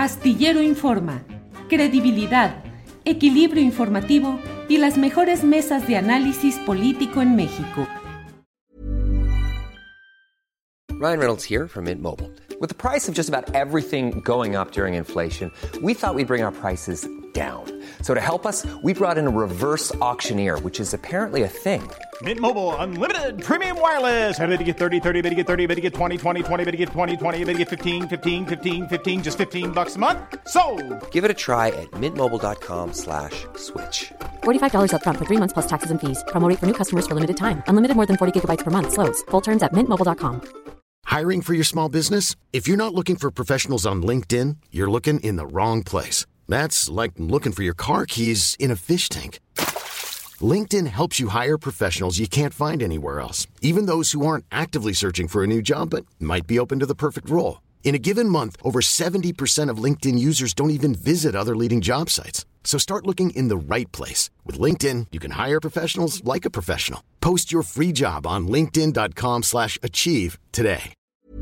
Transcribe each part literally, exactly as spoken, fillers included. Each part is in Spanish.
Astillero Informa, credibilidad, equilibrio informativo y las mejores mesas de análisis político en México. Ryan Reynolds here from Mint Mobile. With the price of just about everything going up during inflation, we thought we'd bring our prices down. So to help us, we brought in a reverse auctioneer, which is apparently a thing. Mint Mobile Unlimited Premium Wireless. How to get thirty, thirty, how to get thirty, how to get twenty, twenty, twenty, how to get twenty, twenty, how to get fifteen, fifteen, fifteen, fifteen, just fifteen bucks a month? Sold! Give it a try at mintmobile.com slash switch. forty-five dollars up front for three months plus taxes and fees. Promo rate for new customers for limited time. Unlimited more than forty gigabytes per month. Slows full terms at mint mobile dot com. Hiring for your small business? If you're not looking for professionals on LinkedIn, you're looking in the wrong place. That's like looking for your car keys in a fish tank. LinkedIn helps you hire professionals you can't find anywhere else, even those who aren't actively searching for a new job but might be open to the perfect role. In a given month, over seventy percent of LinkedIn users don't even visit other leading job sites. So start looking in the right place. With LinkedIn, you can hire professionals like a professional. Post your free job on linkedin.com slash achieve today.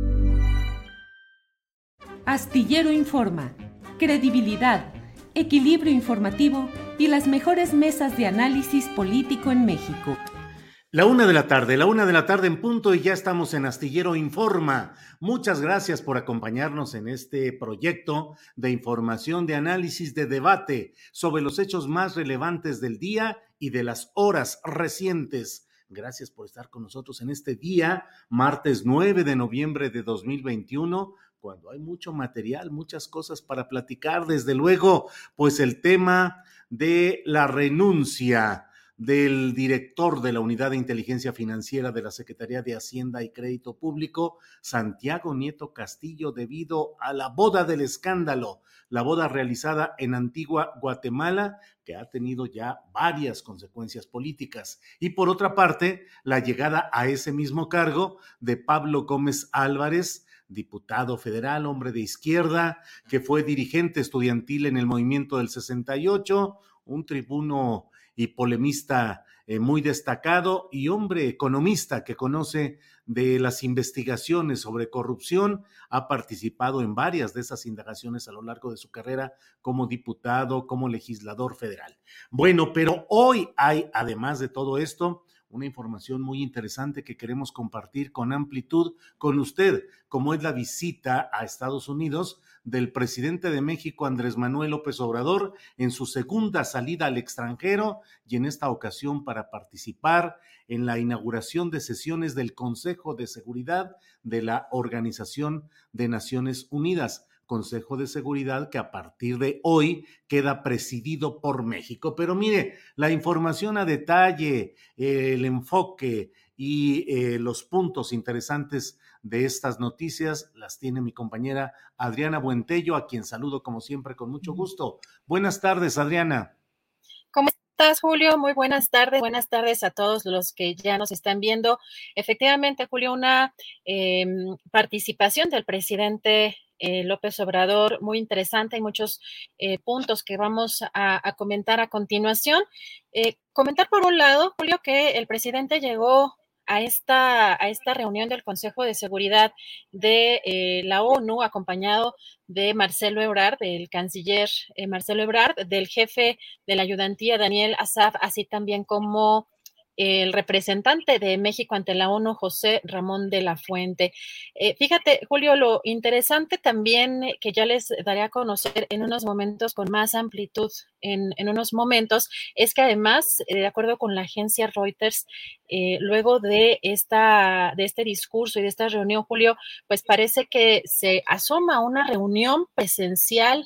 Astillero Informa, credibilidad, equilibrio informativo y las mejores mesas de análisis político en México. La una de la tarde, la una de la tarde en punto y ya estamos en Astillero Informa. Muchas gracias por acompañarnos en este proyecto de información, de análisis, de debate sobre los hechos más relevantes del día y de las horas recientes. Gracias por estar con nosotros en este día, martes nueve de noviembre de dos mil veintiuno, cuando hay mucho material, muchas cosas para platicar. Desde luego, pues el tema de la renuncia del director de la Unidad de Inteligencia Financiera de la Secretaría de Hacienda y Crédito Público, Santiago Nieto Castillo, debido a la boda del escándalo, la boda realizada en Antigua Guatemala, que ha tenido ya varias consecuencias políticas. Y por otra parte, la llegada a ese mismo cargo de Pablo Gómez Álvarez, diputado federal, hombre de izquierda, que fue dirigente estudiantil en el movimiento del sesenta y ocho, un tribuno y polemista eh, muy destacado y hombre economista que conoce de las investigaciones sobre corrupción, ha participado en varias de esas indagaciones a lo largo de su carrera como diputado, como legislador federal. Bueno, pero hoy hay, además de todo esto, una información muy interesante que queremos compartir con amplitud con usted, como es la visita a Estados Unidos del presidente de México, Andrés Manuel López Obrador, en su segunda salida al extranjero y en esta ocasión para participar en la inauguración de sesiones del Consejo de Seguridad de la Organización de Naciones Unidas. Consejo de Seguridad que a partir de hoy queda presidido por México. Pero mire, la información a detalle, eh, el enfoque y eh, los puntos interesantes de estas noticias las tiene mi compañera Adriana Buentello, a quien saludo como siempre con mucho gusto. Buenas tardes, Adriana. ¿Cómo estás, Julio? Muy buenas tardes. Buenas tardes a todos los que ya nos están viendo. Efectivamente, Julio, una eh, participación del presidente Eh, López Obrador, muy interesante, hay muchos eh, puntos que vamos a, a comentar a continuación. Eh, comentar por un lado, Julio, que el presidente llegó a esta, a esta reunión del Consejo de Seguridad de eh, la ONU, acompañado de Marcelo Ebrard, del canciller eh, Marcelo Ebrard, del jefe de la ayudantía Daniel Asaf, así también como el representante de México ante la ONU, José Ramón de la Fuente. Eh, fíjate, Julio, lo interesante también eh, que ya les daré a conocer en unos momentos con más amplitud, en, en unos momentos, es que además, eh, de acuerdo con la agencia Reuters, eh, luego de, esta, de este discurso y de esta reunión, Julio, pues parece que se asoma una reunión presencial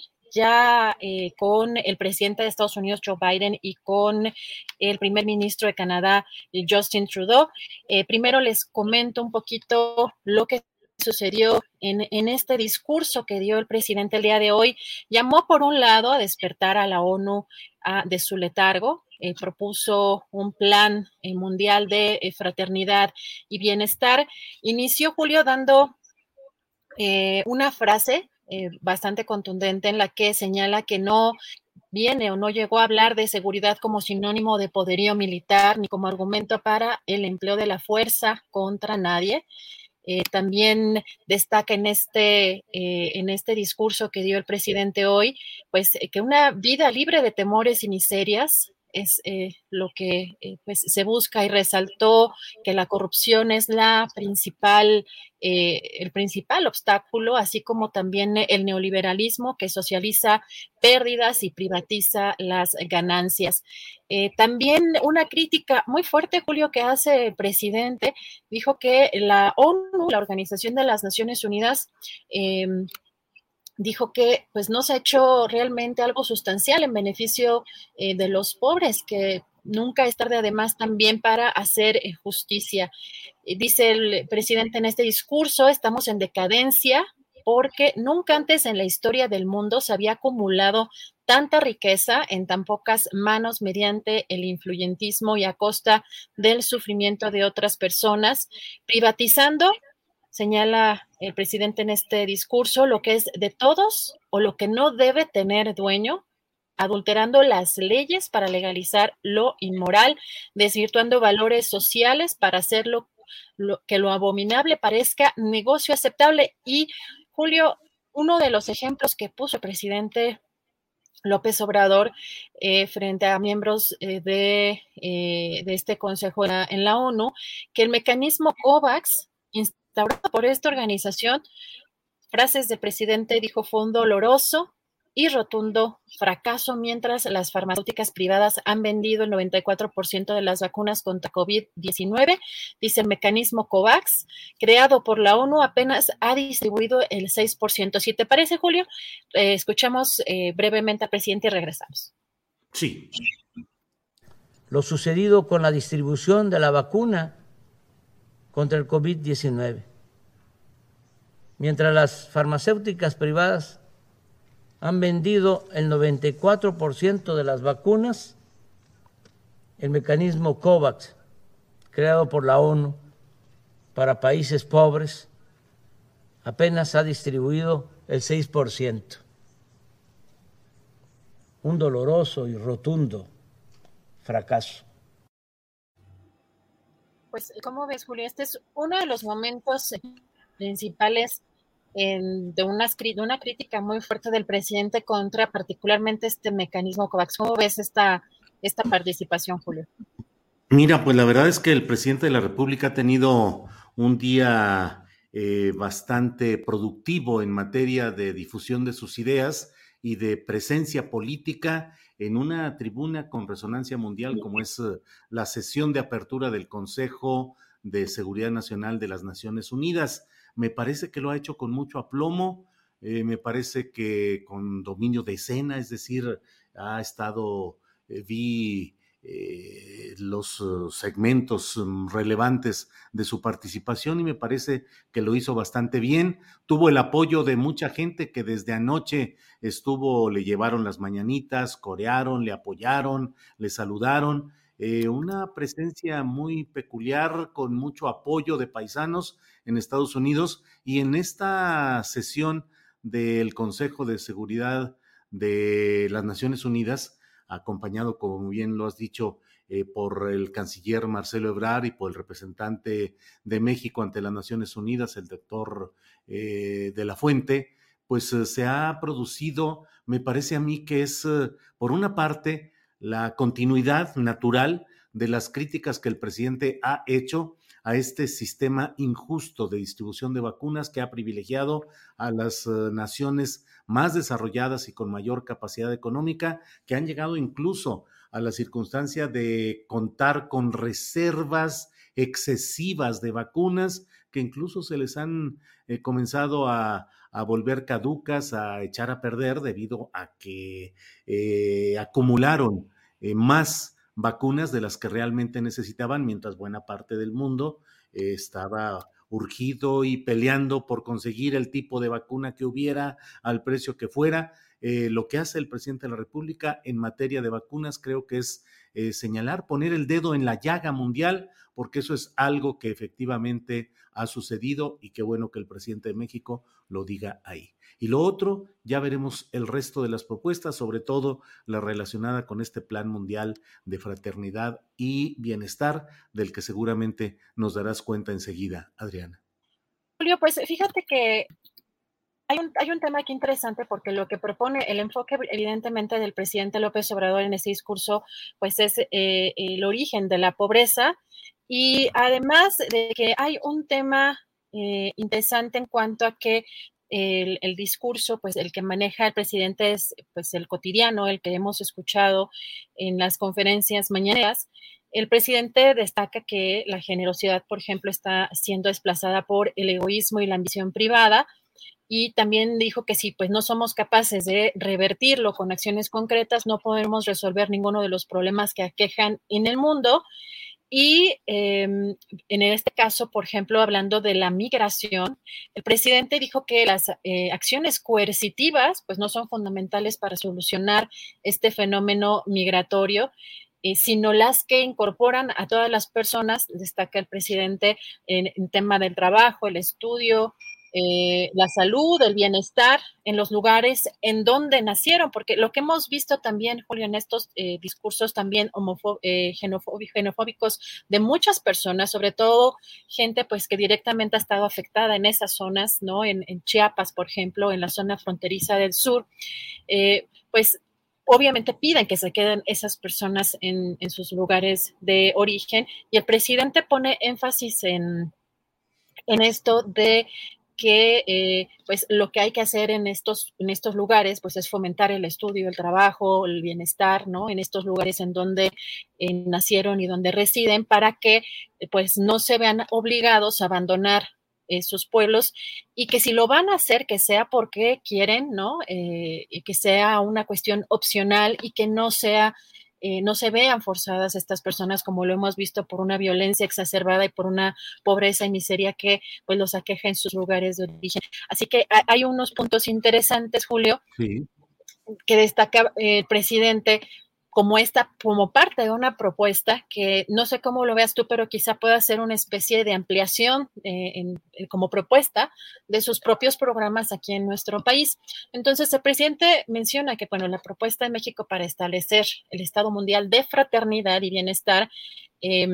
ya eh, con el presidente de Estados Unidos, Joe Biden, y con el primer ministro de Canadá, Justin Trudeau. Eh, primero les comento un poquito lo que sucedió en, en este discurso que dio el presidente el día de hoy. Llamó, por un lado, a despertar a la ONU a, de su letargo. Eh, propuso un plan eh, mundial de eh, fraternidad y bienestar. Inició, Julio, dando eh, una frase Eh, bastante contundente en la que señala que no viene o no llegó a hablar de seguridad como sinónimo de poderío militar ni como argumento para el empleo de la fuerza contra nadie. Eh, también destaca en este, eh, en este discurso que dio el presidente hoy, pues que una vida libre de temores y miserias es eh, lo que eh, pues, se busca, y resaltó que la corrupción es la principal, eh, el principal obstáculo, así como también el neoliberalismo que socializa pérdidas y privatiza las ganancias. Eh, también una crítica muy fuerte, Julio, que hace el presidente, dijo que la ONU, la Organización de las Naciones Unidas, eh, dijo que pues no se ha hecho realmente algo sustancial en beneficio eh, de los pobres, que nunca es tarde además también para hacer eh, justicia. Eh, dice el presidente en este discurso, estamos en decadencia porque nunca antes en la historia del mundo se había acumulado tanta riqueza en tan pocas manos mediante el influyentismo y a costa del sufrimiento de otras personas, privatizando, señala el presidente en este discurso, lo que es de todos o lo que no debe tener dueño, adulterando las leyes para legalizar lo inmoral, desvirtuando valores sociales para hacerlo lo, que lo abominable parezca negocio aceptable. Y, Julio, uno de los ejemplos que puso el presidente López Obrador eh, frente a miembros eh, de, eh, de este consejo en la, en la ONU, que el mecanismo COVAX instaurado por esta organización, frases del presidente, dijo, fue un doloroso y rotundo fracaso, mientras las farmacéuticas privadas han vendido el noventa y cuatro por ciento de las vacunas contra COVID diecinueve. Dice el mecanismo COVAX, creado por la ONU, apenas ha distribuido el seis por ciento. Si te parece, Julio, eh, escuchamos eh, brevemente al presidente y regresamos. Sí. Lo sucedido con la distribución de la vacuna contra el COVID diecinueve. Mientras las farmacéuticas privadas han vendido el noventa y cuatro por ciento de las vacunas, el mecanismo COVAX, creado por la ONU para países pobres, apenas ha distribuido el seis por ciento. Un doloroso y rotundo fracaso. Pues, ¿cómo ves, Julio? Este es uno de los momentos principales en, de, una, de una crítica muy fuerte del presidente contra particularmente este mecanismo COVAX. ¿Cómo ves esta, esta participación, Julio? Mira, pues la verdad es que el presidente de la República ha tenido un día eh, bastante productivo en materia de difusión de sus ideas y de presencia política en una tribuna con resonancia mundial como es uh, la sesión de apertura del Consejo de Seguridad Nacional de las Naciones Unidas. Me parece que lo ha hecho con mucho aplomo, eh, me parece que con dominio de escena, es decir, ha estado, eh, vi eh, los uh, segmentos um, relevantes de su participación y me parece que lo hizo bastante bien. Tuvo el apoyo de mucha gente que desde anoche estuvo, le llevaron las mañanitas, corearon, le apoyaron, le saludaron. Eh, una presencia muy peculiar con mucho apoyo de paisanos en Estados Unidos y en esta sesión del Consejo de Seguridad de las Naciones Unidas, acompañado, como bien lo has dicho, eh, por el canciller Marcelo Ebrard y por el representante de México ante las Naciones Unidas, el doctor eh, de la Fuente, pues eh, se ha producido, me parece a mí que es, eh, por una parte, la continuidad natural de las críticas que el presidente ha hecho a este sistema injusto de distribución de vacunas que ha privilegiado a las uh, naciones más desarrolladas y con mayor capacidad económica, que han llegado incluso a la circunstancia de contar con reservas excesivas de vacunas que incluso se les han eh, comenzado a, a volver caducas, a echar a perder debido a que eh, acumularon eh, más vacunas de las que realmente necesitaban, mientras buena parte del mundo eh, estaba urgido y peleando por conseguir el tipo de vacuna que hubiera al precio que fuera. Eh, lo que hace el presidente de la República en materia de vacunas creo que es eh, señalar, poner el dedo en la llaga mundial, porque eso es algo que efectivamente ha sucedido y qué bueno que el presidente de México lo diga ahí. Y lo otro, ya veremos el resto de las propuestas, sobre todo la relacionada con este Plan Mundial de Fraternidad y Bienestar, del que seguramente nos darás cuenta enseguida, Adriana. Julio, pues fíjate que hay un, hay un tema aquí interesante porque lo que propone el enfoque evidentemente del presidente López Obrador en este discurso pues es eh, el origen de la pobreza y además de que hay un tema eh, interesante en cuanto a que el, el discurso pues el que maneja el presidente es pues el cotidiano, el que hemos escuchado en las conferencias mañaneras. El presidente destaca que la generosidad, por ejemplo, está siendo desplazada por el egoísmo y la ambición privada. Y también dijo que si pues no somos capaces de revertirlo con acciones concretas, no podemos resolver ninguno de los problemas que aquejan en el mundo. Y eh, en este caso, por ejemplo, hablando de la migración, el presidente dijo que las eh, acciones coercitivas pues no son fundamentales para solucionar este fenómeno migratorio, eh, sino las que incorporan a todas las personas, destaca el presidente en, en tema del trabajo, el estudio, Eh, la salud, el bienestar en los lugares en donde nacieron, porque lo que hemos visto también, Julio, en estos eh, discursos también homofó eh, xenofóbicos de muchas personas, sobre todo gente pues que directamente ha estado afectada en esas zonas, ¿no? En, en Chiapas, por ejemplo, en la zona fronteriza del sur, eh, pues obviamente piden que se queden esas personas en, en sus lugares de origen y el presidente pone énfasis en, en esto de que eh, pues lo que hay que hacer en estos, en estos lugares pues es fomentar el estudio, el trabajo, el bienestar, ¿no? En estos lugares en donde eh, nacieron y donde residen para que pues no se vean obligados a abandonar eh, sus pueblos y que si lo van a hacer que sea porque quieren, ¿no? Eh, y que sea una cuestión opcional y que no sea Eh, no se vean forzadas estas personas como lo hemos visto por una violencia exacerbada y por una pobreza y miseria que pues los aqueja en sus lugares de origen. Así que hay unos puntos interesantes, Julio, sí, que destaca eh, el presidente como esta, como parte de una propuesta que no sé cómo lo veas tú, pero quizá pueda ser una especie de ampliación eh, en, en, como propuesta de sus propios programas aquí en nuestro país. Entonces, el presidente menciona que, bueno, la propuesta de México para establecer el Estado Mundial de Fraternidad y Bienestar eh,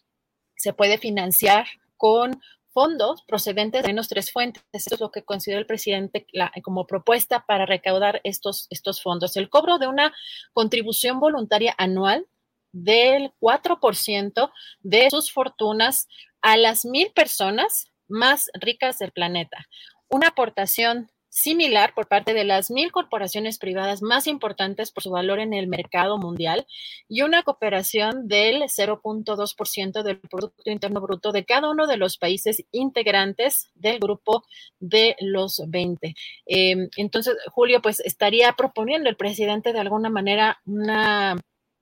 se puede financiar con fondos procedentes de menos tres fuentes. Eso es lo que considera el presidente la, como propuesta para recaudar estos, estos fondos. El cobro de una contribución voluntaria anual del cuatro por ciento de sus fortunas a las mil personas más ricas del planeta. Una aportación similar por parte de las mil corporaciones privadas más importantes por su valor en el mercado mundial y una cooperación del cero punto dos por ciento del Producto Interno Bruto de cada uno de los países integrantes del grupo de los veinte. Eh, entonces, Julio, pues estaría proponiendo el presidente de alguna manera una...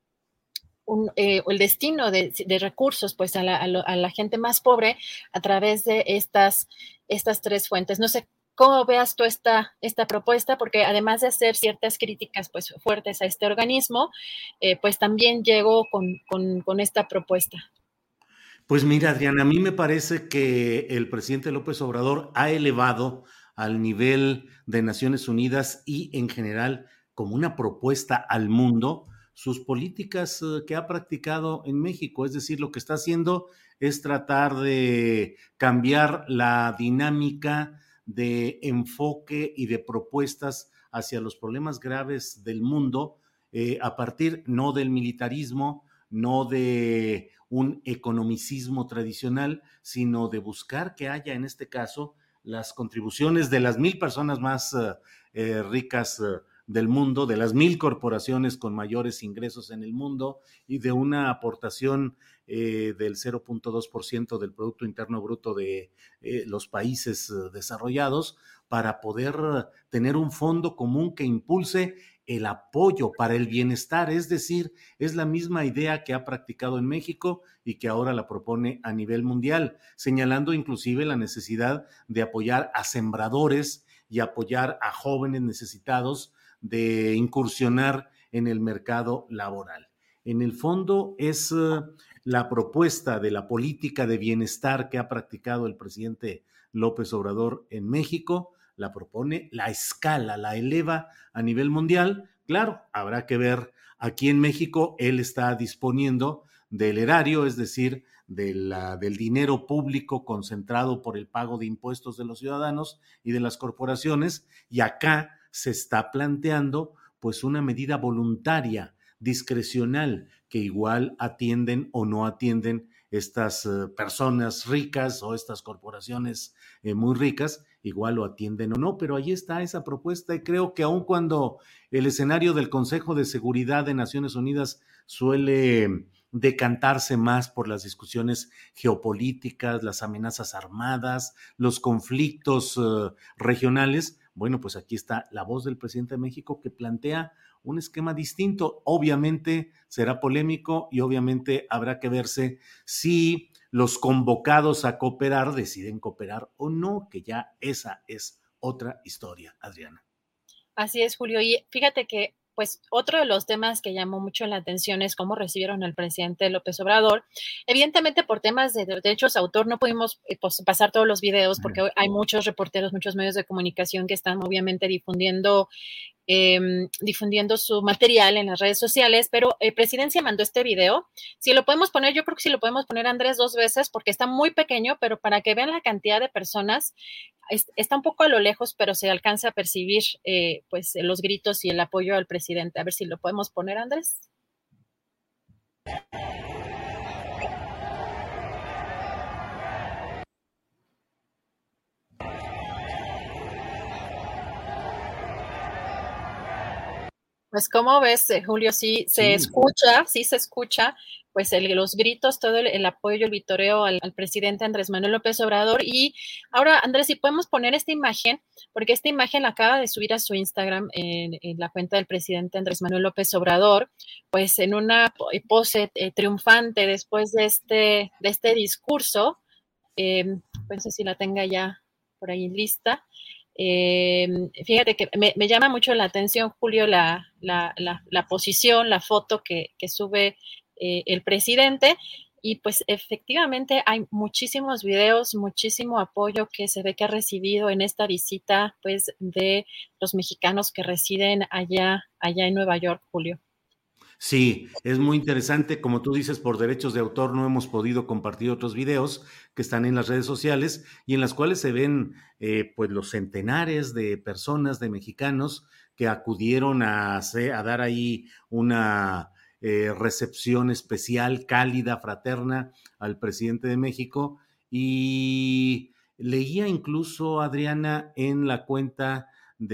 Un, eh, el destino de, de recursos pues a la, a, lo, a la gente más pobre a través de estas, estas tres fuentes. No sé cómo veas tú esta, esta propuesta, porque además de hacer ciertas críticas pues fuertes a este organismo, eh, pues también llegó con, con, con esta propuesta. Pues mira, Adriana, a mí me parece que el presidente López Obrador ha elevado al nivel de Naciones Unidas y en general como una propuesta al mundo sus políticas que ha practicado en México. Es decir, lo que está haciendo es tratar de cambiar la dinámica de enfoque y de propuestas hacia los problemas graves del mundo eh, a partir no del militarismo, no de un economicismo tradicional, sino de buscar que haya en este caso las contribuciones de las mil personas más uh, eh, ricas uh, del mundo, de las mil corporaciones con mayores ingresos en el mundo y de una aportación eh, del cero punto dos por ciento del Producto Interno Bruto de eh, los países uh, desarrollados para poder uh, tener un fondo común que impulse el apoyo para el bienestar, es decir, es la misma idea que ha practicado en México y que ahora la propone a nivel mundial, señalando inclusive la necesidad de apoyar a sembradores y apoyar a jóvenes necesitados de incursionar en el mercado laboral. En el fondo es uh, la propuesta de la política de bienestar que ha practicado el presidente López Obrador en México, la propone, la escala, la eleva a nivel mundial. Claro, habrá que ver, aquí en México él está disponiendo del erario, es decir, de la, del dinero público concentrado por el pago de impuestos de los ciudadanos y de las corporaciones, y acá se está planteando pues una medida voluntaria, discrecional, que igual atienden o no atienden estas uh, personas ricas o estas corporaciones eh, muy ricas, igual lo atienden o no, pero ahí está esa propuesta y creo que aun cuando el escenario del Consejo de Seguridad de Naciones Unidas suele decantarse más por las discusiones geopolíticas, las amenazas armadas, los conflictos uh, regionales, bueno, pues aquí está la voz del presidente de México que plantea un esquema distinto. Obviamente será polémico y obviamente habrá que verse si los convocados a cooperar deciden cooperar o no, que ya esa es otra historia, Adriana. Así es, Julio. Y fíjate que pues otro de los temas que llamó mucho la atención es cómo recibieron al presidente López Obrador. Evidentemente, por temas de derechos de autor no pudimos eh, pues, pasar todos los videos porque hay muchos reporteros, muchos medios de comunicación que están obviamente difundiendo Eh, difundiendo su material en las redes sociales, pero eh, Presidencia mandó este video. Si lo podemos poner, yo creo que sí lo podemos poner, Andrés, dos veces, porque está muy pequeño, pero para que vean la cantidad de personas, es, está un poco a lo lejos, pero se alcanza a percibir eh, pues los gritos y el apoyo al presidente. A ver si lo podemos poner, Andrés. Pues, ¿cómo ves, eh, Julio? Sí se sí. escucha, sí se escucha, pues, el, los gritos, todo el, el apoyo, el vitoreo al, al presidente Andrés Manuel López Obrador. Y ahora, Andrés, si podemos poner esta imagen, porque esta imagen la acaba de subir a su Instagram, en, en la cuenta del presidente Andrés Manuel López Obrador, pues, en una pose eh, triunfante después de este, de este discurso. Eh, no sé si la tenga ya por ahí lista. Eh, fíjate que me, me llama mucho la atención, Julio, la, la, la, la posición, la foto que, que sube eh, el presidente, y pues efectivamente hay muchísimos videos, muchísimo apoyo que se ve que ha recibido en esta visita pues de los mexicanos que residen allá, allá en Nueva York, Julio. Sí, es muy interesante. Como tú dices, por derechos de autor no hemos podido compartir otros videos que están en las redes sociales y en las cuales se ven eh, pues los centenares de personas, de mexicanos que acudieron a, hacer, a dar ahí una eh, recepción especial, cálida, fraterna al presidente de México. Y leía incluso, Adriana, en la cuenta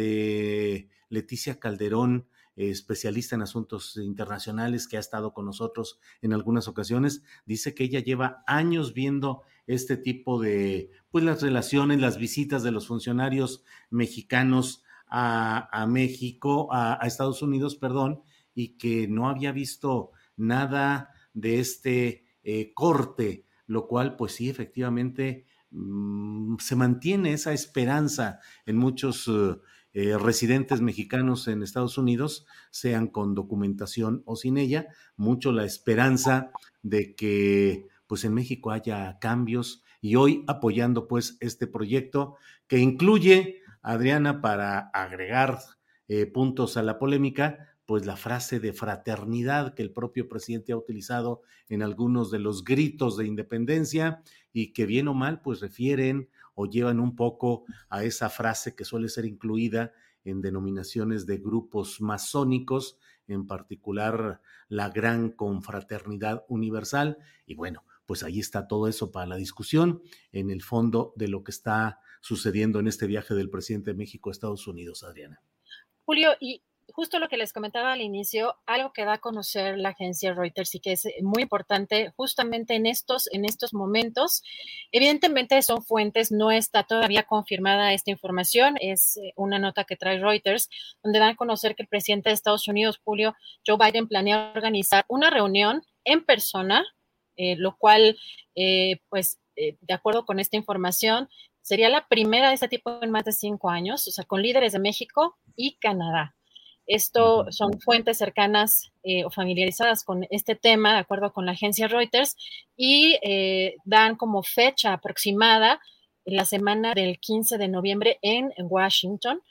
de Leticia Calderón, especialista en asuntos internacionales que ha estado con nosotros en algunas ocasiones, dice que ella lleva años viendo este tipo de, pues las relaciones, las visitas de los funcionarios mexicanos a, a México, a, a Estados Unidos, perdón, y que no había visto nada de este eh, corte, lo cual pues sí, efectivamente mmm, se mantiene esa esperanza en muchos uh, Eh, residentes mexicanos en Estados Unidos, sean con documentación o sin ella, mucho la esperanza de que pues en México haya cambios, y hoy apoyando pues este proyecto que incluye, Adriana, para agregar eh, puntos a la polémica, pues la frase de fraternidad que el propio presidente ha utilizado en algunos de los gritos de independencia y que bien o mal pues refieren o llevan un poco a esa frase que suele ser incluida en denominaciones de grupos masónicos, en particular la Gran Confraternidad Universal. Y bueno, pues ahí está todo eso para la discusión en el fondo de lo que está sucediendo en este viaje del presidente de México a Estados Unidos, Adriana. Julio, y justo lo que les comentaba al inicio, algo que da a conocer la agencia Reuters y que es muy importante justamente en estos, en estos momentos. Evidentemente son fuentes, no está todavía confirmada esta información, es una nota que trae Reuters, donde dan a conocer que el presidente de Estados Unidos, Julio, Joe Biden, planea organizar una reunión en persona, eh, lo cual, eh, pues, eh, de acuerdo con esta información, sería la primera de este tipo en más de cinco años, o sea, con líderes de México y Canadá. Esto son fuentes cercanas eh, o familiarizadas con este tema, de acuerdo con la agencia Reuters, y eh, dan como fecha aproximada la semana del quince de noviembre en Washington.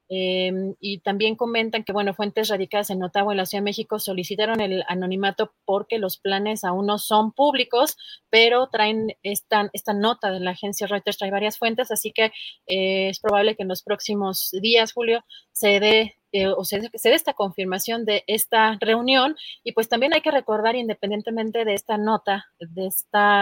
Eh, y también comentan que, bueno, fuentes radicadas en Ottawa, en la Ciudad de México, solicitaron el anonimato porque los planes aún no son públicos, pero traen esta, esta nota de la agencia Reuters, trae varias fuentes, así que eh, es probable que en los próximos días, Julio, se dé eh, o se, se dé esta confirmación de esta reunión. Y pues también hay que recordar, independientemente de esta nota, de esta...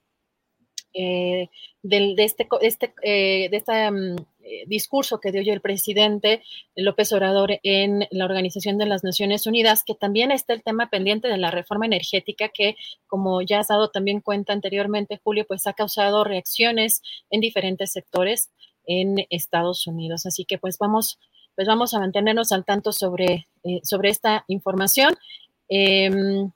Eh, del, de este, este, eh, de este um, eh, discurso que dio hoy el presidente López Obrador en la Organización de las Naciones Unidas, que también está el tema pendiente de la reforma energética, que, como ya has dado también cuenta anteriormente, Julio, pues ha causado reacciones en diferentes sectores en Estados Unidos. Así que pues vamos, pues vamos a mantenernos al tanto sobre, eh, sobre esta información. Eh,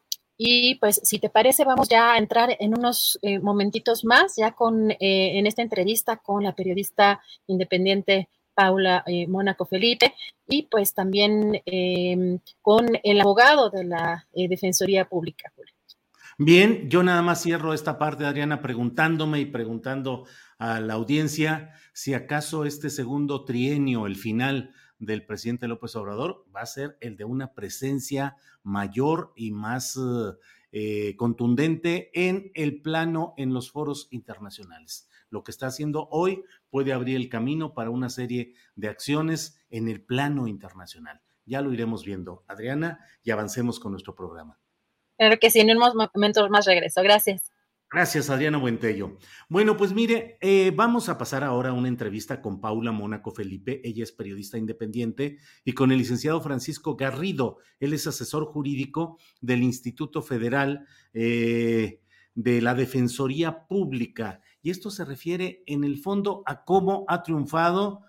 Y pues, si te parece, vamos ya a entrar en unos eh, momentitos más, ya con eh, en esta entrevista con la periodista independiente Paula eh, Mónaco Felipe, y pues también eh, con el abogado de la eh, Defensoría Pública, Julio. Bien, yo nada más cierro esta parte, Adriana, preguntándome y preguntando a la audiencia si acaso este segundo trienio, el final del presidente López Obrador, va a ser el de una presencia mayor y más eh, contundente en el plano, en los foros internacionales. Lo que está haciendo hoy puede abrir el camino para una serie de acciones en el plano internacional. Ya lo iremos viendo, Adriana, y avancemos con nuestro programa. Claro que sí, en unos momentos más regreso. Gracias. Gracias, Adriana Buentello. Bueno, pues mire, eh, vamos a pasar ahora a una entrevista con Paula Mónaco Felipe. Ella es periodista independiente, y con el licenciado Francisco Garrido. Él es asesor jurídico del Instituto Federal eh, de la Defensoría Pública. Y esto se refiere, en el fondo, a cómo ha triunfado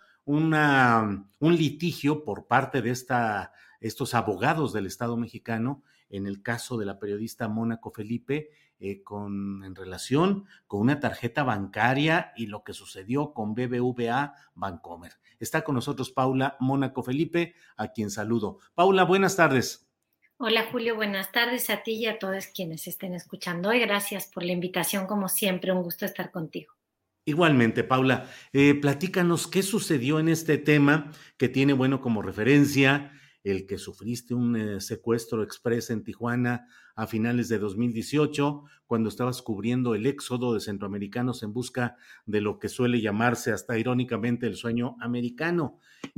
una, un litigio por parte de esta, estos abogados del Estado mexicano en el caso de la periodista Mónaco Felipe, eh, con, en relación con una tarjeta bancaria y lo que sucedió con B B V A Bancomer. Está con nosotros Paula Mónaco Felipe, a quien saludo. Paula, buenas tardes. Hola Julio, buenas tardes a ti y a todos quienes estén escuchando hoy. Gracias por la invitación, como siempre, un gusto estar contigo. Igualmente, Paula, eh, platícanos qué sucedió en este tema que tiene, bueno, como referencia el que sufriste un eh, secuestro express en Tijuana a finales de dos mil dieciocho, cuando estabas cubriendo el éxodo de centroamericanos en busca de lo que suele llamarse hasta irónicamente el sueño americano.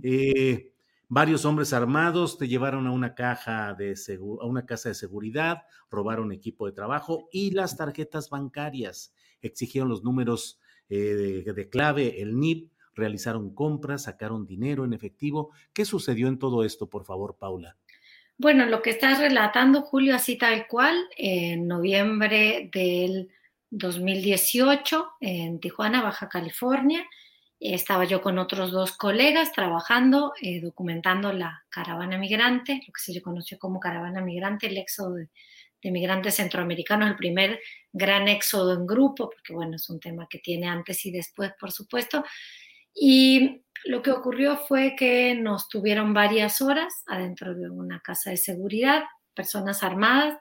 Eh, varios hombres armados te llevaron a una caja de segu- a una casa de seguridad, robaron equipo de trabajo y las tarjetas bancarias, exigieron los números eh, de, de clave, el N I P, realizaron compras, sacaron dinero en efectivo. ¿Qué sucedió en todo esto, por favor, Paula? Bueno, lo que estás relatando, Julio, así tal cual, en noviembre del dos mil dieciocho, en Tijuana, Baja California, estaba yo con otros dos colegas trabajando, eh, documentando la caravana migrante, lo que se conoció como caravana migrante, el éxodo de, de migrantes centroamericanos, el primer gran éxodo en grupo, porque bueno, es un tema que tiene antes y después, por supuesto. Y lo que ocurrió fue que nos tuvieron varias horas adentro de una casa de seguridad, personas armadas,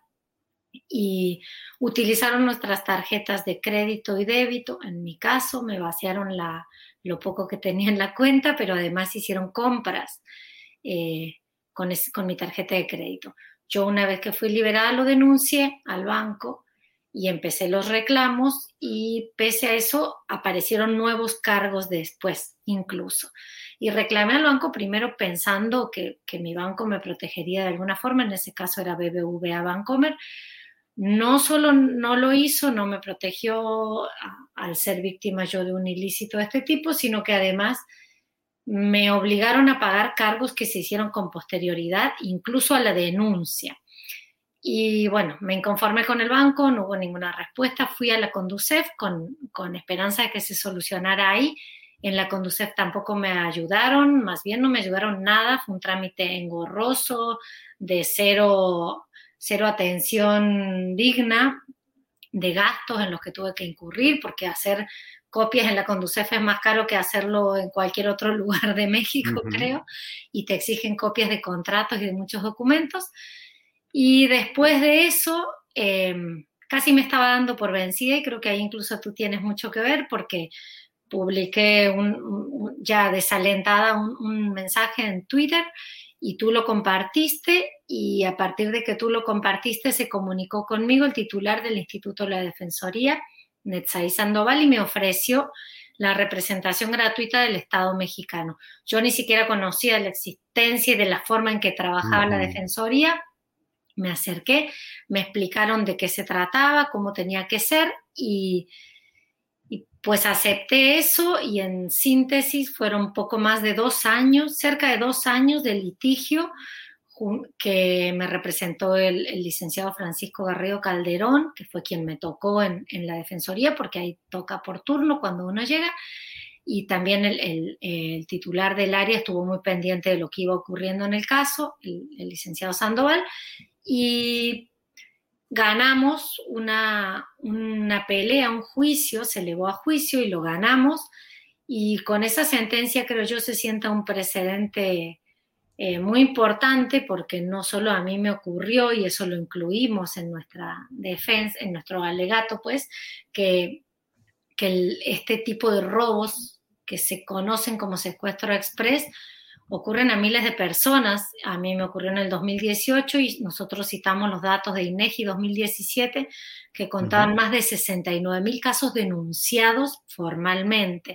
y utilizaron nuestras tarjetas de crédito y débito. En mi caso, me vaciaron la, lo poco que tenía en la cuenta, pero además hicieron compras eh, con, es, con mi tarjeta de crédito. Yo, una vez que fui liberada, lo denuncié al banco y empecé los reclamos, y pese a eso aparecieron nuevos cargos después incluso. Y reclamé al banco primero pensando que, que mi banco me protegería de alguna forma, en ese caso era B B V A Bancomer. No solo no lo hizo, no me protegió a, al ser víctima yo de un ilícito de este tipo, sino que además me obligaron a pagar cargos que se hicieron con posterioridad, incluso a la denuncia. Y bueno, me inconformé con el banco, no hubo ninguna respuesta, fui a la Conducef con, con esperanza de que se solucionara ahí. En la Conducef tampoco me ayudaron, más bien no me ayudaron nada, fue un trámite engorroso, de cero, cero atención digna, de gastos en los que tuve que incurrir, porque hacer copias en la Conducef es más caro que hacerlo en cualquier otro lugar de México, uh-huh. creo, y te exigen copias de contratos y de muchos documentos. Y después de eso, eh, casi me estaba dando por vencida, y creo que ahí incluso tú tienes mucho que ver, porque publiqué un, un, ya desalentada un, un mensaje en Twitter y tú lo compartiste, y a partir de que tú lo compartiste se comunicó conmigo el titular del Instituto de la Defensoría, Netzaí Sandoval, y me ofreció la representación gratuita del Estado mexicano. Yo ni siquiera conocía de la existencia y de la forma en que trabajaba uh-huh. la Defensoría. Me acerqué, me explicaron de qué se trataba, cómo tenía que ser, y, y pues acepté eso, y en síntesis fueron poco más de dos años, cerca de dos años de litigio que me representó el, el licenciado Francisco Garrido Calderón, que fue quien me tocó en, en la Defensoría, porque ahí toca por turno cuando uno llega, y también el, el, el titular del área estuvo muy pendiente de lo que iba ocurriendo en el caso, el, el licenciado Sandoval, y ganamos una, una pelea, un juicio, se elevó a juicio y lo ganamos, y con esa sentencia creo yo se sienta un precedente eh, muy importante, porque no solo a mí me ocurrió, y eso lo incluimos en nuestra defensa, en nuestro alegato, pues, que, que el, este tipo de robos que se conocen como secuestro express ocurren a miles de personas. A mí me ocurrió en el dos mil dieciocho y nosotros citamos los datos de INEGI dos mil diecisiete que contaban uh-huh. más de sesenta y nueve mil casos denunciados formalmente.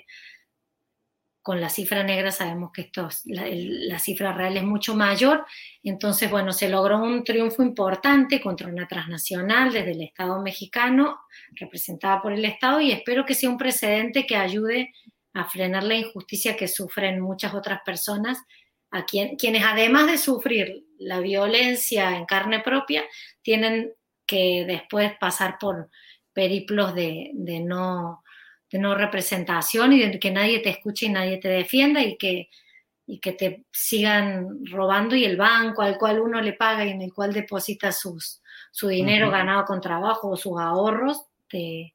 Con la cifra negra sabemos que esto, la, la cifra real es mucho mayor. Entonces, bueno, se logró un triunfo importante contra una transnacional desde el Estado mexicano, representada por el Estado, y espero que sea un precedente que ayude a frenar la injusticia que sufren muchas otras personas, a quien, quienes además de sufrir la violencia en carne propia, tienen que después pasar por periplos de, de, no, de no representación, y de que nadie te escuche y nadie te defienda, y que, y que te sigan robando, y el banco al cual uno le paga y en el cual deposita sus, su dinero uh-huh. ganado con trabajo o sus ahorros, te,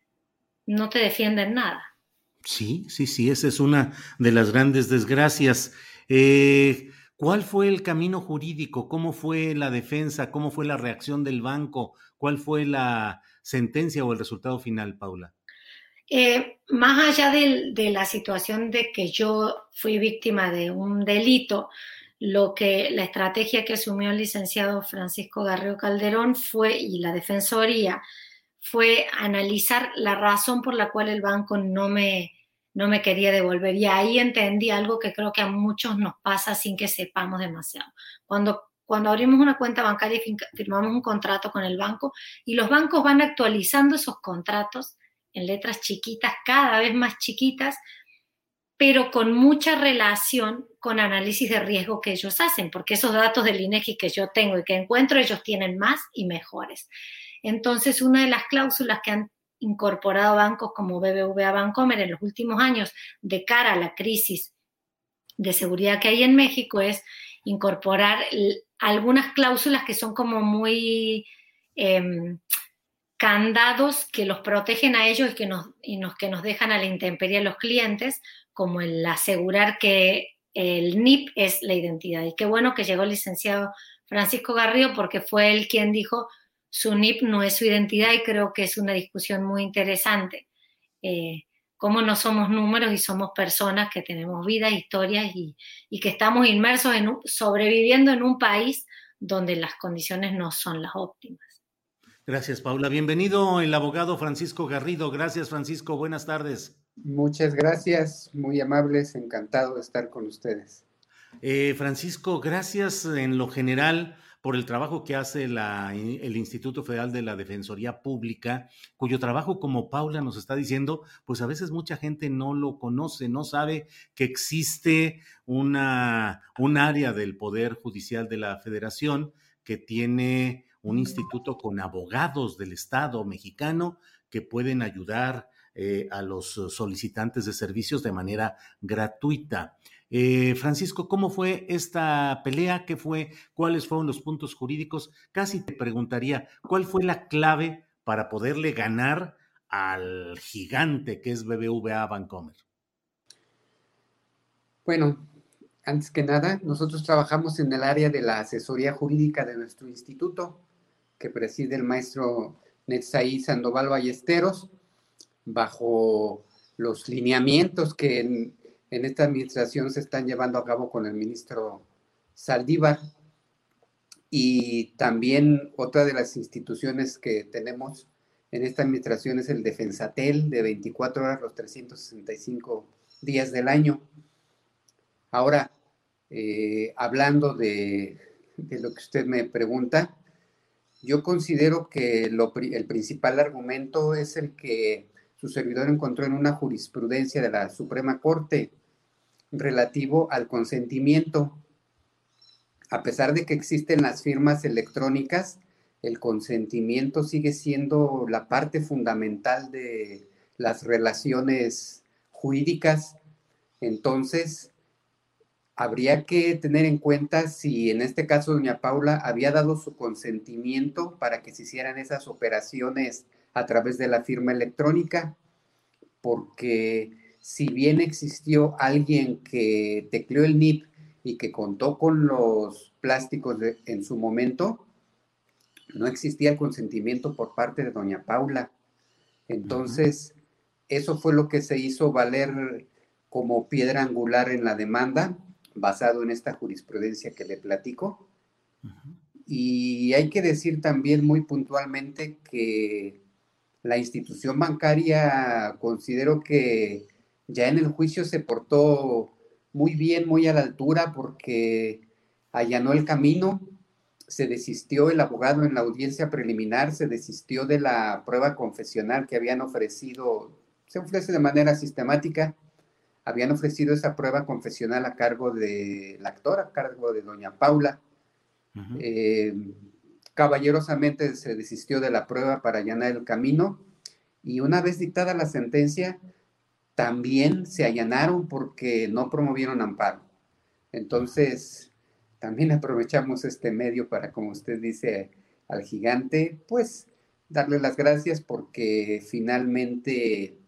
no te defienden nada. Sí, sí, sí, esa es una de las grandes desgracias. Eh, ¿Cuál fue el camino jurídico? ¿Cómo fue la defensa? ¿Cómo fue la reacción del banco? ¿Cuál fue la sentencia o el resultado final, Paula? Eh, más allá de, de la situación de que yo fui víctima de un delito, lo que la estrategia que asumió el licenciado Francisco Garrido Calderón fue, y la Defensoría, fue analizar la razón por la cual el banco no me, no me quería devolver. Y ahí entendí algo que creo que a muchos nos pasa sin que sepamos demasiado. Cuando, cuando abrimos una cuenta bancaria y firmamos un contrato con el banco, y los bancos van actualizando esos contratos en letras chiquitas, cada vez más chiquitas, pero con mucha relación con análisis de riesgo que ellos hacen, porque esos datos del INEGI que yo tengo y que encuentro, ellos tienen más y mejores. Entonces, una de las cláusulas que han incorporado bancos como B B V A Bancomer en los últimos años de cara a la crisis de seguridad que hay en México es incorporar algunas cláusulas que son como muy eh, candados que los protegen a ellos y que nos, y nos, que nos dejan a la intemperie a los clientes, como el asegurar que el N I P es la identidad. Y qué bueno que llegó el licenciado Francisco Garrido, porque fue él quien dijo su N I P no es su identidad, y creo que es una discusión muy interesante. Eh, cómo no somos números y somos personas que tenemos vidas, historias y, y que estamos inmersos, en un, sobreviviendo en un país donde las condiciones no son las óptimas. Gracias, Paula. Bienvenido el abogado Francisco Garrido. Gracias, Francisco. Buenas tardes. Muchas gracias, muy amables, encantado de estar con ustedes. Eh, Francisco, gracias en lo general por el trabajo que hace la, el Instituto Federal de la Defensoría Pública, cuyo trabajo, como Paula nos está diciendo, pues a veces mucha gente no lo conoce, no sabe que existe una, un área del Poder Judicial de la Federación que tiene un instituto con abogados del Estado mexicano que pueden ayudar eh, a los solicitantes de servicios de manera gratuita. Eh, Francisco, ¿cómo fue esta pelea? ¿Qué fue? ¿Cuáles fueron los puntos jurídicos? Casi te preguntaría, ¿cuál fue la clave para poderle ganar al gigante que es B B V A Bancomer? Bueno, antes que nada, nosotros trabajamos en el área de la asesoría jurídica de nuestro instituto, que preside el maestro Netzaí Sandoval Ballesteros, bajo los lineamientos que en, en esta administración se están llevando a cabo con el ministro Saldívar. Y también otra de las instituciones que tenemos en esta administración es el Defensatel, de veinticuatro horas los trescientos sesenta y cinco días del año. Ahora, eh, hablando de, de lo que usted me pregunta, yo considero que lo, el principal argumento es el que su servidor encontró en una jurisprudencia de la Suprema Corte relativo al consentimiento. A pesar de que existen las firmas electrónicas, el consentimiento sigue siendo la parte fundamental de las relaciones jurídicas. Entonces, habría que tener en cuenta si en este caso doña Paula había dado su consentimiento para que se hicieran esas operaciones a través de la firma electrónica, porque si bien existió alguien que tecleó el N I P y que contó con los plásticos de, en su momento, no existía el consentimiento por parte de doña Paula. Entonces, uh-huh. eso fue lo que se hizo valer como piedra angular en la demanda, basado en esta jurisprudencia que le platico. Uh-huh. Y hay que decir también muy puntualmente que la institución bancaria, considero que ya en el juicio se portó muy bien, muy a la altura, porque allanó el camino, se desistió el abogado en la audiencia preliminar, se desistió de la prueba confesional que habían ofrecido, se ofrece de manera sistemática, habían ofrecido esa prueba confesional a cargo de la actora, a cargo de doña Paula. Uh-huh. Eh, caballerosamente se desistió de la prueba para allanar el camino, y una vez dictada la sentencia, también se allanaron porque no promovieron amparo. Entonces, también aprovechamos este medio para, como usted dice, al gigante, pues, darle las gracias porque finalmente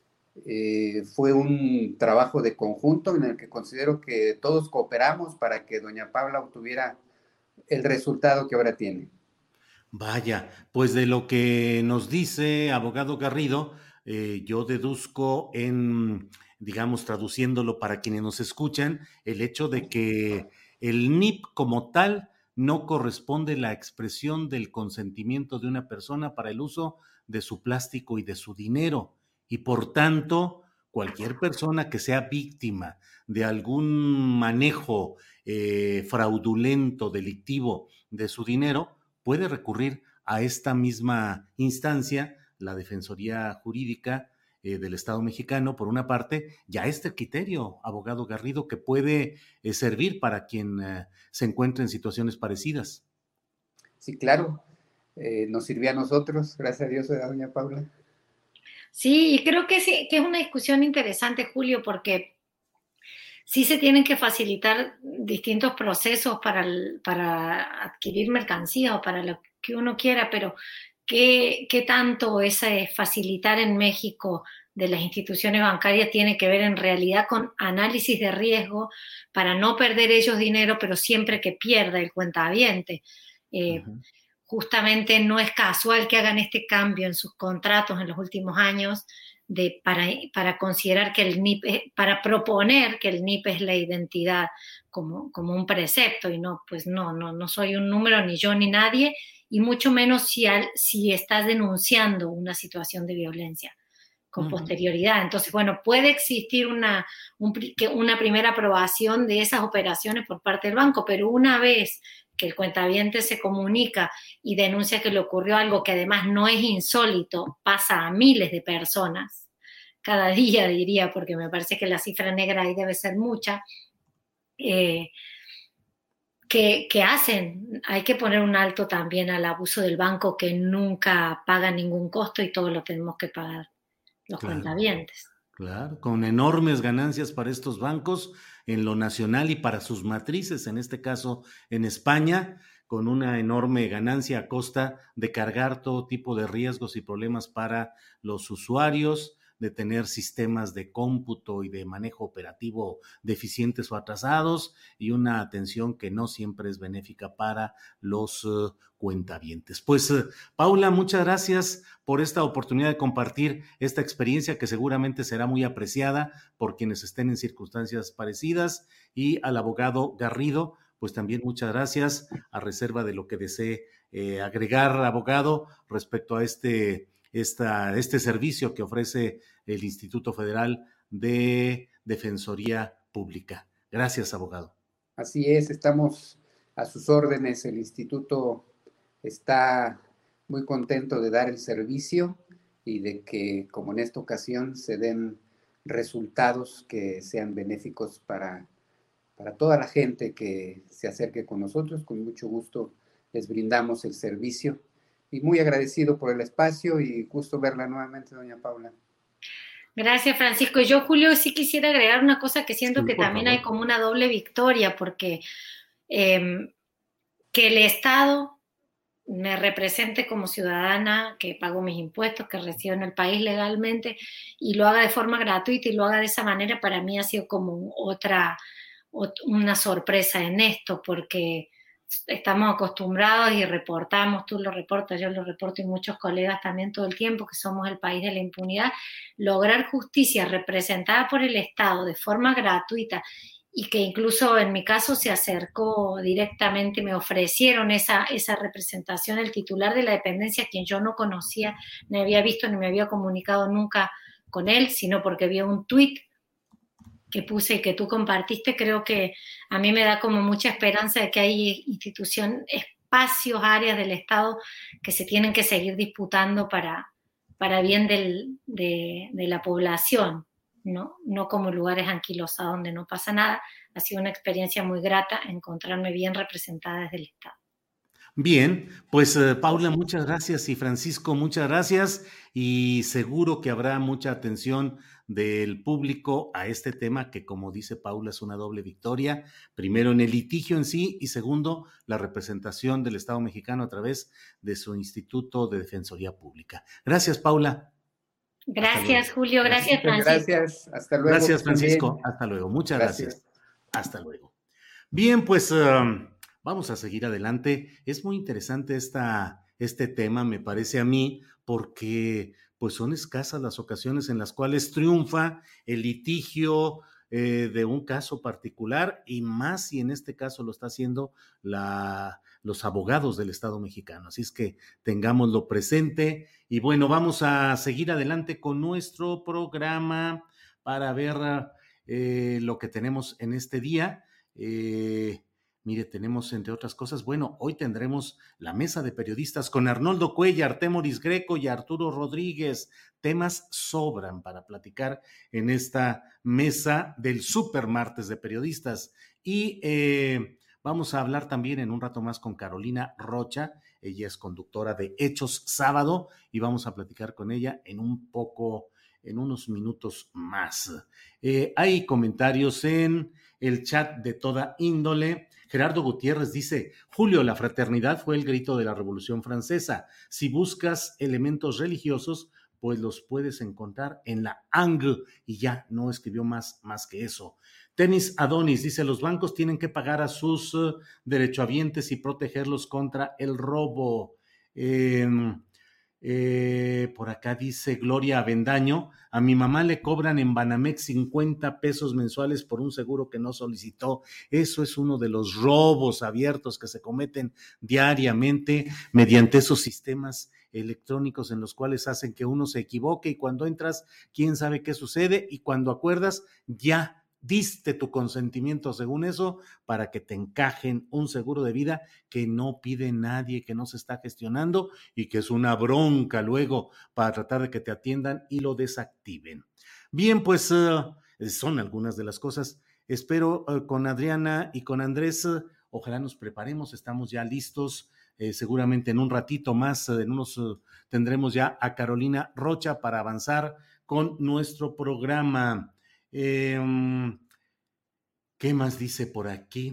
eh, fue un trabajo de conjunto en el que considero que todos cooperamos para que doña Paula obtuviera el resultado que ahora tiene. Vaya, pues de lo que nos dice abogado Garrido, Eh, yo deduzco en, digamos, traduciéndolo para quienes nos escuchan, el hecho de que el N I P como tal no corresponde la expresión del consentimiento de una persona para el uso de su plástico y de su dinero, y por tanto, cualquier persona que sea víctima de algún manejo eh, fraudulento, delictivo de su dinero, puede recurrir a esta misma instancia, la Defensoría Jurídica eh, del Estado mexicano, por una parte, ya este criterio, abogado Garrido, que puede eh, servir para quien eh, se encuentre en situaciones parecidas. Sí, claro, eh, nos sirvió a nosotros, gracias a Dios, a doña Paula. Sí, y creo que sí, que es una discusión interesante, Julio, porque sí se tienen que facilitar distintos procesos para, el, para adquirir mercancía o para lo que uno quiera, pero ¿Qué, ¿Qué tanto ese facilitar en México de las instituciones bancarias tiene que ver en realidad con análisis de riesgo para no perder ellos dinero, pero siempre que pierda el cuentaviente? Eh, uh-huh. Justamente no es casual que hagan este cambio en sus contratos en los últimos años de, para, para considerar que el N I P, para proponer que el N I P es la identidad como, como un precepto, y no, pues no, no, no soy un número, ni yo ni nadie, y mucho menos si, al, si estás denunciando una situación de violencia con uh-huh. posterioridad. Entonces, bueno, puede existir una, un, una primera aprobación de esas operaciones por parte del banco, pero una vez que el cuentaviente se comunica y denuncia que le ocurrió algo que además no es insólito, pasa a miles de personas, cada día diría, porque me parece que la cifra negra ahí debe ser mucha, eh, ¿Qué, ¿Qué hacen? Hay que poner un alto también al abuso del banco, que nunca paga ningún costo y todo lo tenemos que pagar los claro, cuentavientes. Claro, con enormes ganancias para estos bancos en lo nacional y para sus matrices, en este caso en España, con una enorme ganancia a costa de cargar todo tipo de riesgos y problemas para los usuarios, de tener sistemas de cómputo y de manejo operativo deficientes o atrasados, y una atención que no siempre es benéfica para los uh, cuentavientes. Pues, uh, Paula, muchas gracias por esta oportunidad de compartir esta experiencia que seguramente será muy apreciada por quienes estén en circunstancias parecidas, y al abogado Garrido, pues también muchas gracias, a reserva de lo que desee eh, agregar, abogado, respecto a este, esta, este servicio que ofrece el Instituto Federal de Defensoría Pública. Gracias, abogado. Así es, estamos a sus órdenes. El instituto está muy contento de dar el servicio y de que, como en esta ocasión, se den resultados que sean benéficos para Para toda la gente que se acerque con nosotros. Con mucho gusto les brindamos el servicio. Y muy agradecido por el espacio y gusto verla nuevamente, doña Paula. Gracias, Francisco. Yo, Julio, sí quisiera agregar una cosa que siento Sí, que por también favor. hay como una doble victoria, porque eh, que el Estado me represente como ciudadana, que pago mis impuestos, que resido en el país legalmente, y lo haga de forma gratuita y lo haga de esa manera, para mí ha sido como otra... una sorpresa en esto, porque estamos acostumbrados y reportamos, tú lo reportas, yo lo reporto y muchos colegas también todo el tiempo, que somos el país de la impunidad. Lograr justicia representada por el Estado de forma gratuita, y que incluso en mi caso se acercó directamente, me ofrecieron esa, esa representación el titular de la dependencia, quien yo no conocía, ni había visto ni me había comunicado nunca con él, sino porque vio un tuit que puse y que tú compartiste. Creo que a mí me da como mucha esperanza de que hay instituciones, espacios, áreas del Estado que se tienen que seguir disputando para, para bien del, de, de la población, ¿no? No como lugares anquilosados donde no pasa nada. Ha sido una experiencia muy grata encontrarme bien representada desde el Estado. Bien, pues eh, Paula, muchas gracias, y Francisco, muchas gracias, y seguro que habrá mucha atención del público a este tema que, como dice Paula, es una doble victoria, primero en el litigio en sí y segundo la representación del Estado mexicano a través de su Instituto de Defensoría Pública. Gracias, Paula. Gracias, Julio, gracias, Francisco. Gracias, hasta luego. Gracias, Francisco, hasta luego, muchas gracias. gracias. Hasta luego. Bien, pues... Um, Vamos a seguir adelante. Es muy interesante esta, este tema, me parece a mí, porque pues son escasas las ocasiones en las cuales triunfa el litigio eh, de un caso particular, y más si en este caso lo está haciendo la, los abogados del Estado mexicano. Así es que tengámoslo presente. Y bueno, vamos a seguir adelante con nuestro programa para ver eh, lo que tenemos en este día. Eh, Mire, tenemos, entre otras cosas, bueno, hoy tendremos la mesa de periodistas con Arnoldo Cuellar, Temoris Greco y Arturo Rodríguez. Temas sobran para platicar en esta mesa del Super Martes de Periodistas. Y eh, vamos a hablar también en un rato más con Carolina Rocha. Ella es conductora de Hechos Sábado y vamos a platicar con ella en un poco, en unos minutos más. Eh, hay comentarios en el chat de toda índole. Gerardo Gutiérrez dice: Julio, la fraternidad fue el grito de la Revolución Francesa. Si buscas elementos religiosos, pues los puedes encontrar en la Angle, y ya no escribió más, más que eso. Tenis Adonis dice: los bancos tienen que pagar a sus uh, derechohabientes y protegerlos contra el robo. Eh, Eh, por acá dice Gloria Avendaño: a mi mamá le cobran en Banamex cincuenta pesos mensuales por un seguro que no solicitó. Eso es uno de los robos abiertos que se cometen diariamente mediante esos sistemas electrónicos en los cuales hacen que uno se equivoque, y cuando entras, quién sabe qué sucede, y cuando acuerdas, ya diste tu consentimiento según eso para que te encajen un seguro de vida que no pide nadie, que no se está gestionando y que es una bronca luego para tratar de que te atiendan y lo desactiven. Bien, pues uh, son algunas de las cosas. Espero uh, con Adriana y con Andrés, uh, ojalá nos preparemos, estamos ya listos. Eh, seguramente en un ratito más, uh, en unos uh, tendremos ya a Carolina Rocha para avanzar con nuestro programa. Eh, ¿Qué más dice por aquí?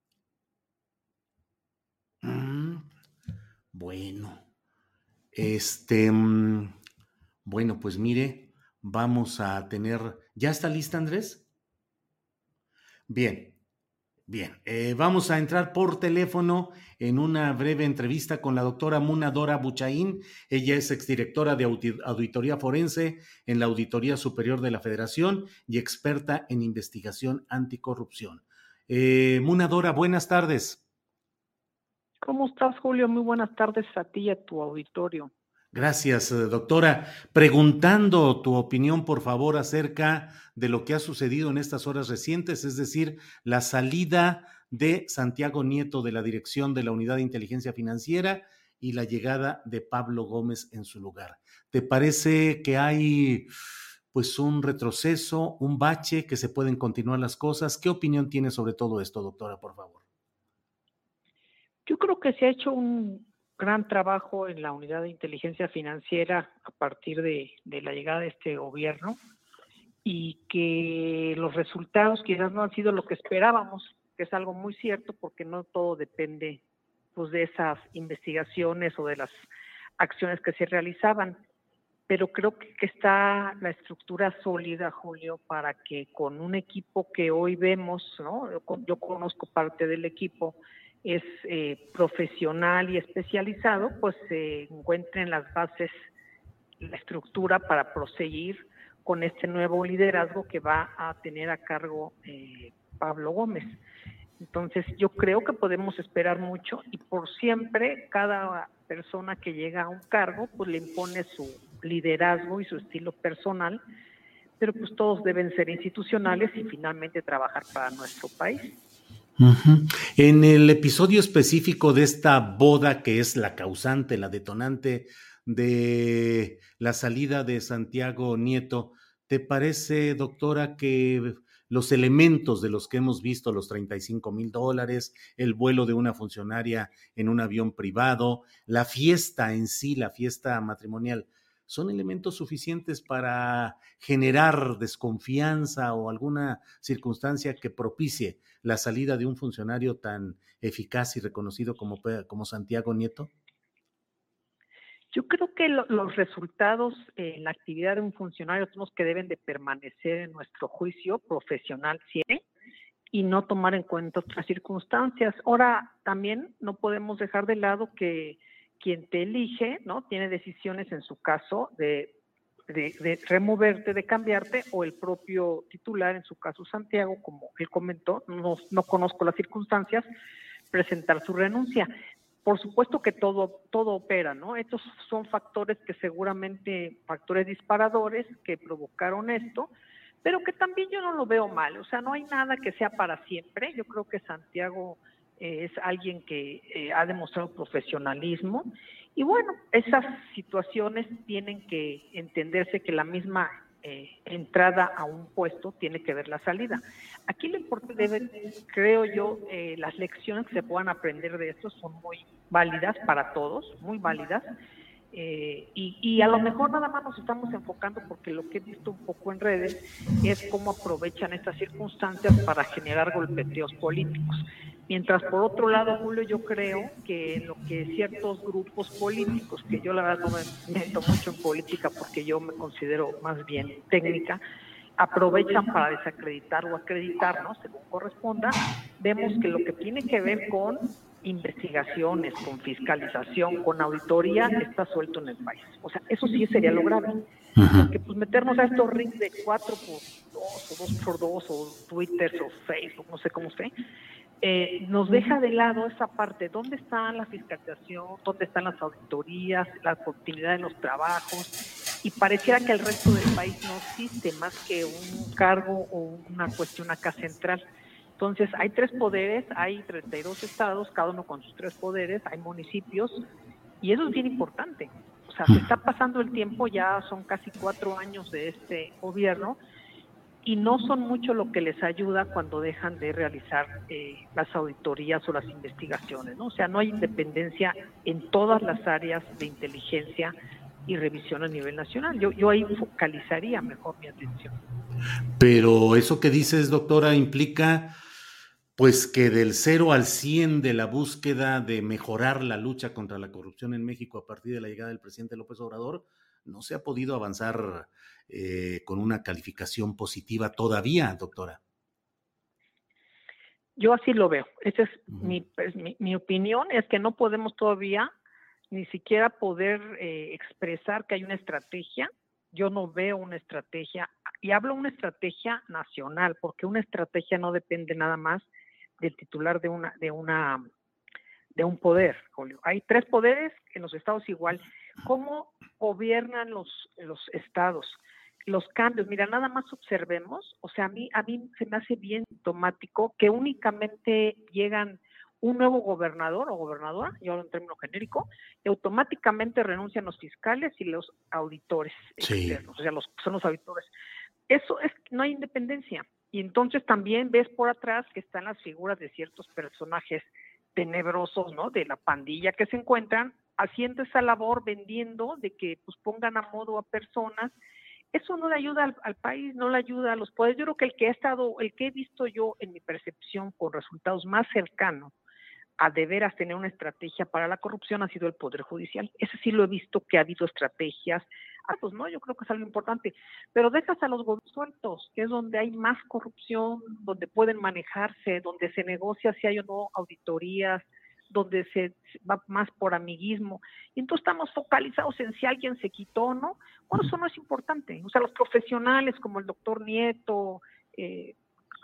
Mm, bueno, este, bueno, pues mire, vamos a tener... ¿Ya está lista, Andrés? Bien. Bien, eh, vamos a entrar por teléfono en una breve entrevista con la doctora Muna Dora Buchaín. Ella es exdirectora de Auditoría Forense en la Auditoría Superior de la Federación y experta en investigación anticorrupción. Eh, Muna Dora, buenas tardes. ¿Cómo estás, Julio? Muy buenas tardes a ti y a tu auditorio. Gracias, doctora. Preguntando tu opinión, por favor, acerca de lo que ha sucedido en estas horas recientes, es decir, la salida de Santiago Nieto de la dirección de la Unidad de Inteligencia Financiera y la llegada de Pablo Gómez en su lugar. ¿Te parece que hay pues un retroceso, un bache, que se pueden continuar las cosas? ¿Qué opinión tienes sobre todo esto, doctora, por favor? Yo creo que se ha hecho un gran trabajo en la Unidad de Inteligencia Financiera a partir de, de la llegada de este gobierno y que los resultados quizás no han sido lo que esperábamos, que es algo muy cierto porque no todo depende pues de esas investigaciones o de las acciones que se realizaban, pero creo que, que está la estructura sólida, Julio, para que con un equipo que hoy vemos, ¿no? Yo, yo conozco parte del equipo, es eh, profesional y especializado, pues se eh, encuentren las bases, la estructura para proseguir con este nuevo liderazgo que va a tener a cargo eh, Pablo Gómez. Entonces yo creo que podemos esperar mucho y por siempre cada persona que llega a un cargo pues le impone su liderazgo y su estilo personal, pero pues todos deben ser institucionales y finalmente trabajar para nuestro país. Uh-huh. En el episodio específico de esta boda que es la causante, la detonante de la salida de Santiago Nieto, ¿te parece, doctora, que los elementos de los que hemos visto, los treinta y cinco mil dólares, el vuelo de una funcionaria en un avión privado, la fiesta en sí, la fiesta matrimonial, son elementos suficientes para generar desconfianza o alguna circunstancia que propicie la salida de un funcionario tan eficaz y reconocido como, como Santiago Nieto? Yo creo que lo, los resultados en la actividad de un funcionario son los que deben de permanecer en nuestro juicio profesional siempre y no tomar en cuenta otras circunstancias. Ahora, también no podemos dejar de lado que quien te elige, ¿no? Tiene decisiones en su caso de, de, de removerte, de cambiarte, o el propio titular, en su caso Santiago, como él comentó, no, no conozco las circunstancias, presentar su renuncia. Por supuesto que todo, todo opera, ¿no? Estos son factores que seguramente, factores disparadores que provocaron esto, pero que también yo no lo veo mal, o sea, no hay nada que sea para siempre. Yo creo que Santiago es alguien que eh, ha demostrado profesionalismo y bueno, esas situaciones tienen que entenderse que la misma eh, entrada a un puesto tiene que ver la salida. Aquí lo importante debe, creo yo, eh, las lecciones que se puedan aprender de esto son muy válidas para todos, muy válidas. Eh, y, y a lo mejor nada más nos estamos enfocando porque lo que he visto un poco en redes es cómo aprovechan estas circunstancias para generar golpeteos políticos. Mientras por otro lado, Julio, yo creo que lo que ciertos grupos políticos, que yo la verdad no me meto mucho en política porque yo me considero más bien técnica, aprovechan para desacreditar o acreditarnos, según corresponda, vemos que lo que tiene que ver con investigaciones, con fiscalización, con auditoría, está suelto en el país. O sea, eso sí sería lo grave. Porque pues meternos a estos rings de cuatro por dos o dos por dos o Twitter o Facebook, no sé cómo esté, eh, nos deja de lado esa parte. ¿Dónde está la fiscalización? ¿Dónde están las auditorías? La continuidad de los trabajos. Y pareciera que el resto del país no existe más que un cargo o una cuestión acá central. Entonces, hay tres poderes, hay treinta y dos estados, cada uno con sus tres poderes, hay municipios, y eso es bien importante. O sea, se está pasando el tiempo, ya son casi cuatro años de este gobierno, y no son mucho lo que les ayuda cuando dejan de realizar eh, las auditorías o las investigaciones, ¿no? O sea, no hay independencia en todas las áreas de inteligencia y revisión a nivel nacional. Yo, yo ahí focalizaría mejor mi atención. Pero eso que dices, doctora, implica pues que del cero al cien de la búsqueda de mejorar la lucha contra la corrupción en México a partir de la llegada del presidente López Obrador, no se ha podido avanzar eh, con una calificación positiva todavía, doctora. Yo así lo veo. Esa es uh-huh. mi, pues, mi, mi opinión, es que no podemos todavía ni siquiera poder eh, expresar que hay una estrategia. Yo no veo una estrategia, y hablo una estrategia nacional, porque una estrategia no depende nada más del titular de una, de una, de un poder, Julio. Hay tres poderes en los estados igual. ¿Cómo gobiernan los, los estados? Los cambios, mira, nada más observemos, o sea, a mí, a mí se me hace bien sintomático que únicamente llegan un nuevo gobernador o gobernadora, yo hablo en términos genéricos, y automáticamente renuncian los fiscales y los auditores sí. externos, o sea, los, son los auditores. Eso es, no hay independencia. Y entonces también ves por atrás que están las figuras de ciertos personajes tenebrosos, ¿no? De la pandilla que se encuentran haciendo esa labor, vendiendo, de que pues pongan a modo a personas. Eso no le ayuda al, al país, no le ayuda a los poderes. Yo creo que el que ha estado, el que he visto yo en mi percepción con resultados más cercanos a de veras tener una estrategia para la corrupción ha sido el Poder Judicial. Ese sí lo he visto, que ha habido estrategias. Ah, pues no, yo creo que es algo importante. Pero dejas a los gobiernos sueltos, que es donde hay más corrupción, donde pueden manejarse, donde se negocia si hay o no auditorías, donde se va más por amiguismo, y entonces estamos focalizados en si alguien se quitó o no. Bueno, eso no es importante. O sea, los profesionales como el doctor Nieto, eh,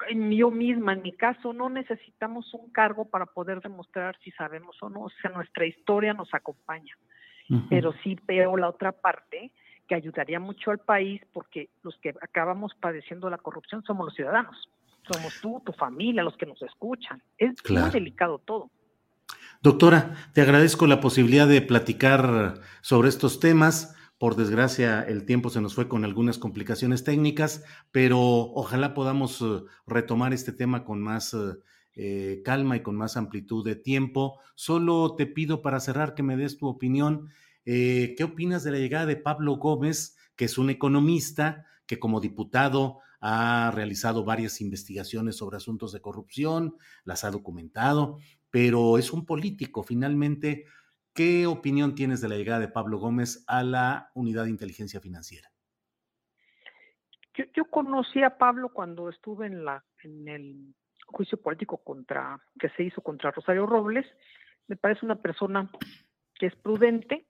yo misma, en mi caso, no necesitamos un cargo para poder demostrar si sabemos o no. O sea, nuestra historia nos acompaña. Uh-huh. Pero sí veo la otra parte que ayudaría mucho al país, porque los que acabamos padeciendo la corrupción somos los ciudadanos. Somos tú, tu familia, los que nos escuchan. Es claro. Muy delicado todo. Doctora, te agradezco la posibilidad de platicar sobre estos temas. Por desgracia, el tiempo se nos fue con algunas complicaciones técnicas, pero ojalá podamos uh, retomar este tema con más uh, eh, calma y con más amplitud de tiempo. Solo te pido para cerrar que me des tu opinión. Eh, ¿Qué opinas de la llegada de Pablo Gómez, que es un economista que como diputado ha realizado varias investigaciones sobre asuntos de corrupción, las ha documentado, pero es un político finalmente? ¿Qué opinión tienes de la llegada de Pablo Gómez a la Unidad de Inteligencia Financiera? Yo, yo conocí a Pablo cuando estuve en la en el juicio político contra que se hizo contra Rosario Robles. Me parece una persona que es prudente.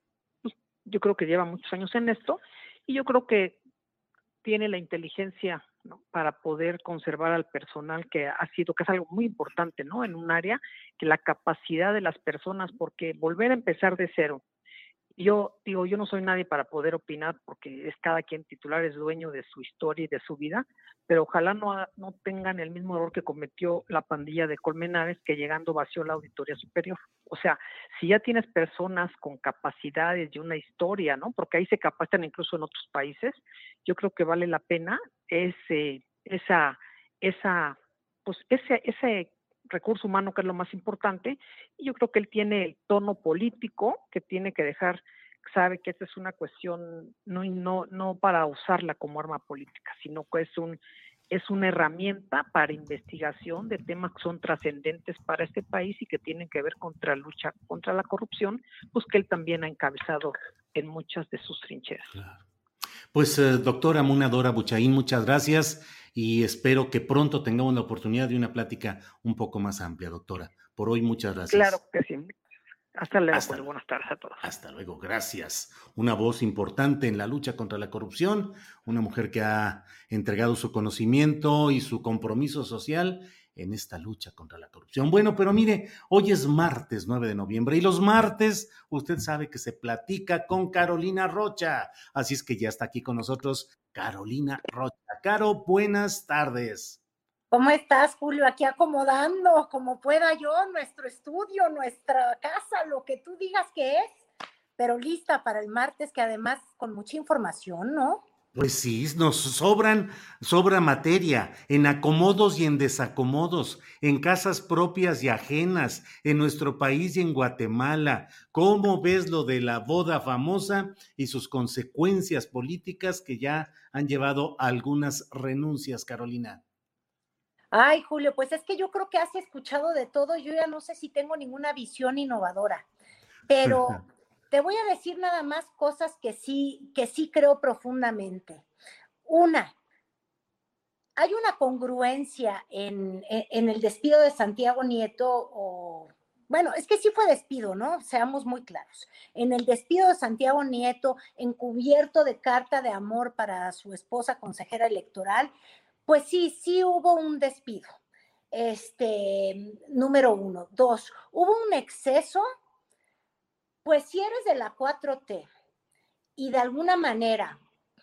Yo creo que lleva muchos años en esto, y yo creo que tiene la inteligencia, ¿no?, para poder conservar al personal que ha sido, que es algo muy importante, ¿no?, en un área, que la capacidad de las personas, porque volver a empezar de cero. Yo digo, yo no soy nadie para poder opinar, porque es cada quien titular, es dueño de su historia y de su vida, pero ojalá no, no tengan el mismo error que cometió la pandilla de Colmenares, que llegando vació la Auditoría Superior. O sea, si ya tienes personas con capacidades y una historia, ¿no?, porque ahí se capacitan incluso en otros países, yo creo que vale la pena ese, esa, esa, pues ese, ese recurso humano, que es lo más importante, y yo creo que él tiene el tono político que tiene que dejar, sabe que esta es una cuestión no, no, no para usarla como arma política, sino que es un es una herramienta para investigación de temas que son trascendentes para este país y que tienen que ver contra la lucha contra la corrupción, pues que él también ha encabezado en muchas de sus trincheras. Claro. Pues eh, doctora Muna Dora Buchaín, muchas gracias y espero que pronto tengamos la oportunidad de una plática un poco más amplia, doctora. Por hoy, muchas gracias. Claro que sí. Hasta luego, Hasta, pues, buenas tardes a todos. Hasta luego, gracias. Una voz importante en la lucha contra la corrupción, una mujer que ha entregado su conocimiento y su compromiso social en esta lucha contra la corrupción. Bueno, pero mire, hoy es martes nueve de noviembre y los martes usted sabe que se platica con Carolina Rocha, así es que ya está aquí con nosotros Carolina Rocha. Caro, buenas tardes. ¿Cómo estás, Julio? Aquí acomodando como pueda yo nuestro estudio, nuestra casa, lo que tú digas que es, pero lista para el martes, que además con mucha información, ¿no? Pues sí, nos sobran, sobra materia, en acomodos y en desacomodos, en casas propias y ajenas, en nuestro país y en Guatemala. ¿Cómo ves lo de la boda famosa y sus consecuencias políticas que ya han llevado a algunas renuncias, Carolina? Ay, Julio, pues es que yo creo que has escuchado de todo. Yo ya no sé si tengo ninguna visión innovadora, pero te voy a decir nada más cosas que sí, que sí creo profundamente. Una, hay una congruencia en, en, en el despido de Santiago Nieto, o bueno, es que sí fue despido, ¿no? Seamos muy claros. En el despido de Santiago Nieto, encubierto de carta de amor para su esposa consejera electoral, pues sí, sí hubo un despido. Este, número uno. Dos, hubo un exceso. Pues si eres de la cuatro T y de alguna manera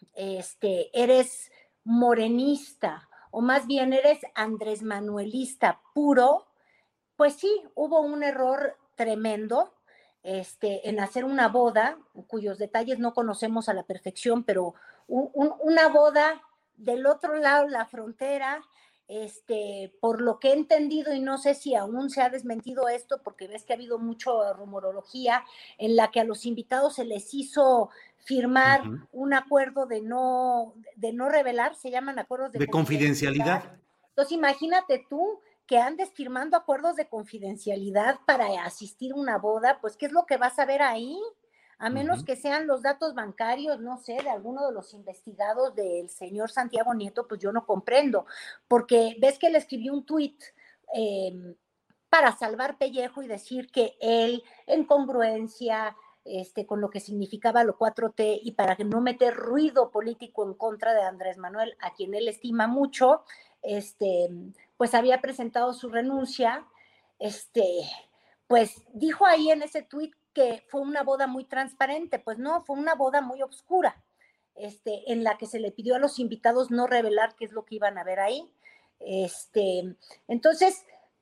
este, eres morenista, o más bien eres Andrés Manuelista puro, pues sí, hubo un error tremendo este, en hacer una boda, cuyos detalles no conocemos a la perfección, pero un, un, una boda del otro lado de la frontera. Este, por lo que he entendido, y no sé si aún se ha desmentido esto, porque ves que ha habido mucha rumorología en la que a los invitados se les hizo firmar uh-huh. un acuerdo de no, de no revelar, se llaman acuerdos de, de confidencialidad. confidencialidad. Entonces imagínate tú que andes firmando acuerdos de confidencialidad para asistir a una boda, pues ¿qué es lo que vas a ver ahí? A menos uh-huh. que sean los datos bancarios, no sé, de alguno de los investigados del señor Santiago Nieto, pues yo no comprendo, porque ves que le escribí un tuit eh, para salvar pellejo y decir que él, en congruencia este, con lo que significaba lo cuatro T y para no meter ruido político en contra de Andrés Manuel, a quien él estima mucho, este, pues había presentado su renuncia, este, pues dijo ahí en ese tuit que fue una boda muy transparente. Pues no, fue una boda muy oscura, este, en la que se le pidió a los invitados no revelar qué es lo que iban a ver ahí. Este, entonces,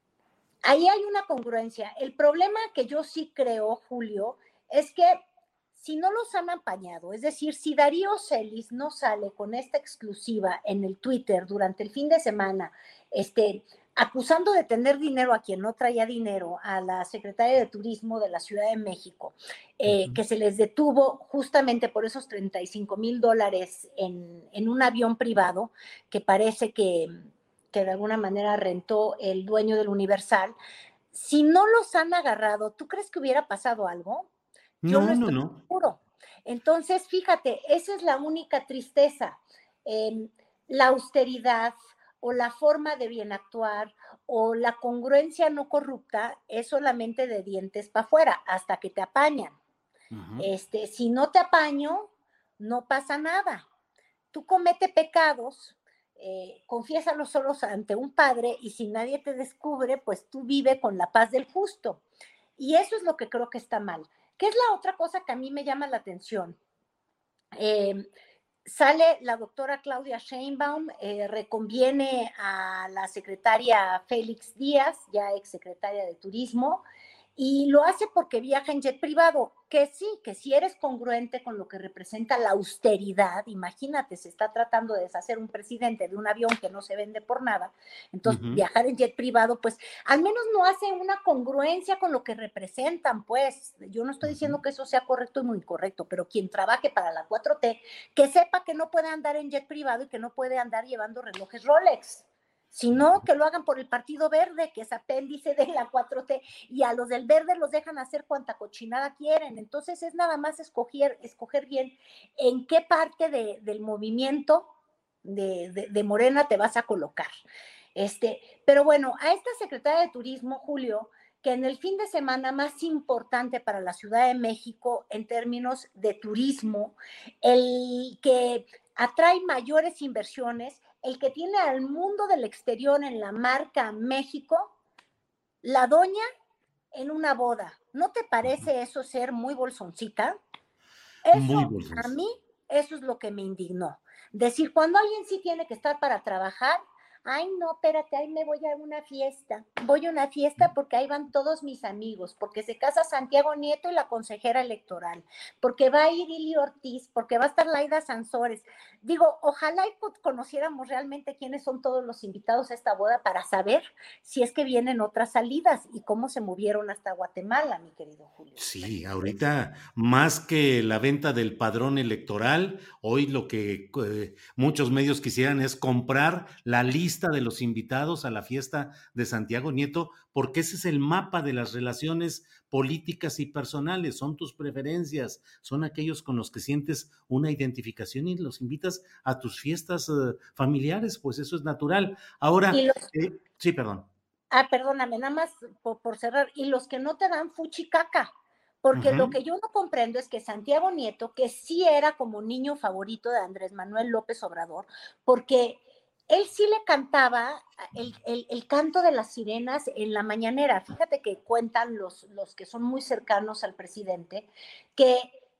ahí hay una congruencia. El problema que yo sí creo, Julio, es que si no los han apañado, es decir, si Darío Celis no sale con esta exclusiva en el Twitter durante el fin de semana, este, acusando de tener dinero a quien no traía dinero, a la secretaria de Turismo de la Ciudad de México, eh, uh-huh. que se les detuvo justamente por esos treinta y cinco mil dólares en, en un avión privado, que parece que, que de alguna manera rentó el dueño del Universal. Si no los han agarrado, ¿tú crees que hubiera pasado algo? Yo no, no estoy no, no. seguro. Entonces, fíjate, esa es la única tristeza. Eh, la austeridad o la forma de bien actuar o la congruencia no corrupta es solamente de dientes para afuera hasta que te apañan. Uh-huh. Este, si no te apaño, no pasa nada. Tú comete pecados, eh, confiésalos solos ante un padre y si nadie te descubre, pues tú vive con la paz del justo. Y eso es lo que creo que está mal. ¿Qué es la otra cosa que a mí me llama la atención? Eh, Sale la doctora Claudia Sheinbaum, eh, reconviene a la secretaria Félix Díaz, ya exsecretaria de Turismo, y lo hace porque viaja en jet privado, que sí, que si eres congruente con lo que representa la austeridad, imagínate, se está tratando de deshacer un presidente de un avión que no se vende por nada, entonces uh-huh. viajar en jet privado, pues al menos no hace una congruencia con lo que representan, pues yo no estoy diciendo que eso sea correcto y muy incorrecto, pero quien trabaje para la cuatro T, que sepa que no puede andar en jet privado y que no puede andar llevando relojes Rolex, sino que lo hagan por el Partido Verde, que es apéndice de la cuatro T, y a los del Verde los dejan hacer cuanta cochinada quieren. Entonces es nada más escoger, escoger bien en qué parte de, del movimiento de, de, de Morena te vas a colocar. Este, pero bueno, a esta secretaria de Turismo, Julio, que en el fin de semana más importante para la Ciudad de México en términos de turismo, el que atrae mayores inversiones, el que tiene al mundo del exterior en la marca México, la doña en una boda. ¿No te parece eso ser muy bolsoncita? Eso, muy bolsoncita. A mí, eso es lo que me indignó. Decir, cuando alguien sí tiene que estar para trabajar, ay, no, espérate, ahí me voy a una fiesta. Voy a una fiesta porque ahí van todos mis amigos, porque se casa Santiago Nieto y la consejera electoral, porque va a ir Ili Ortiz, porque va a estar Laida Sansores. Digo, ojalá y conociéramos realmente quiénes son todos los invitados a esta boda para saber si es que vienen otras salidas y cómo se movieron hasta Guatemala, mi querido Julio. Sí, ahorita más que la venta del padrón electoral, hoy lo que eh, muchos medios quisieran es comprar la lista lista de los invitados a la fiesta de Santiago Nieto, porque ese es el mapa de las relaciones políticas y personales, son tus preferencias, son aquellos con los que sientes una identificación y los invitas a tus fiestas uh, familiares, pues eso es natural. Ahora, los... eh, sí, perdón. Ah, perdóname, nada más por, por cerrar, y los que no te dan fuchicaca, porque uh-huh. Lo que yo no comprendo es que Santiago Nieto, que sí era como niño favorito de Andrés Manuel López Obrador, porque él sí le cantaba el, el, el canto de las sirenas en la mañanera. Fíjate que cuentan los, los que son muy cercanos al presidente, que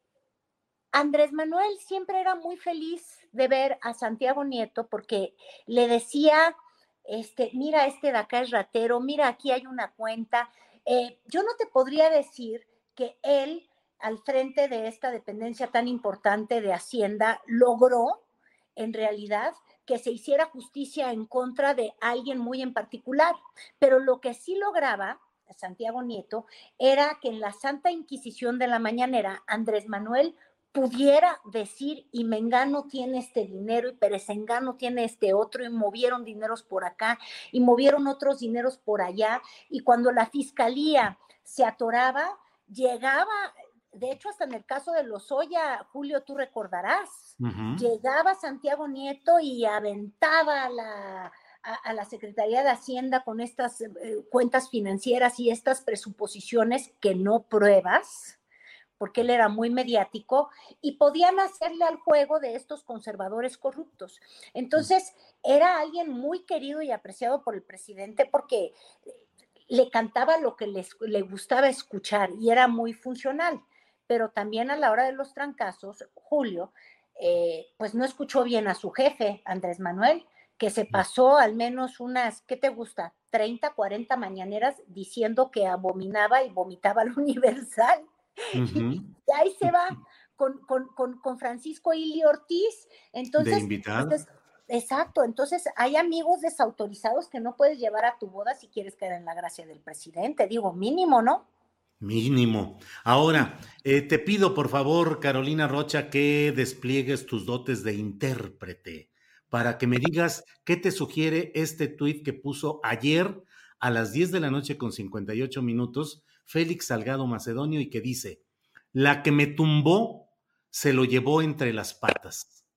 Andrés Manuel siempre era muy feliz de ver a Santiago Nieto porque le decía, este, mira, este de acá es ratero, mira, aquí hay una cuenta. Eh, yo no te podría decir que él, al frente de esta dependencia tan importante de Hacienda, logró, en realidad, que se hiciera justicia en contra de alguien muy en particular. Pero lo que sí lograba Santiago Nieto era que en la Santa Inquisición de la mañanera, Andrés Manuel pudiera decir, y Mengano tiene este dinero, y Perezengano tiene este otro, y movieron dineros por acá, y movieron otros dineros por allá, y cuando la fiscalía se atoraba, llegaba, de hecho hasta en el caso de Lozoya, Julio, tú recordarás, uh-huh. Llegaba Santiago Nieto y aventaba a la, a, a la Secretaría de Hacienda con estas eh, cuentas financieras y estas presuposiciones que no pruebas, porque él era muy mediático, y podían hacerle al juego de estos conservadores corruptos. Entonces, era alguien muy querido y apreciado por el presidente porque le cantaba lo que les, le gustaba escuchar y era muy funcional, pero también a la hora de los trancazos, Julio, eh, pues no escuchó bien a su jefe, Andrés Manuel, que se pasó al menos unas, ¿qué te gusta? treinta, cuarenta mañaneras diciendo que abominaba y vomitaba al Universal. Uh-huh. Y ahí se va con, con, con, con Francisco Ili Ortiz. Entonces, de invitado. Entonces, exacto, entonces hay amigos desautorizados que no puedes llevar a tu boda si quieres caer en la gracia del presidente, digo, mínimo, ¿no? Mínimo. Ahora, eh, te pido por favor, Carolina Rocha, que despliegues tus dotes de intérprete para que me digas qué te sugiere este tuit que puso ayer a las diez de la noche con cincuenta y ocho minutos Félix Salgado Macedonio y que dice: la que me tumbó se lo llevó entre las patas.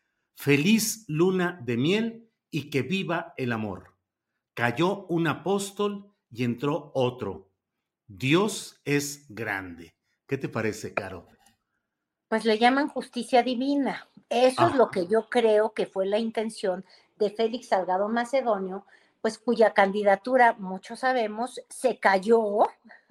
Feliz luna de miel y que viva el amor. Cayó un apóstol y entró otro. Dios es grande. ¿Qué te parece, Caro? Pues le llaman justicia divina. Eso ah. es lo que yo creo que fue la intención de Félix Salgado Macedonio, pues cuya candidatura, muchos sabemos, se cayó,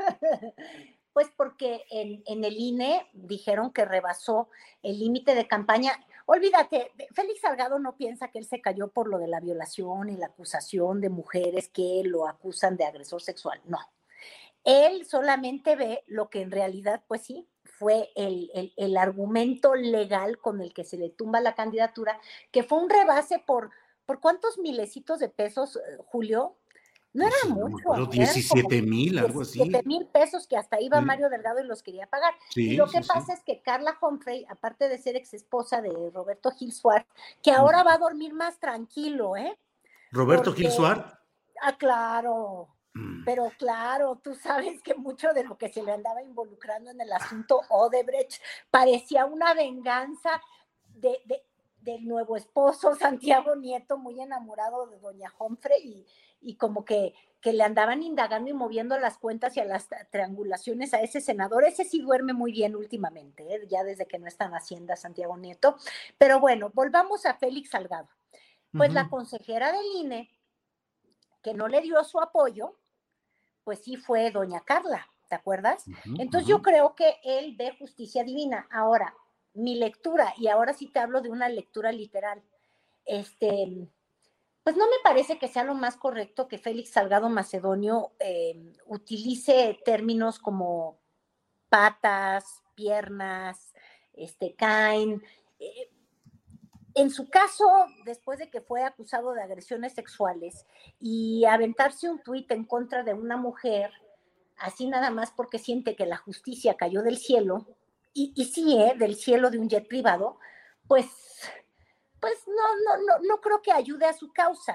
pues porque en, en el I N E dijeron que rebasó el límite de campaña. Olvídate, Félix Salgado no piensa que él se cayó por lo de la violación y la acusación de mujeres que lo acusan de agresor sexual, no. Él solamente ve lo que en realidad, pues sí, fue el, el, el argumento legal con el que se le tumba la candidatura, que fue un rebase por, ¿por cuántos milecitos de pesos, Julio? No era sí, mucho. Los diecisiete mil, algo así. diecisiete mil pesos que hasta iba sí. Mario Delgado y los quería pagar. Sí, y lo que sí, pasa sí. es que Carla Humphrey, aparte de ser ex esposa de Roberto Gil Suárez, que ahora va a dormir más tranquilo, ¿eh? ¿Roberto Porque, Gil Suárez? Ah, claro. Pero claro, tú sabes que mucho de lo que se le andaba involucrando en el asunto Odebrecht parecía una venganza de, de, del nuevo esposo Santiago Nieto, muy enamorado de doña Humphrey, y, y como que, que le andaban indagando y moviendo las cuentas y a las triangulaciones a ese senador. Ese sí duerme muy bien últimamente, ¿eh? Ya desde que no está en Hacienda Santiago Nieto. Pero bueno, volvamos a Félix Salgado. Pues uh-huh. La consejera del I N E, que no le dio su apoyo, pues sí fue doña Carla, ¿te acuerdas? Uh-huh, Entonces uh-huh. yo creo que él ve justicia divina. Ahora, mi lectura, y ahora sí te hablo de una lectura literal, este, pues no me parece que sea lo más correcto que Félix Salgado Macedonio eh, utilice términos como patas, piernas, este, caen. Eh, En su caso, después de que fue acusado de agresiones sexuales y aventarse un tuit en contra de una mujer, así nada más porque siente que la justicia cayó del cielo, y, y sí, ¿eh? del cielo de un jet privado, pues, pues no, no, no, no creo que ayude a su causa.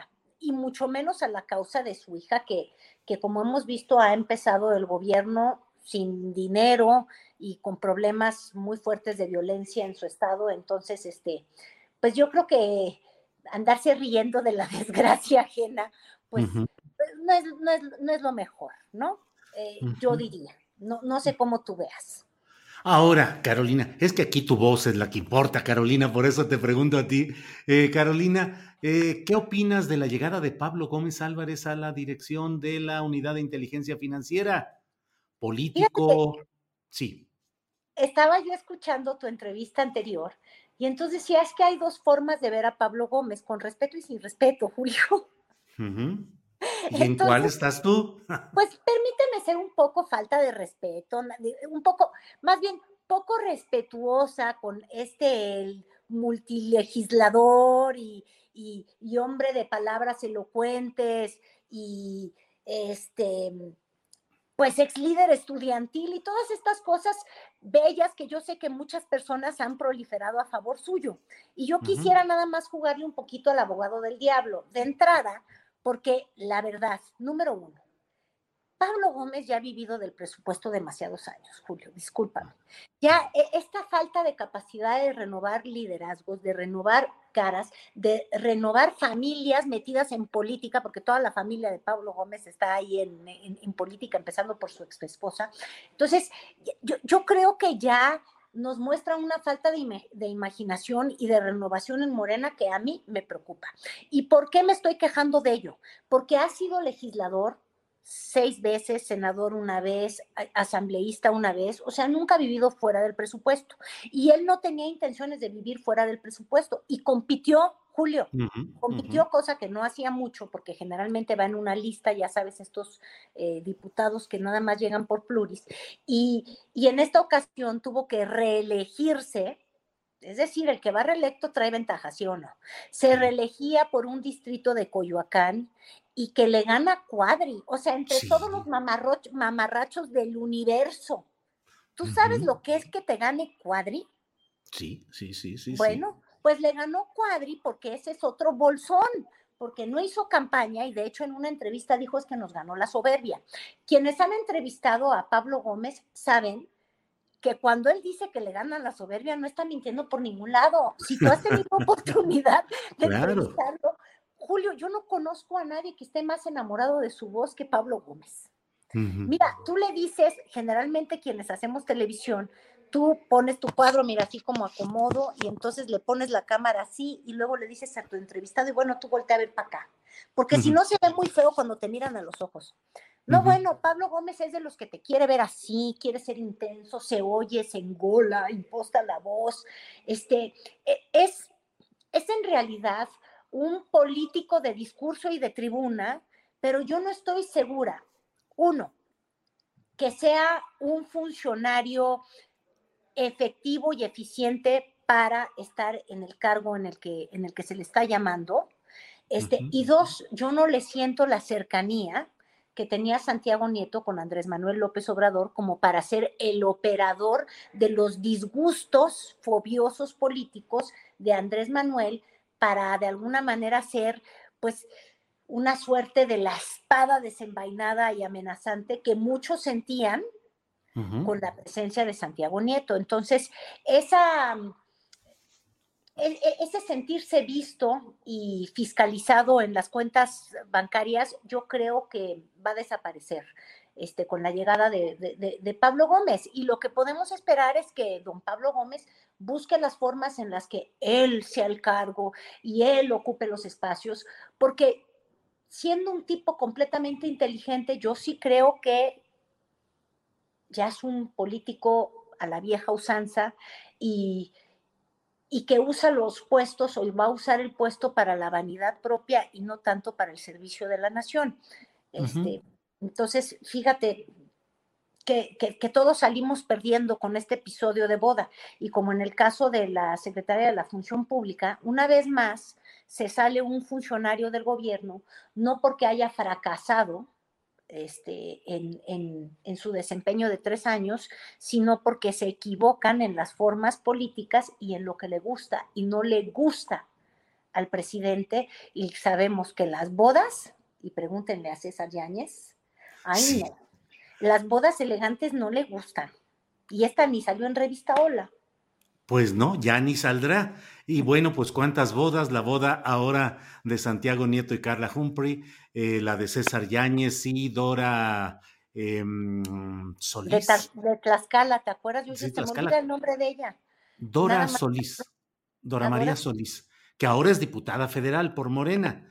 y mucho menos a la causa de su hija, que, que como hemos visto ha empezado el gobierno sin dinero y con problemas muy fuertes de violencia en su estado. Entonces, este, pues yo creo que andarse riendo de la desgracia ajena, pues Ujú. no es, no es, no es lo mejor, ¿no? Eh, yo Ujú. diría, no, no sé cómo tú veas. Ahora, Carolina, es que aquí tu voz es la que importa, Carolina, por eso te pregunto a ti. Eh, Carolina, eh, ¿qué opinas de la llegada de Pablo Gómez Álvarez a la dirección de la Unidad de Inteligencia Financiera? Fíjate que Político, sí. estaba yo escuchando tu entrevista anterior y entonces decía, es que hay dos formas de ver a Pablo Gómez, con respeto y sin respeto, Julio. Ujú. ¿Y en cuál Entonces, estás tú? pues permíteme ser un poco falta de respeto, un poco, más bien poco respetuosa con este el multilegislador y, y, y hombre de palabras elocuentes y este, pues ex líder estudiantil y todas estas cosas bellas que yo sé que muchas personas han proliferado a favor suyo. Y yo Ujú. quisiera nada más jugarle un poquito al abogado del diablo, de entrada, porque la verdad, número uno, Pablo Gómez ya ha vivido del presupuesto demasiados años, Julio, discúlpame. Ya eh, esta falta de capacidad de renovar liderazgos, de renovar caras, de renovar familias metidas en política, porque toda la familia de Pablo Gómez está ahí en, en, en política, empezando por su ex esposa. Entonces, yo, yo creo que ya nos muestra una falta de, de imaginación y de renovación en Morena que a mí me preocupa. ¿Y por qué me estoy quejando de ello? Porque ha sido legislador seis veces, senador una vez, asambleísta una vez, o sea, nunca ha vivido fuera del presupuesto. Y él no tenía intenciones de vivir fuera del presupuesto y compitió, Julio, Ujú, compitió, ujú. cosa que no hacía mucho, porque generalmente va en una lista, ya sabes, estos eh, diputados que nada más llegan por pluris, y, y en esta ocasión tuvo que reelegirse. Es decir, el que va reelecto trae ventaja, ¿sí o no? Se Sí, reelegía por un distrito de Coyoacán y que le gana Cuadri, o sea, entre todos los sí. mamarrachos del universo. ¿Tú sabes Ujú. lo que es que te gane Cuadri? Sí, sí, sí, sí, sí. Bueno, pues le ganó Cuadri porque ese es otro bolsón, porque no hizo campaña y de hecho en una entrevista dijo es que nos ganó la soberbia. Quienes han entrevistado a Pablo Gómez saben que cuando él dice que le ganan la soberbia no está mintiendo por ningún lado. Si tú has tenido oportunidad de Claro. entrevistarlo, Julio, yo no conozco a nadie que esté más enamorado de su voz que Pablo Gómez. Ujú. Mira, tú le dices, generalmente quienes hacemos televisión, tú pones tu cuadro, mira, así como acomodo, y entonces le pones la cámara así, y luego le dices a tu entrevistado, y bueno, tú voltea a ver para acá. Porque si Ujú, no se ve muy feo cuando te miran a los ojos. No, ujú. bueno, Pablo Gómez es de los que te quiere ver así, quiere ser intenso, se oye, se engola, imposta la voz. Este, es, es en realidad un político de discurso y de tribuna, pero yo no estoy segura. Uno, que sea un funcionario efectivo y eficiente para estar en el cargo en el que, en el que se le está llamando. Este, Ujú. y dos, yo no le siento la cercanía que tenía Santiago Nieto con Andrés Manuel López Obrador como para ser el operador de los disgustos fobiosos políticos de Andrés Manuel para de alguna manera ser, pues, una suerte de la espada desenvainada y amenazante que muchos sentían Ujú. con la presencia de Santiago Nieto. Entonces, esa, ese sentirse visto y fiscalizado en las cuentas bancarias, yo creo que va a desaparecer este, con la llegada de, de, de Pablo Gómez. Y lo que podemos esperar es que don Pablo Gómez busque las formas en las que él sea el cargo y él ocupe los espacios, porque siendo un tipo completamente inteligente, yo sí creo que ya es un político a la vieja usanza y, y que usa los puestos o va a usar el puesto para la vanidad propia y no tanto para el servicio de la nación. Ujú. Este, entonces, fíjate que, que, que todos salimos perdiendo con este episodio de boda. Y como en el caso de la secretaria de la Función Pública, una vez más se sale un funcionario del gobierno, no porque haya fracasado, Este, en, en, en, su desempeño de tres años, sino porque se equivocan en las formas políticas y en lo que le gusta, y no le gusta al presidente y sabemos que las bodas, y pregúntenle a César Yáñez, ay sí. no, las bodas elegantes no le gustan. Y esta ni salió en revista Hola. Pues no, ya ni saldrá. Y bueno, pues cuántas bodas, la boda ahora de Santiago Nieto y Carla Humphrey, eh, la de César Yáñez y Dora eh, Solís. De, de Tlaxcala, ¿te acuerdas? Yo sí, se me olvida el nombre de ella. Dora Nada Solís, más. Dora María Dora. Solís, que ahora es diputada federal por Morena.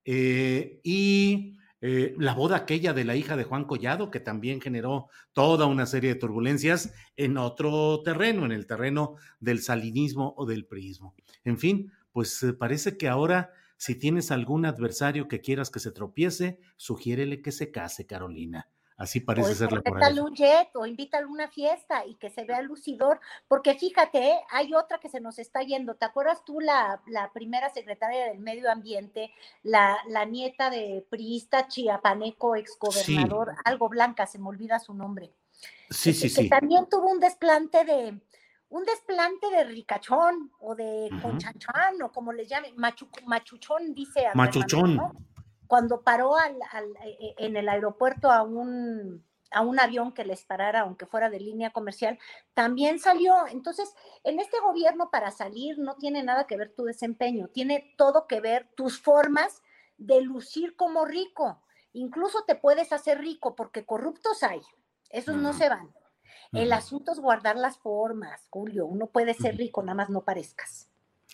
Eh, y... Eh, la boda aquella de la hija de Juan Collado, que también generó toda una serie de turbulencias en otro terreno, en el terreno del salinismo o del priismo. En fin, pues eh, parece que ahora, si tienes algún adversario que quieras que se tropiece, sugiérele que se case, Carolina. Así parece pues, ser la moraleja. Invítale un jet o invítale a una fiesta y que se vea lucidor, porque fíjate, ¿eh? Hay otra que se nos está yendo. ¿Te acuerdas tú la, la primera secretaria del Medio Ambiente, la, la nieta de priista chiapaneco, exgobernador, sí. algo blanca, se me olvida su nombre? Sí, que, sí, que sí. también tuvo un desplante de, un desplante de ricachón o de uh-huh. conchanchán o como le llamen, machu, machuchón, dice Andrés Machuchón. Manuel, ¿no? Cuando paró al, al, en el aeropuerto a un, a un avión que les parara, aunque fuera de línea comercial, también salió. Entonces, en este gobierno para salir no tiene nada que ver tu desempeño, tiene todo que ver tus formas de lucir como rico. Incluso te puedes hacer rico porque corruptos hay, esos uh-huh. no se van. Uh-huh. El asunto es guardar las formas, Julio, uno puede ser rico, nada más no parezcas.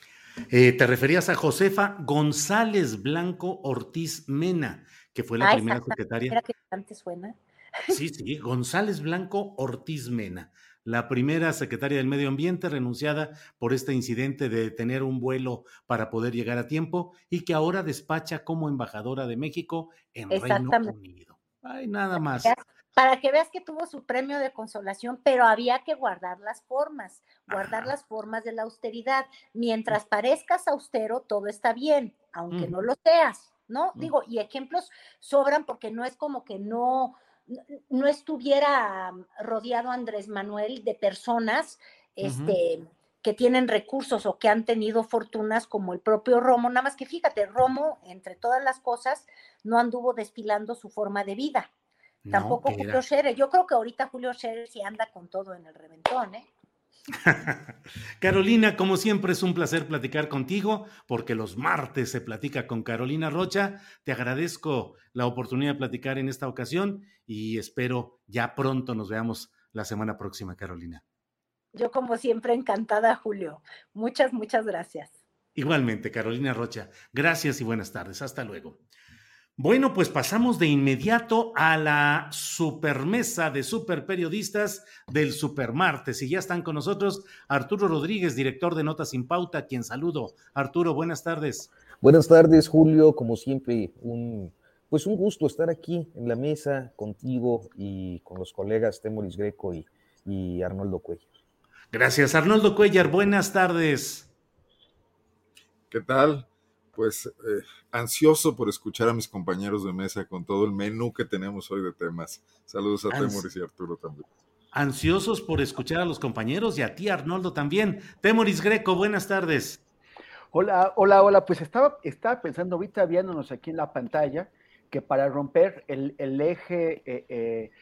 Eh, te referías a Josefa González Blanco Ortiz Mena, que fue la ah, primera secretaria. Era que antes suena. Sí, sí, González Blanco Ortiz Mena, la primera secretaria del Medio Ambiente renunciada por este incidente de tener un vuelo para poder llegar a tiempo y que ahora despacha como embajadora de México en Reino Unido. Ay, nada más. Para que veas que tuvo su premio de consolación, pero había que guardar las formas, guardar Ajá. las formas de la austeridad. Mientras parezcas austero, todo está bien, aunque mm. no lo seas, ¿no? Mm. Digo, y ejemplos sobran porque no es como que no, no estuviera rodeado Andrés Manuel de personas uh-huh. este, que tienen recursos o que han tenido fortunas como el propio Romo, nada más que fíjate, Romo, entre todas las cosas, no anduvo desfilando su forma de vida. Tampoco no, Julio Scherer. Yo creo que ahorita Julio Scherer sí anda con todo en el reventón, ¿eh? Carolina, como siempre es un placer platicar contigo, porque los martes se platica con Carolina Rocha. Te agradezco la oportunidad de platicar en esta ocasión y espero ya pronto nos veamos la semana próxima, Carolina. Yo como siempre encantada, Julio. Muchas, muchas gracias. Igualmente, Carolina Rocha. Gracias y buenas tardes. Hasta luego. Bueno, pues pasamos de inmediato a la supermesa de superperiodistas del Supermartes y ya están con nosotros Arturo Rodríguez, director de Notas Sin Pauta, a quien saludo. Arturo, buenas tardes. Buenas tardes, Julio, como siempre, un, pues un gusto estar aquí en la mesa contigo y con los colegas Temoris Greco y, y Arnoldo Cuellar. Gracias, Arnoldo Cuellar, buenas tardes. ¿Qué tal? Pues eh, ansioso por escuchar a mis compañeros de mesa con todo el menú que tenemos hoy de temas. Saludos a Ans- Temoris y Arturo también. Ansiosos por escuchar a los compañeros y a ti, Arnoldo, también. Temoris Greco, buenas tardes. Hola, hola, hola. Pues estaba, estaba pensando ahorita viéndonos aquí en la pantalla que para romper el, el eje eh, eh,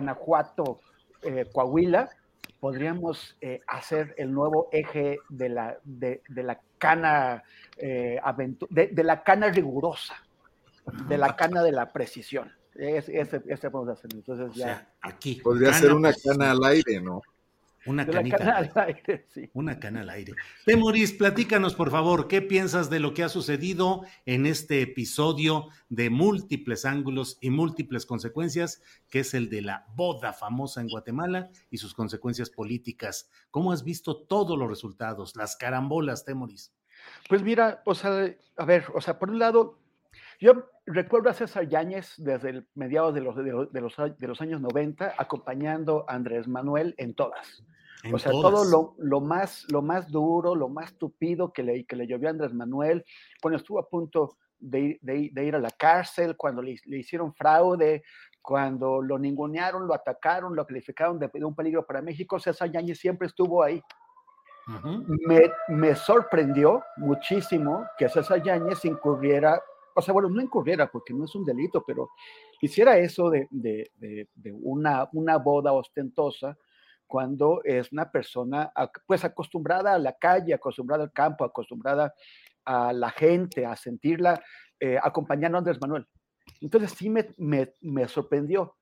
Guanajuato-Coahuila, eh, podríamos eh, hacer el nuevo eje de la, de, de la cana eh, aventu- de, de la cana rigurosa, de la cana de la precisión. Ese, ese, ese podemos hacer. Entonces, o ya. sea, aquí. Podría ser una cana al aire, ¿no? Una de canita. La cana al aire, sí. Una cana al aire. Temoris, platícanos, por favor, ¿qué piensas de lo que ha sucedido en este episodio de múltiples ángulos y múltiples consecuencias, que es el de la boda famosa en Guatemala y sus consecuencias políticas? ¿Cómo has visto todos los resultados, las carambolas, Temoris? Pues mira, o sea, a ver, o sea, por un lado, yo recuerdo a César Yáñez desde el mediados de los, de los, de los, de los años noventa, acompañando a Andrés Manuel en todas. En o sea, todas. todo lo, lo, más, lo más duro, lo más tupido que le, que le llovió a Andrés Manuel, cuando estuvo a punto de, de, de ir a la cárcel, cuando le, le hicieron fraude, cuando lo ningunearon, lo atacaron, lo calificaron de, de un peligro para México, César Yáñez siempre estuvo ahí. Uh-huh. me, me sorprendió muchísimo que César Yáñez incurriera, o sea, bueno, no incurriera porque no es un delito, pero hiciera eso de, de, de, de una, una boda ostentosa cuando es una persona pues acostumbrada a la calle, acostumbrada al campo, acostumbrada a la gente, a sentirla eh, acompañando a Andrés Manuel. Entonces sí me, me, me sorprendió.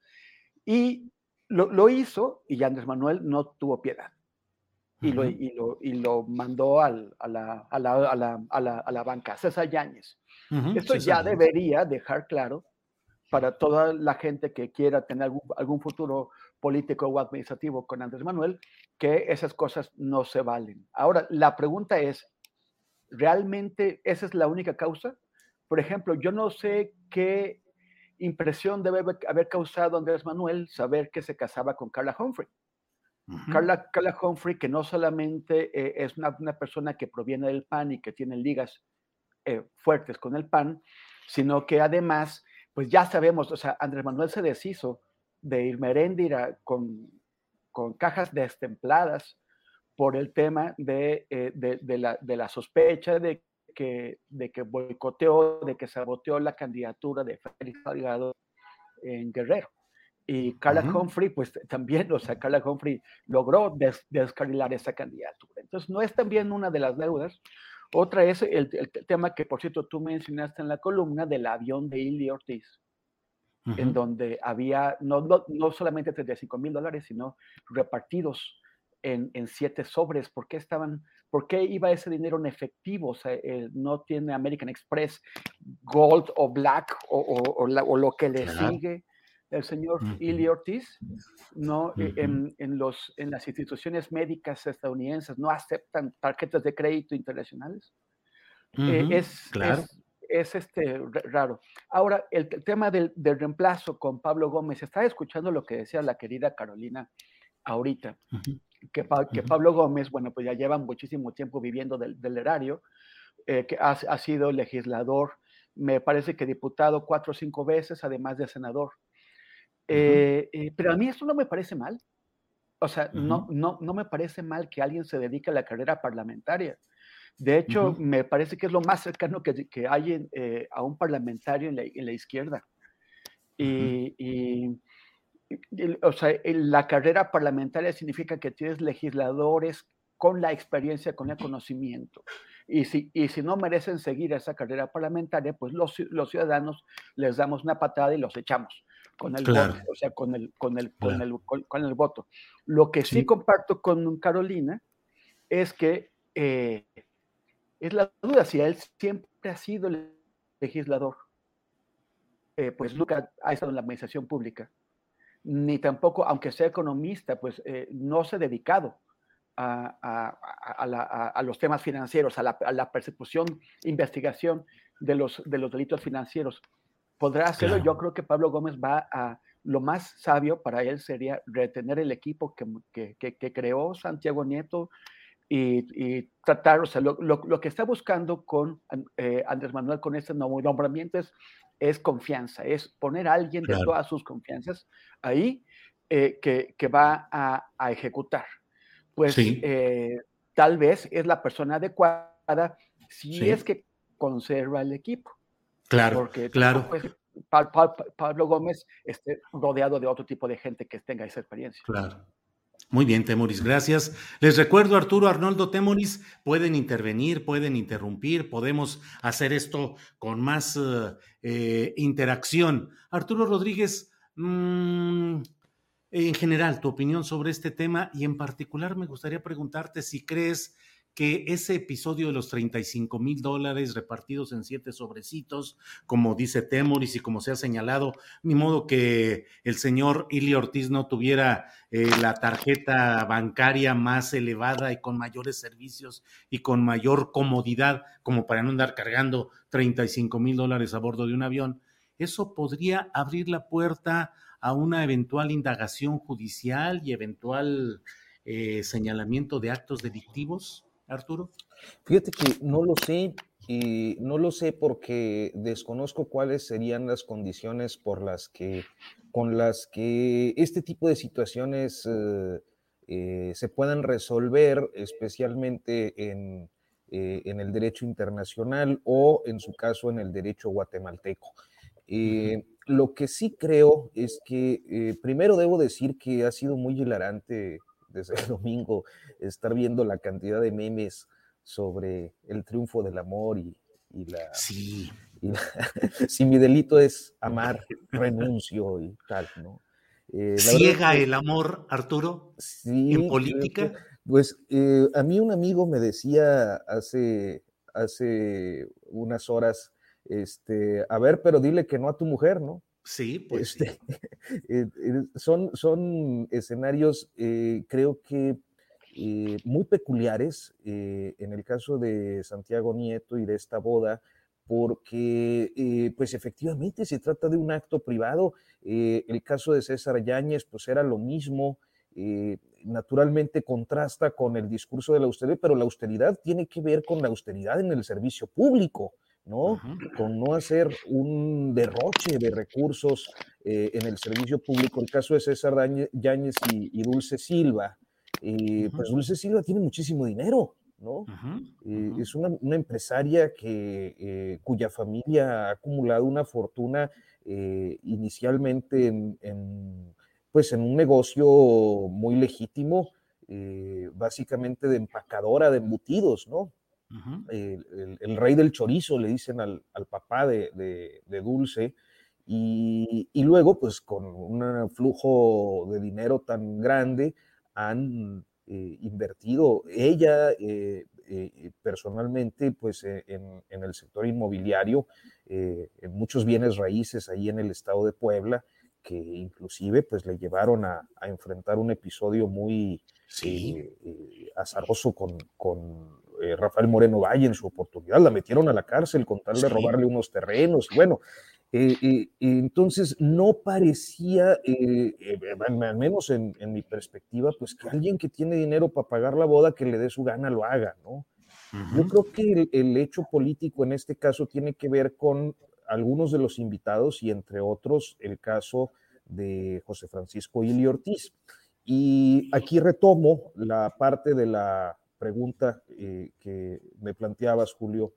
Y lo, lo hizo y Andrés Manuel no tuvo piedad. Y, uh-huh. lo, y, lo, y lo mandó al, a, la, a, la, a, la, a, la, a la banca, César Yáñez. Uh-huh. Esto César ya Yáñez. Debería dejar claro para toda la gente que quiera tener algún, algún futuro político o administrativo con Andrés Manuel, que esas cosas no se valen. Ahora, la pregunta es, ¿realmente esa es la única causa? Por ejemplo, yo no sé qué impresión debe haber causado Andrés Manuel saber que se casaba con Carla Humphrey. Uh-huh. Carla, Carla Humphrey, que no solamente eh, es una, una persona que proviene del P A N y que tiene ligas eh, fuertes con el P A N, sino que además, pues ya sabemos, o sea, Andrés Manuel se deshizo de Irma Heréndira con, con cajas destempladas por el tema de, eh, de, de, la, de la sospecha de que, de que boicoteó, de que saboteó la candidatura de Félix Salgado en Guerrero. Y Carla uh-huh. Humphrey, pues también, o sea, Carla Humphrey logró des, descarrilar esa candidatura. Entonces, no es también una de las deudas. Otra es el, el tema que, por cierto, tú mencionaste en la columna del avión de Ili Ortiz, uh-huh. en donde había no, no, no solamente treinta y cinco mil dólares, sino repartidos en, en siete sobres. ¿Por qué estaban, por qué iba ese dinero en efectivo? O sea, eh, no tiene American Express Gold o Black o, o, o, la, o lo que le claro. sigue el señor uh-huh. Ili Ortiz. No, uh-huh. en, en, los, en las instituciones médicas estadounidenses no aceptan tarjetas de crédito internacionales. Uh-huh. Eh, es, claro. es, es este, raro. Ahora, el, el tema del, del reemplazo con Pablo Gómez, estaba escuchando lo que decía la querida Carolina ahorita, uh-huh. que, que uh-huh. Pablo Gómez, bueno, pues ya lleva muchísimo tiempo viviendo del, del erario, eh, que ha, ha sido legislador, me parece que diputado cuatro o cinco veces, además de senador. Eh, uh-huh. eh, pero a mí esto no me parece mal. O sea, uh-huh. no, no, no me parece mal que alguien se dedique a la carrera parlamentaria. De hecho, uh-huh. me parece que es lo más cercano que, que hay en, eh, a un parlamentario en la, en la izquierda. Y, uh-huh. y, y, o sea, la carrera parlamentaria significa que tienes legisladores con la experiencia, con el conocimiento. Y si, y si no merecen seguir esa carrera parlamentaria, pues los, los ciudadanos les damos una patada y los echamos con el claro. voto, o sea, con el, con el, claro. con el, con, con el voto. Lo que sí, sí comparto con Carolina es que eh, es la duda si él siempre ha sido el legislador. Eh, pues nunca ha estado en la administración pública, ni tampoco, aunque sea economista, pues eh, no se ha dedicado a, a, a, la, a, a los temas financieros, a la, a la persecución, investigación de los, de los delitos financieros. Podrá hacerlo, claro. Yo creo que Pablo Gómez va a, lo más sabio para él sería retener el equipo que, que, que, que creó Santiago Nieto y, y tratar, o sea, lo, lo, lo que está buscando con eh, Andrés Manuel con este nuevo nombramiento es, es confianza, es poner a alguien claro. de todas sus confianzas ahí eh, que, que va a, a ejecutar. Pues sí. eh, tal vez es la persona adecuada si sí. es que conserva el equipo. Claro, porque claro. Pues, pa, pa, Pablo Gómez esté rodeado de otro tipo de gente que tenga esa experiencia. Claro. Muy bien, Temoris, gracias. Les recuerdo, Arturo, Arnoldo, Temoris, pueden intervenir, pueden interrumpir, podemos hacer esto con más uh, eh, interacción. Arturo Rodríguez, mmm, en general, tu opinión sobre este tema y en particular me gustaría preguntarte si crees que ese episodio de los treinta y cinco mil dólares repartidos en siete sobrecitos, como dice Temoris y como se ha señalado, ni modo que el señor Ili Ortiz no tuviera eh, la tarjeta bancaria más elevada y con mayores servicios y con mayor comodidad, como para no andar cargando treinta y cinco mil dólares a bordo de un avión. Eso podría abrir la puerta a una eventual indagación judicial y eventual eh, señalamiento de actos delictivos. Arturo. Fíjate que no lo sé, y no lo sé porque desconozco cuáles serían las condiciones por las que, con las que este tipo de situaciones eh, eh, se puedan resolver, especialmente en, eh, en el derecho internacional o, en su caso, en el derecho guatemalteco. Eh, lo que sí creo es que, eh, primero debo decir que ha sido muy hilarante desde el domingo estar viendo la cantidad de memes sobre el triunfo del amor y, y la... Sí. Y la, si mi delito es amar, renuncio y tal, ¿no? Eh, ¿Ciega es que, el amor, Arturo, sí, en política? Que, pues eh, a mí un amigo me decía hace, hace unas horas, este, a ver, pero dile que no a tu mujer, ¿no? Sí, pues este, sí. Eh, eh, son, son escenarios, eh, creo que eh, muy peculiares, eh, en el caso de Santiago Nieto y de esta boda, porque eh, pues efectivamente se trata de un acto privado. Eh, el caso de César Yáñez pues era lo mismo, eh, naturalmente contrasta con el discurso de la austeridad, pero la austeridad tiene que ver con la austeridad en el servicio público, ¿no? Uh-huh. Con no hacer un derroche de recursos eh, en el servicio público. El caso de César Yáñez y, y Dulce Silva, eh, uh-huh. pues Dulce Silva tiene muchísimo dinero, ¿no? Uh-huh. Eh, uh-huh. Es una, una empresaria que, eh, cuya familia ha acumulado una fortuna eh, inicialmente en, en, pues en un negocio muy legítimo, eh, básicamente de empacadora de embutidos, ¿no? Uh-huh. El, el, el rey del chorizo, le dicen al, al papá de, de, de Dulce, y, y luego, pues con un flujo de dinero tan grande, han eh, invertido ella eh, eh, personalmente, pues eh, en, en el sector inmobiliario, eh, en muchos bienes raíces ahí en el estado de Puebla, que inclusive pues le llevaron a, a enfrentar un episodio muy sí. eh, eh, azaroso con, con eh, Rafael Moreno Valle en su oportunidad. La metieron a la cárcel con tal sí. de robarle unos terrenos. Y bueno, eh, eh, entonces no parecía, eh, eh, al menos en, en mi perspectiva, pues que alguien que tiene dinero para pagar la boda, que le dé su gana, lo haga, ¿no? Uh-huh. Yo creo que el, el hecho político en este caso tiene que ver con algunos de los invitados y entre otros el caso de José Francisco Ili Ortiz. Y aquí retomo la parte de la pregunta eh, que me planteabas, Julio,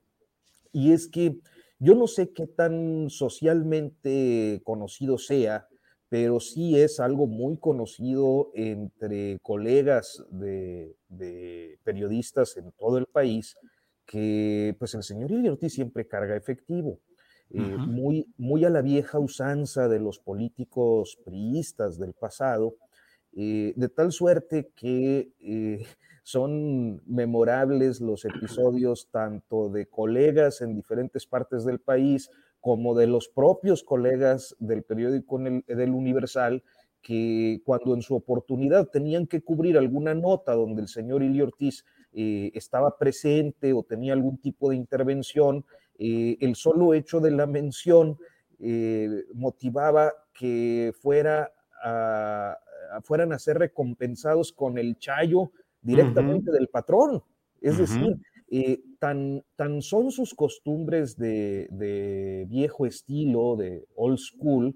y es que yo no sé qué tan socialmente conocido sea, pero sí es algo muy conocido entre colegas de, de periodistas en todo el país, que pues el señor Ili Ortiz siempre carga efectivo. Eh, uh-huh. muy, muy a la vieja usanza de los políticos priistas del pasado, eh, de tal suerte que eh, son memorables los episodios tanto de colegas en diferentes partes del país como de los propios colegas del periódico del Universal, que cuando en su oportunidad tenían que cubrir alguna nota donde el señor Ili Ortiz eh, estaba presente o tenía algún tipo de intervención, Eh, el solo hecho de la mención eh, motivaba que fuera a, a, fueran a ser recompensados con el chayo directamente uh-huh. del patrón. Es uh-huh. decir, eh, tan, tan son sus costumbres de, de viejo estilo, de old school,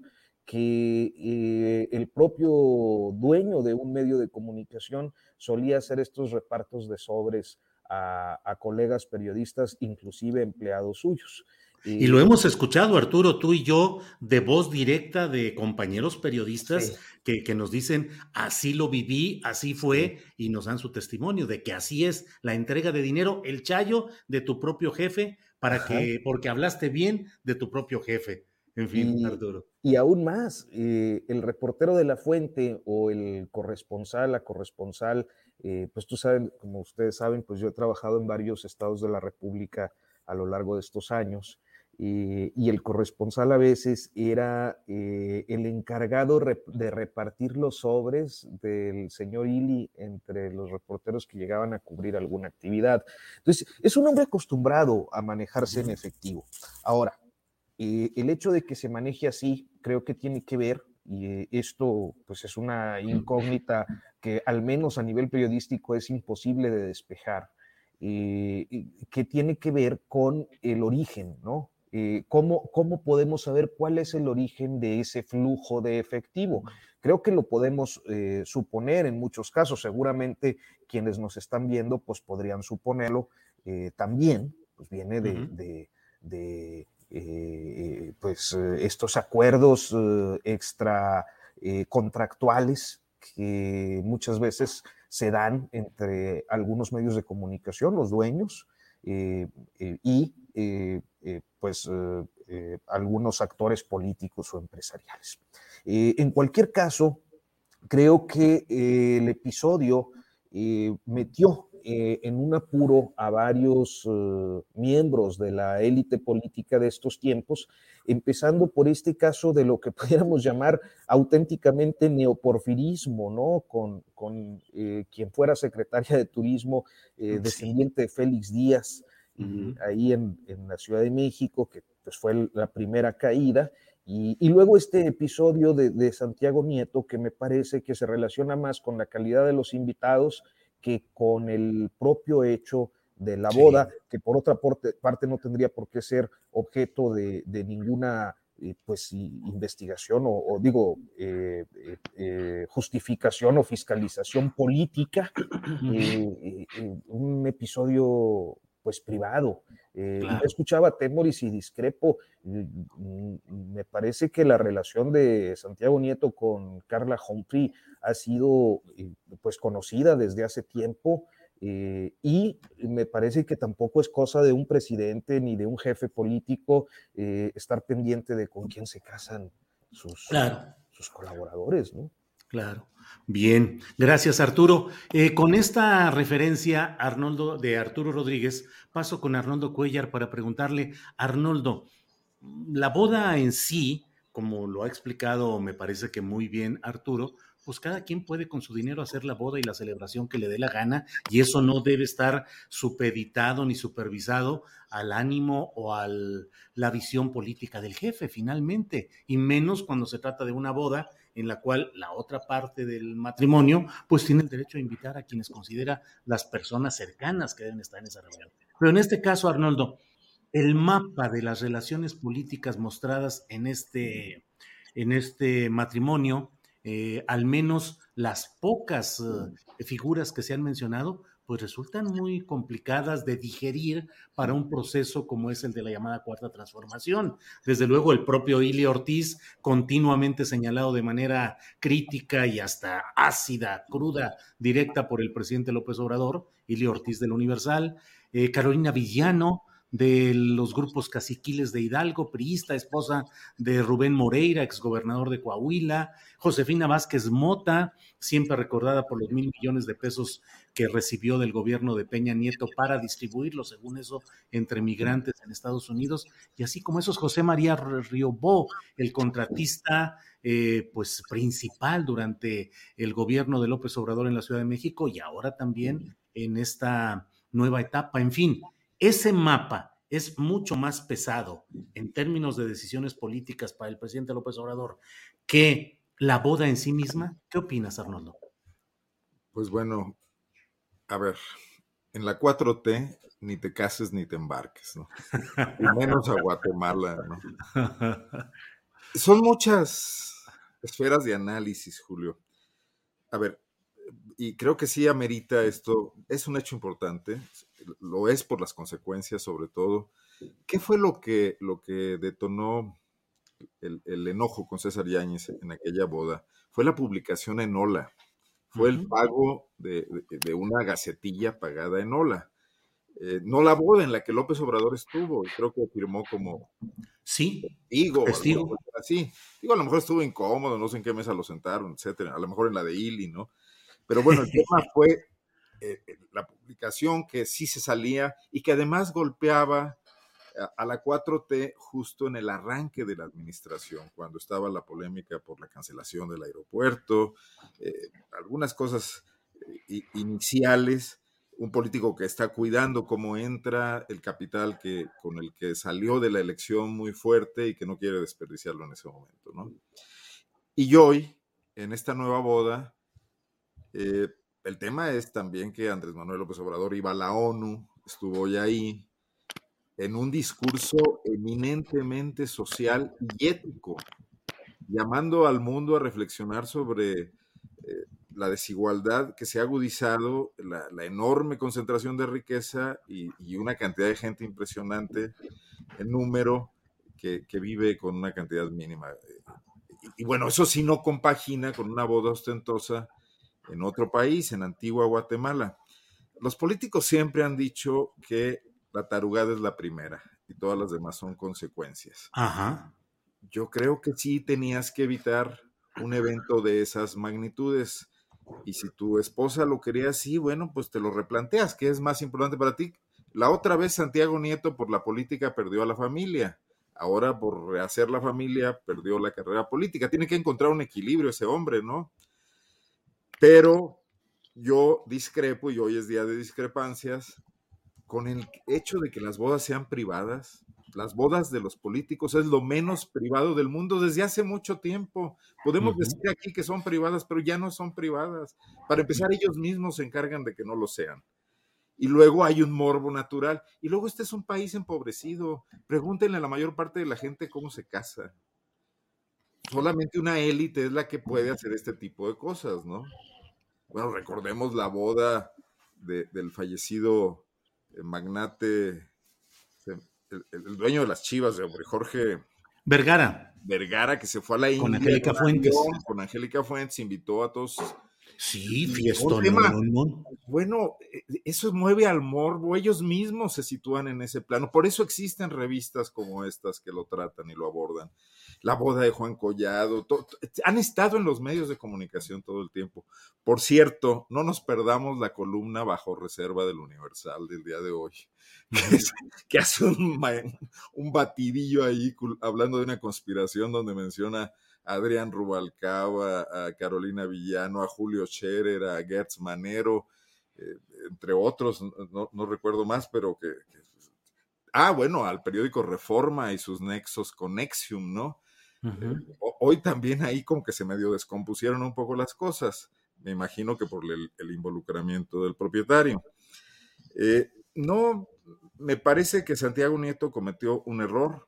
que eh, el propio dueño de un medio de comunicación solía hacer estos repartos de sobres A, a colegas periodistas, inclusive empleados suyos. Y, y lo hemos escuchado, Arturo, tú y yo, de voz directa de compañeros periodistas sí. que, que nos dicen, así lo viví, así fue, sí. y nos dan su testimonio de que así es la entrega de dinero, el chayo de tu propio jefe, para Ajá. que, porque hablaste bien de tu propio jefe. En fin, y, Arturo. Y aún más, eh, el reportero de la fuente o el corresponsal, la corresponsal, eh, pues tú sabes, como ustedes saben, pues yo he trabajado en varios estados de la República a lo largo de estos años, eh, y el corresponsal a veces era eh, el encargado rep de repartir los sobres del señor Ili entre los reporteros que llegaban a cubrir alguna actividad. Entonces, es un hombre acostumbrado a manejarse en efectivo. Ahora, Eh, el hecho de que se maneje así creo que tiene que ver, y eh, esto pues es una incógnita que al menos a nivel periodístico es imposible de despejar, eh, que tiene que ver con el origen, ¿no? eh, ¿cómo, ¿cómo podemos saber cuál es el origen de ese flujo de efectivo? Creo que lo podemos eh, suponer en muchos casos. Seguramente quienes nos están viendo pues podrían suponerlo eh, también. Pues viene de, uh-huh. de, de eh, pues, eh, estos acuerdos eh, extra eh, contractuales que muchas veces se dan entre algunos medios de comunicación, los dueños, eh, eh, y eh, eh, pues eh, eh, algunos actores políticos o empresariales. Eh, en cualquier caso, creo que eh, el episodio eh, metió eh, en un apuro a varios eh, miembros de la élite política de estos tiempos, empezando por este caso de lo que pudiéramos llamar auténticamente neoporfirismo, ¿no? Con, con eh, quien fuera secretaria de Turismo, eh, descendiente de Félix Díaz, uh-huh. ahí en, en la Ciudad de México, que pues, fue la primera caída. Y, y luego este episodio de, de Santiago Nieto, que me parece que se relaciona más con la calidad de los invitados que con el propio hecho de la boda, sí. que por otra parte, parte no tendría por qué ser objeto de, de ninguna eh, pues, investigación o, o digo, eh, eh, justificación o fiscalización política, eh, eh, un episodio pues privado. Eh, claro. Yo escuchaba a Temoris y discrepo. Me parece que la relación de Santiago Nieto con Carla Humphrey ha sido pues conocida desde hace tiempo, eh, y me parece que tampoco es cosa de un presidente ni de un jefe político eh, estar pendiente de con quién se casan sus, claro. sus colaboradores, ¿no? Claro. Bien, gracias Arturo. Eh, con esta referencia Arnoldo, de Arturo Rodríguez, paso con Arnoldo Cuellar para preguntarle, Arnoldo, la boda en sí, como lo ha explicado me parece que muy bien Arturo, pues cada quien puede con su dinero hacer la boda y la celebración que le dé la gana, y eso no debe estar supeditado ni supervisado al ánimo o a la visión política del jefe finalmente, y menos cuando se trata de una boda en la cual la otra parte del matrimonio pues tiene el derecho a invitar a quienes considera las personas cercanas que deben estar en esa reunión. Pero en este caso, Arnoldo, el mapa de las relaciones políticas mostradas en este, en este matrimonio, eh, al menos las pocas eh, figuras que se han mencionado, pues resultan muy complicadas de digerir para un proceso como es el de la llamada Cuarta Transformación. Desde luego el propio Ili Ortiz, continuamente señalado de manera crítica y hasta ácida, cruda, directa por el presidente López Obrador, Ili Ortiz del Universal, eh, Carolina Villano, de los grupos caciquiles de Hidalgo, priista, esposa de Rubén Moreira, exgobernador de Coahuila, Josefina Vázquez Mota, siempre recordada por los mil millones de pesos que recibió del gobierno de Peña Nieto para distribuirlo, según eso, entre migrantes en Estados Unidos, y así como esos José María Riobó, el contratista eh, pues principal durante el gobierno de López Obrador en la Ciudad de México y ahora también en esta nueva etapa. En fin, ese mapa es mucho más pesado en términos de decisiones políticas para el presidente López Obrador que la boda en sí misma. ¿Qué opinas, Arnoldo? Pues bueno, a ver, en la cuatro T ni te cases ni te embarques, ¿no? Y menos a Guatemala, ¿no? Son muchas esferas de análisis, Julio. A ver, y creo que sí amerita esto, es un hecho importante, lo es por las consecuencias sobre todo. ¿Qué fue lo que, lo que detonó el, el enojo con César Yáñez en aquella boda? Fue la publicación en Hola, fue uh-huh. el pago de, de, de una gacetilla pagada en Hola. Eh, no la boda en la que López Obrador estuvo, y creo que firmó como sí, testigo, testigo. Así. Digo, a lo mejor estuvo incómodo, no sé en qué mesa lo sentaron, etcétera, a lo mejor en la de Ili, ¿no? Pero bueno, el tema fue eh, la publicación que sí se salía y que además golpeaba a, a la cuatro T justo en el arranque de la administración, cuando estaba la polémica por la cancelación del aeropuerto, eh, algunas cosas eh, iniciales, un político que está cuidando cómo entra el capital que, con el que salió de la elección muy fuerte y que no quiere desperdiciarlo en ese momento, ¿no? Y hoy, en esta nueva boda, Eh, el tema es también que Andrés Manuel López Obrador iba a la ONU, estuvo hoy ahí, en un discurso eminentemente social y ético, llamando al mundo a reflexionar sobre eh, la desigualdad que se ha agudizado, la, la enorme concentración de riqueza y, y una cantidad de gente impresionante en número que, que vive con una cantidad mínima. Y, y bueno, eso sí no compagina con una boda ostentosa en otro país, en Antigua Guatemala. Los políticos siempre han dicho que la tarugada es la primera y todas las demás son consecuencias. Ajá. Yo creo que sí tenías que evitar un evento de esas magnitudes. Y si tu esposa lo quería así, bueno, pues te lo replanteas. ¿Qué es más importante para ti? La otra vez Santiago Nieto por la política perdió a la familia. Ahora por rehacer la familia perdió la carrera política. Tiene que encontrar un equilibrio ese hombre, ¿no? Pero yo discrepo, y hoy es día de discrepancias, con el hecho de que las bodas sean privadas. Las bodas de los políticos es lo menos privado del mundo desde hace mucho tiempo. Podemos uh-huh. decir aquí que son privadas, pero ya no son privadas. Para empezar, ellos mismos se encargan de que no lo sean. Y luego hay un morbo natural. Y luego este es un país empobrecido. Pregúntenle a la mayor parte de la gente cómo se casa. Solamente una élite es la que puede hacer este tipo de cosas, ¿no? Bueno, recordemos la boda de, del fallecido magnate, el, el dueño de las Chivas, de Jorge Vergara. Vergara, que se fue a la India. Con Angélica Fuentes. Avión, con Angélica Fuentes, invitó a todos. Sí, fiestón. Bueno, eso mueve al morbo. Ellos mismos se sitúan en ese plano. Por eso existen revistas como estas que lo tratan y lo abordan. La boda de Juan Collado. Todo, han estado en los medios de comunicación todo el tiempo. Por cierto, no nos perdamos la columna Bajo Reserva del Universal del día de hoy, que, es, que hace un, un batidillo ahí hablando de una conspiración donde menciona a Adrián Rubalcaba, a Carolina Villano, a Julio Scherer, a Gertz Manero, eh, entre otros, no, no recuerdo más, pero que, que... Ah, bueno, al periódico Reforma y sus nexos con Nexium, ¿no? Uh-huh. Eh, hoy también ahí como que se medio descompusieron un poco las cosas, me imagino que por el, el involucramiento del propietario. Eh, no, me parece que Santiago Nieto cometió un error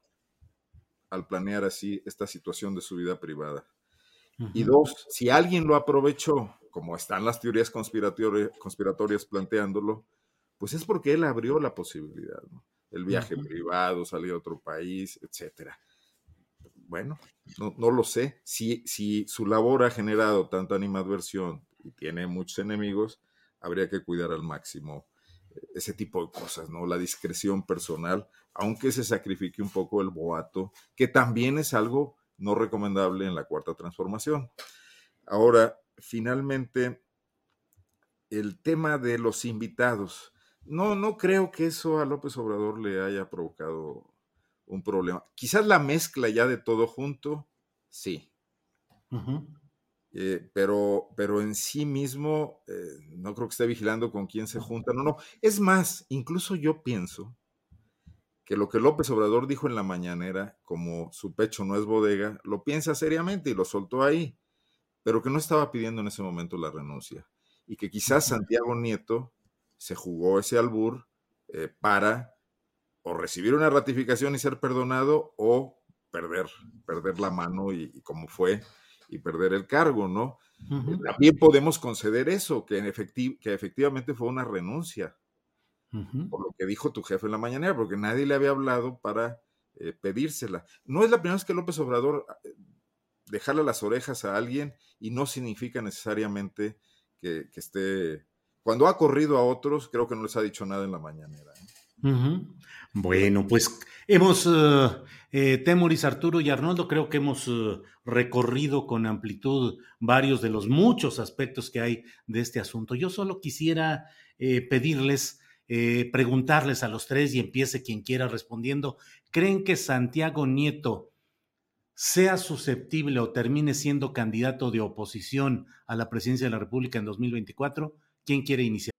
al planear así esta situación de su vida privada. Uh-huh. Y dos, si alguien lo aprovechó, como están las teorías conspiratorias, conspiratorias planteándolo, pues es porque él abrió la posibilidad, ¿no? El viaje uh-huh. privado, salir a otro país, etcétera. Bueno, no, no lo sé. Si, si su labor ha generado tanta animadversión y tiene muchos enemigos, habría que cuidar al máximo ese tipo de cosas, ¿no? La discreción personal, aunque se sacrifique un poco el boato, que también es algo no recomendable en la Cuarta Transformación. Ahora, finalmente, el tema de los invitados. No, no creo que eso a López Obrador le haya provocado un problema. Quizás la mezcla ya de todo junto, sí. Uh-huh. Eh, pero, pero en sí mismo eh, no creo que esté vigilando con quién se junta. No, no. Es más, incluso yo pienso que lo que López Obrador dijo en la mañanera, como su pecho no es bodega, lo piensa seriamente y lo soltó ahí, pero que no estaba pidiendo en ese momento la renuncia. Y que quizás Santiago Nieto se jugó ese albur eh, para o recibir una ratificación y ser perdonado o perder, perder la mano y, y como fue, y perder el cargo, ¿no? Uh-huh. También podemos conceder eso, que, en efecti- que efectivamente fue una renuncia, uh-huh. por lo que dijo tu jefe en la mañanera, porque nadie le había hablado para eh, pedírsela. No es la primera vez que López Obrador eh, dejarle las orejas a alguien y no significa necesariamente que, que esté... Cuando ha corrido a otros, creo que no les ha dicho nada en la mañanera, ¿eh? Uh-huh. Bueno, pues hemos, uh, eh, Temoris, Arturo y Arnoldo, creo que hemos uh, recorrido con amplitud varios de los muchos aspectos que hay de este asunto. Yo solo quisiera eh, pedirles, eh, preguntarles a los tres, y empiece quien quiera respondiendo, ¿creen que Santiago Nieto sea susceptible o termine siendo candidato de oposición a la presidencia de la República en dos mil veinticuatro? ¿Quién quiere iniciar?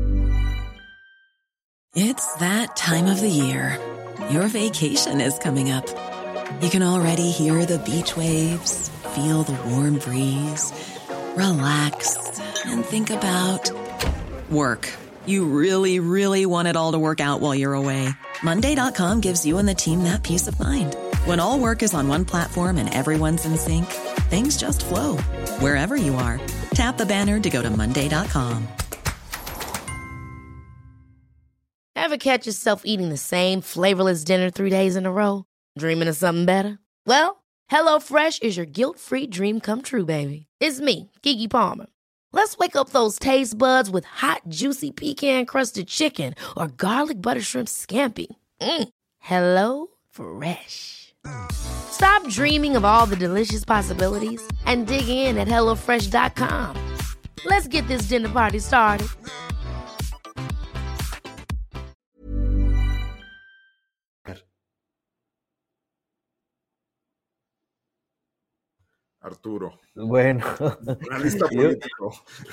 It's that time of the year. Your vacation is coming up. You can already hear the beach waves, feel the warm breeze, relax, and think about work. You really, really want it all to work out while you're away. Monday dot com gives you and the team that peace of mind. When all work is on one platform and everyone's in sync, things just flow. Wherever you are, tap the banner to go to Monday dot com. Ever catch yourself eating the same flavorless dinner three days in a row? Dreaming of something better? Well, HelloFresh is your guilt-free dream come true, baby. It's me, Keke Palmer. Let's wake up those taste buds with hot, juicy pecan-crusted chicken or garlic butter shrimp scampi. Mm. Hello Fresh. Stop dreaming of all the delicious possibilities and dig in at hello fresh dot com. Let's get this dinner party started. Arturo. Bueno. Analista político.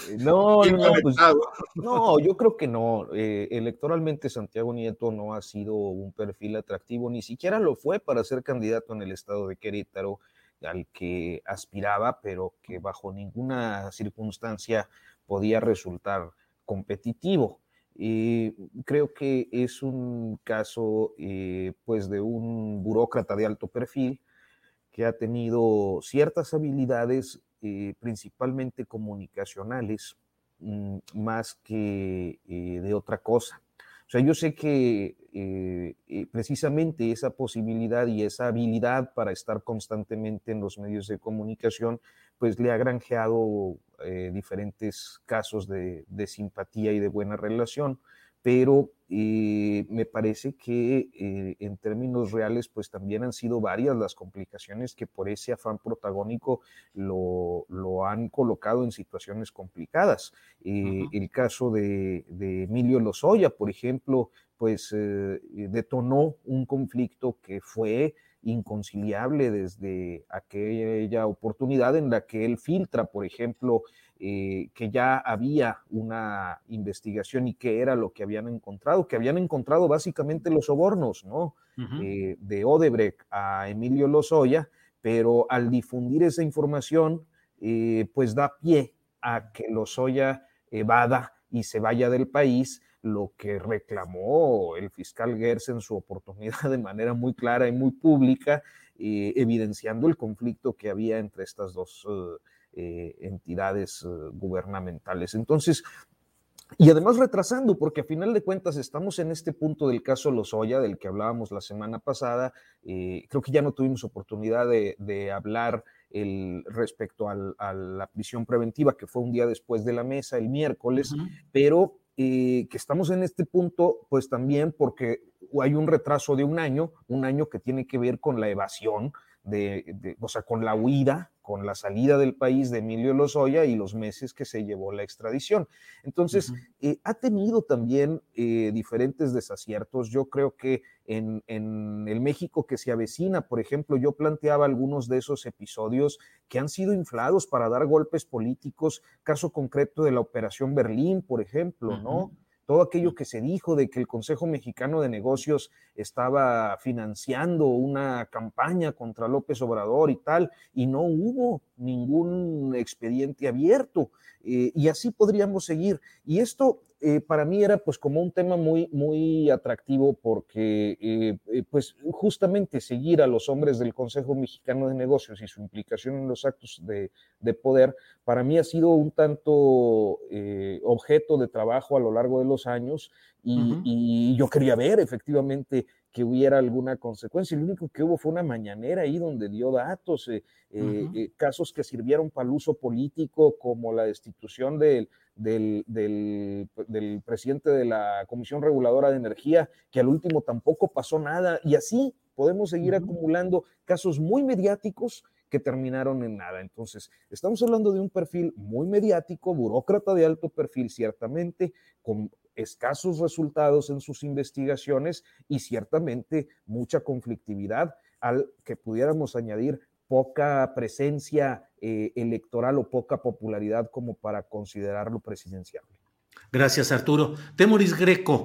No, no, pues, no, yo creo que no. Eh, electoralmente Santiago Nieto no ha sido un perfil atractivo, ni siquiera lo fue para ser candidato en el estado de Querétaro, al que aspiraba, pero que bajo ninguna circunstancia podía resultar competitivo. Eh, creo que es un caso eh, pues de un burócrata de alto perfil que ha tenido ciertas habilidades, eh, principalmente comunicacionales, mmm, más que eh, de otra cosa. O sea, yo sé que eh, eh, precisamente esa posibilidad y esa habilidad para estar constantemente en los medios de comunicación, pues le ha granjeado eh, diferentes casos de, de simpatía y de buena relación, pero eh, me parece que eh, en términos reales pues también han sido varias las complicaciones que por ese afán protagónico lo, lo han colocado en situaciones complicadas. Eh, uh-huh. El caso de, de Emilio Lozoya, por ejemplo, pues eh, detonó un conflicto que fue inconciliable desde aquella oportunidad en la que él filtra, por ejemplo, eh, que ya había una investigación y qué era lo que habían encontrado, que habían encontrado básicamente los sobornos, ¿no? Uh-huh. Eh, de Odebrecht a Emilio Lozoya, pero al difundir esa información, eh, pues da pie a que Lozoya evada y se vaya del país, lo que reclamó el fiscal Gers en su oportunidad de manera muy clara y muy pública, eh, evidenciando el conflicto que había entre estas dos uh, eh, entidades uh, gubernamentales. Entonces, y además retrasando, porque a final de cuentas estamos en este punto del caso Lozoya, del que hablábamos la semana pasada. Eh, creo que ya no tuvimos oportunidad de, de hablar el, respecto al, a la prisión preventiva, que fue un día después de la mesa, el miércoles, uh-huh. pero eh, que estamos en este punto, pues también porque hay un retraso de un año, un año que tiene que ver con la evasión, de, de, o sea, con la huida, con la salida del país de Emilio Lozoya y los meses que se llevó la extradición. Entonces, uh-huh. eh, ha tenido también eh, diferentes desaciertos. Yo creo que en, en el México que se avecina, por ejemplo, yo planteaba algunos de esos episodios que han sido inflados para dar golpes políticos, caso concreto de la Operación Berlín, por ejemplo, uh-huh. ¿no? Todo aquello que se dijo de que el Consejo Mexicano de Negocios estaba financiando una campaña contra López Obrador y tal, y no hubo ningún expediente abierto, eh, y así podríamos seguir. Y esto eh, para mí era pues como un tema muy, muy atractivo porque eh, eh, pues justamente seguir a los hombres del Consejo Mexicano de Negocios y su implicación en los actos de, de poder, para mí ha sido un tanto eh, objeto de trabajo a lo largo de los años y, uh-huh. y yo quería ver efectivamente que hubiera alguna consecuencia. Lo único que hubo fue una mañanera ahí donde dio datos, eh, uh-huh. eh, casos que sirvieron para el uso político, como la destitución del, del, del, del presidente de la Comisión Reguladora de Energía, que al último tampoco pasó nada, y así podemos seguir uh-huh. acumulando casos muy mediáticos que terminaron en nada. Entonces, estamos hablando de un perfil muy mediático, burócrata de alto perfil, ciertamente, con escasos resultados en sus investigaciones y ciertamente mucha conflictividad, al que pudiéramos añadir poca presencia eh, electoral o poca popularidad como para considerarlo presidenciable. Gracias, Arturo. Temoris Greco,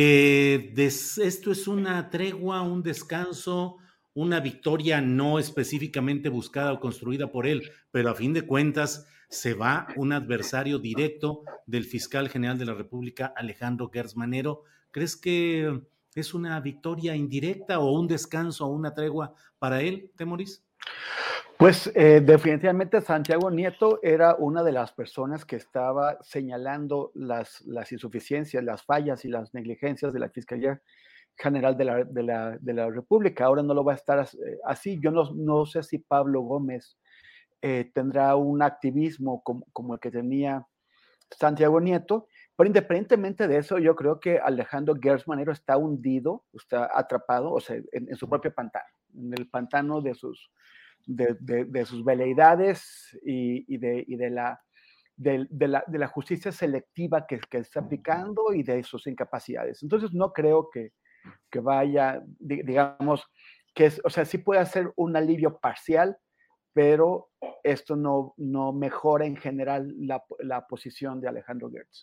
eh, des, ¿esto es una tregua, un descanso, una victoria no específicamente buscada o construida por él, pero a fin de cuentas se va un adversario directo del fiscal general de la República, Alejandro Gers Manero? ¿Crees que ¿Es una victoria indirecta o un descanso o una tregua para él, Temoris? Pues eh, definitivamente Santiago Nieto era una de las personas que estaba señalando las, las insuficiencias, las fallas y las negligencias de la Fiscalía General de la, de la, de la República. Ahora no lo va a estar así. Yo no, no sé si Pablo Gómez eh, tendrá un activismo como, como el que tenía Santiago Nieto, pero independientemente de eso, yo creo que Alejandro Gertz Manero está hundido, está atrapado, o sea, en, en su propio pantano, en el pantano de sus, de, de, de sus veleidades y, y, de, y de, la, de, de, la, de la justicia selectiva que, que está aplicando y de sus incapacidades. Entonces no creo que, que vaya, digamos, que es, o sea, sí puede ser un alivio parcial, pero esto no, no mejora en general la, la posición de Alejandro Gertz.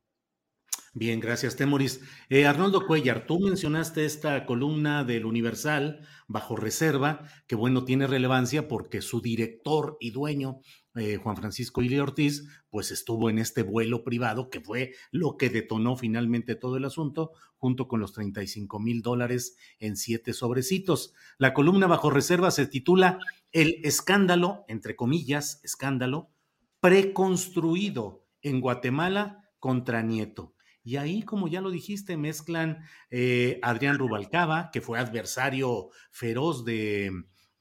Bien, gracias, Temoris. Eh, Arnoldo Cuellar, tú mencionaste esta columna del Universal bajo reserva, que bueno, tiene relevancia porque su director y dueño, eh, Juan Francisco Ili Ortiz, pues estuvo en este vuelo privado que fue lo que detonó finalmente todo el asunto, junto con los treinta y cinco mil dólares en siete sobrecitos. La columna bajo reserva se titula El escándalo, entre comillas, escándalo, preconstruido en Guatemala contra Nieto. Y ahí, como ya lo dijiste, mezclan eh, Adrián Rubalcaba, que fue adversario feroz de,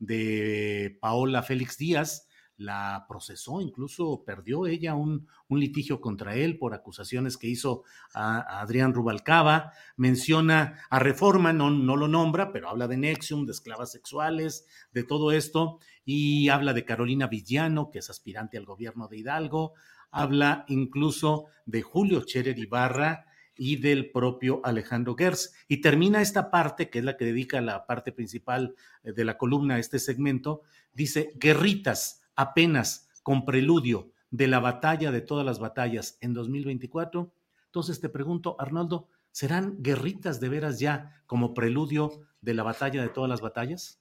de Paola Félix Díaz, la procesó, incluso perdió ella un, un litigio contra él por acusaciones que hizo a, a Adrián Rubalcaba. Menciona a Reforma, no, no lo nombra, pero habla de Nexium, de esclavas sexuales, de todo esto, y habla de Carolina Villano, que es aspirante al gobierno de Hidalgo. Habla incluso de Julio Scherer Ibarra y del propio Alejandro Gertz. Y termina esta parte, que es la que dedica la parte principal de la columna a este segmento, dice, guerritas apenas con preludio de la batalla de todas las batallas en dos mil veinticuatro. Entonces te pregunto, Arnoldo, ¿serán guerritas de veras ya como preludio de la batalla de todas las batallas?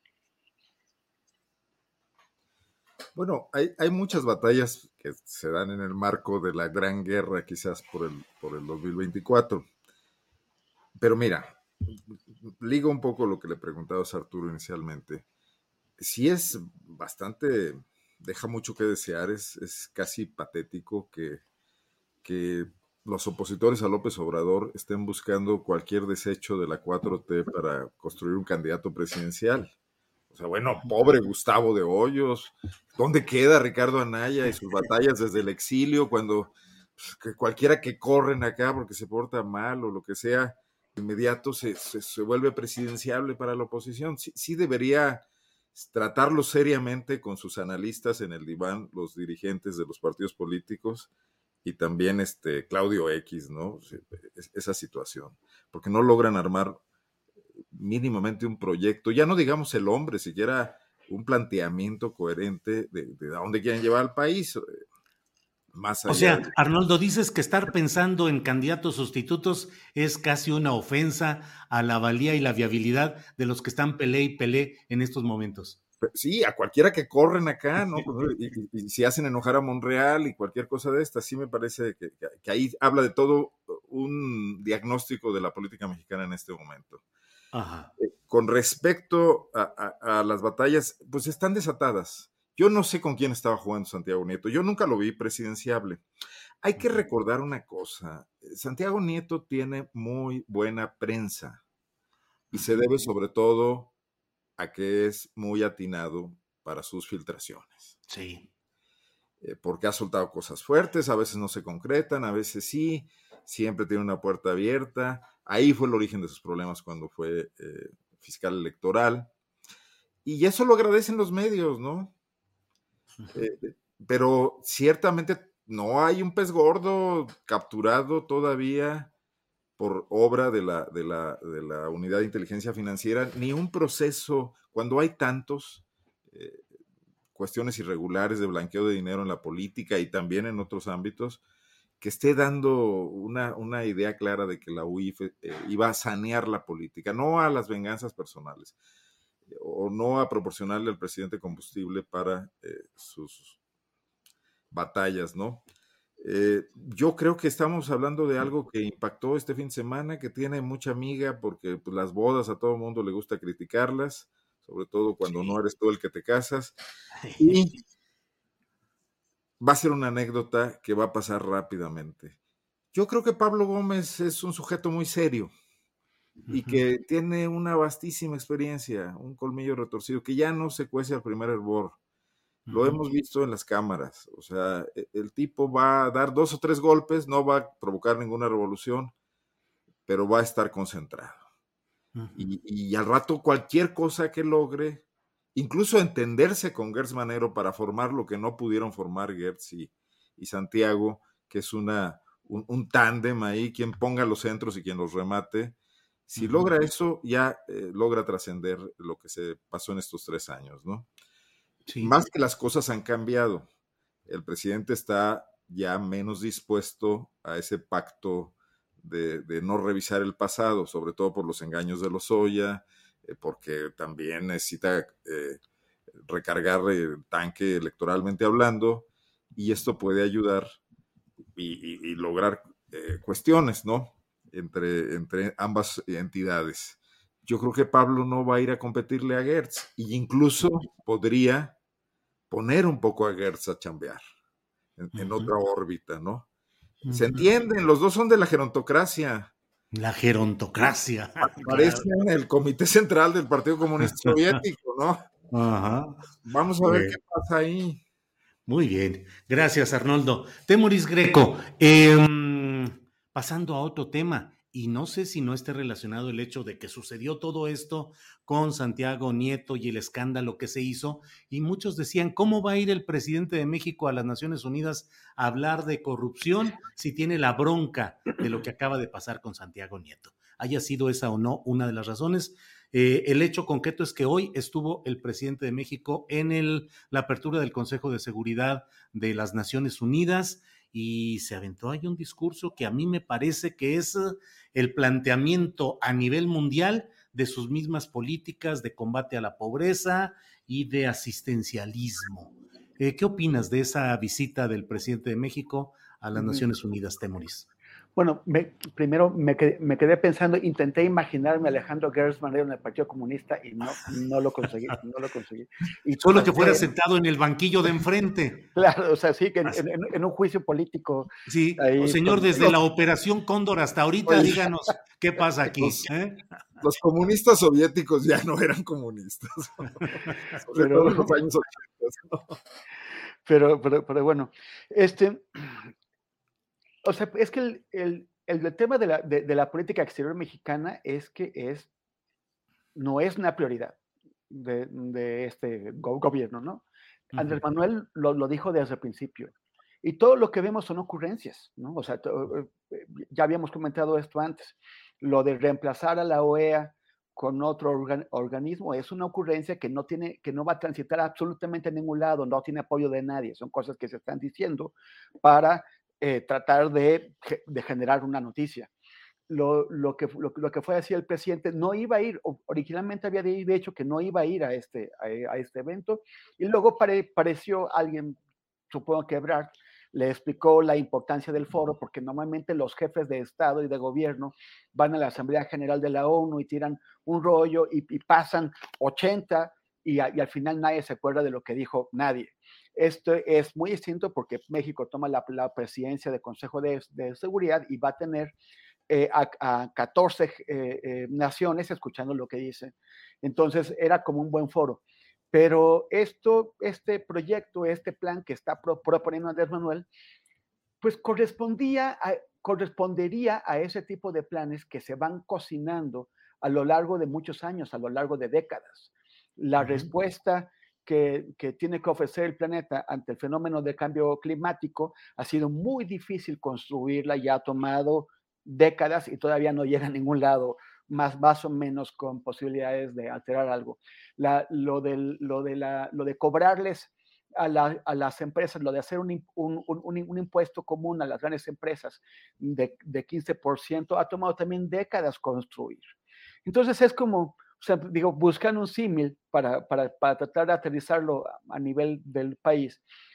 Bueno, hay, hay muchas batallas que se dan en el marco de la Gran Guerra, quizás por el, por el dos mil veinticuatro. Pero mira, ligo un poco lo que le preguntabas a Arturo inicialmente. Sí es bastante, deja mucho que desear, es, es casi patético que, que los opositores a López Obrador estén buscando cualquier desecho de la cuatro T para construir un candidato presidencial. O sea, bueno, pobre Gustavo de Hoyos, ¿dónde queda Ricardo Anaya y sus batallas desde el exilio cuando pues, que cualquiera que corren acá porque se porta mal o lo que sea, inmediato se, se, se vuelve presidenciable para la oposición? Sí, sí debería tratarlo seriamente con sus analistas en el diván, los dirigentes de los partidos políticos y también este Claudio X, ¿no? Esa situación, porque no logran armar mínimamente un proyecto, ya no digamos el hombre, siquiera un planteamiento coherente de, de a dónde quieren llevar al país. Más allá o sea, de... Arnoldo, dices que estar pensando en candidatos sustitutos es casi una ofensa a la valía y la viabilidad de los que están pelé y pelé en estos momentos. Sí, a cualquiera que corren acá, ¿no? Y, y, y si hacen enojar a Monreal y cualquier cosa de esta, sí me parece que, que ahí habla de todo un diagnóstico de la política mexicana en este momento. Ajá. Eh, con respecto a, a, a las batallas, pues están desatadas. Yo no sé con quién estaba jugando Santiago Nieto. Yo nunca lo vi presidenciable. Hay que recordar una cosa. Santiago Nieto tiene muy buena prensa y se debe sobre todo a que es muy atinado para sus filtraciones. Sí. Eh, porque ha soltado cosas fuertes, a veces no se concretan, a veces sí, siempre tiene una puerta abierta. Ahí fue el origen de sus problemas cuando fue eh, fiscal electoral. Y eso lo agradecen los medios, ¿no? Uh-huh. Eh, pero ciertamente no hay un pez gordo capturado todavía por obra de la, de la, de la Unidad de Inteligencia Financiera, ni un proceso, cuando hay tantos eh, cuestiones irregulares de blanqueo de dinero en la política y también en otros ámbitos, que esté dando una, una idea clara de que la U I F eh, iba a sanear la política, no a las venganzas personales, eh, o no a proporcionarle al presidente combustible para eh, sus batallas, ¿no? Eh, yo creo que estamos hablando de algo que impactó este fin de semana, que tiene mucha amiga, porque pues, las bodas a todo el mundo le gusta criticarlas, sobre todo cuando sí. no eres tú el que te casas. Y va a ser una anécdota que va a pasar rápidamente. Yo creo que Pablo Gómez es un sujeto muy serio y uh-huh. que tiene una vastísima experiencia, un colmillo retorcido, que ya no se cuece al primer hervor. Lo uh-huh. hemos visto en las cámaras. O sea, el tipo va a dar dos o tres golpes, no va a provocar ninguna revolución, pero va a estar concentrado. Uh-huh. Y, y al rato cualquier cosa que logre, incluso entenderse con Gertz Manero para formar lo que no pudieron formar Gertz y, y Santiago, que es una, un, un tándem ahí, quien ponga los centros y quien los remate. Si uh-huh. logra eso, ya eh, logra trascender lo que se pasó en estos tres años, ¿no? Sí. Más que las cosas han cambiado. El presidente está ya menos dispuesto a ese pacto de, de no revisar el pasado, sobre todo por los engaños de Lozoya, eh, porque también necesita eh, recargar el tanque electoralmente hablando, y esto puede ayudar y, y, y lograr eh, cuestiones, ¿no? Entre, entre ambas entidades. Yo creo que Pablo no va a ir a competirle a Gertz, y incluso podría poner un poco a Gertz a chambear en, uh-huh. en otra órbita, ¿no? Uh-huh. Se entienden, los dos son de la gerontocracia. La gerontocracia. Aparece en el Comité Central del Partido Comunista Soviético, ¿no? Ajá. Vamos a ver bien. Qué pasa ahí. Muy bien, gracias Arnoldo. Temoris Greco, eh, pasando a otro tema. Y no sé si no esté relacionado el hecho de que sucedió todo esto con Santiago Nieto y el escándalo que se hizo, y muchos decían, ¿cómo va a ir el presidente de México a las Naciones Unidas a hablar de corrupción si tiene la bronca de lo que acaba de pasar con Santiago Nieto? Haya sido esa o no una de las razones. Eh, el hecho concreto es que hoy estuvo el presidente de México en el, la apertura del Consejo de Seguridad de las Naciones Unidas, y se aventó ahí un discurso que a mí me parece que es el planteamiento a nivel mundial de sus mismas políticas de combate a la pobreza y de asistencialismo. Eh, ¿Qué opinas de esa visita del presidente de México a las Naciones Unidas, Temoris? Bueno, me, primero me quedé, me quedé pensando, intenté imaginarme a Alejandro Gertz Manero en el Partido Comunista y no, no lo conseguí, no lo conseguí. Y Solo que fuera sentado en el banquillo de enfrente. Claro, o sea, sí, que en, en, en un juicio político. Sí, ahí, señor, con, desde con, la Operación Cóndor hasta ahorita, oye, díganos qué pasa aquí. Los, ¿eh? los comunistas soviéticos ya no eran comunistas. Sobre pero, todo en los años ochenta. ¿no? Pero, pero, pero bueno, este... O sea, es que el, el, el tema de la, de, de la política exterior mexicana es que es, no es una prioridad de, de este go gobierno, ¿no? Uh-huh. Andrés Manuel lo, lo dijo desde el principio. Y todo lo que vemos son ocurrencias, ¿no? O sea, to, ya habíamos comentado esto antes. Lo de reemplazar a la O E A con otro organ, organismo es una ocurrencia que no, tiene, que no va a transitar absolutamente a ningún lado, no tiene apoyo de nadie. Son cosas que se están diciendo para... Eh, tratar de, de generar una noticia. Lo, lo, que, lo, lo que fue así el presidente no iba a ir, originalmente había dicho que no iba a ir a este, a, a este evento, y luego pare, pareció alguien, supongo que Ebrard, le explicó la importancia del foro, porque normalmente los jefes de Estado y de gobierno van a la Asamblea General de la ONU y tiran un rollo y, y pasan ochenta y, a, y al final nadie se acuerda de lo que dijo nadie. Esto es muy distinto porque México toma la, la presidencia del Consejo de, de Seguridad y va a tener eh, a, a catorce eh, eh, naciones escuchando lo que dicen. Entonces era como un buen foro. Pero esto, este proyecto, este plan que está pro, proponiendo Andrés Manuel, pues correspondía a, correspondería a ese tipo de planes que se van cocinando a lo largo de muchos años, a lo largo de décadas. La uh-huh. respuesta... Que, que tiene que ofrecer el planeta ante el fenómeno de cambio climático, ha sido muy difícil construirla, ya ha tomado décadas y todavía no llega a ningún lado, más, más o menos con posibilidades de alterar algo. La, lo, del, lo, de la, lo de cobrarles a, la, a las empresas, lo de hacer un, un, un, un impuesto común a las grandes empresas de, de quince por ciento, ha tomado también décadas construir. Entonces es como... O sea, digo, buscan un símil para, para, para tratar de aterrizarlo a nivel del país.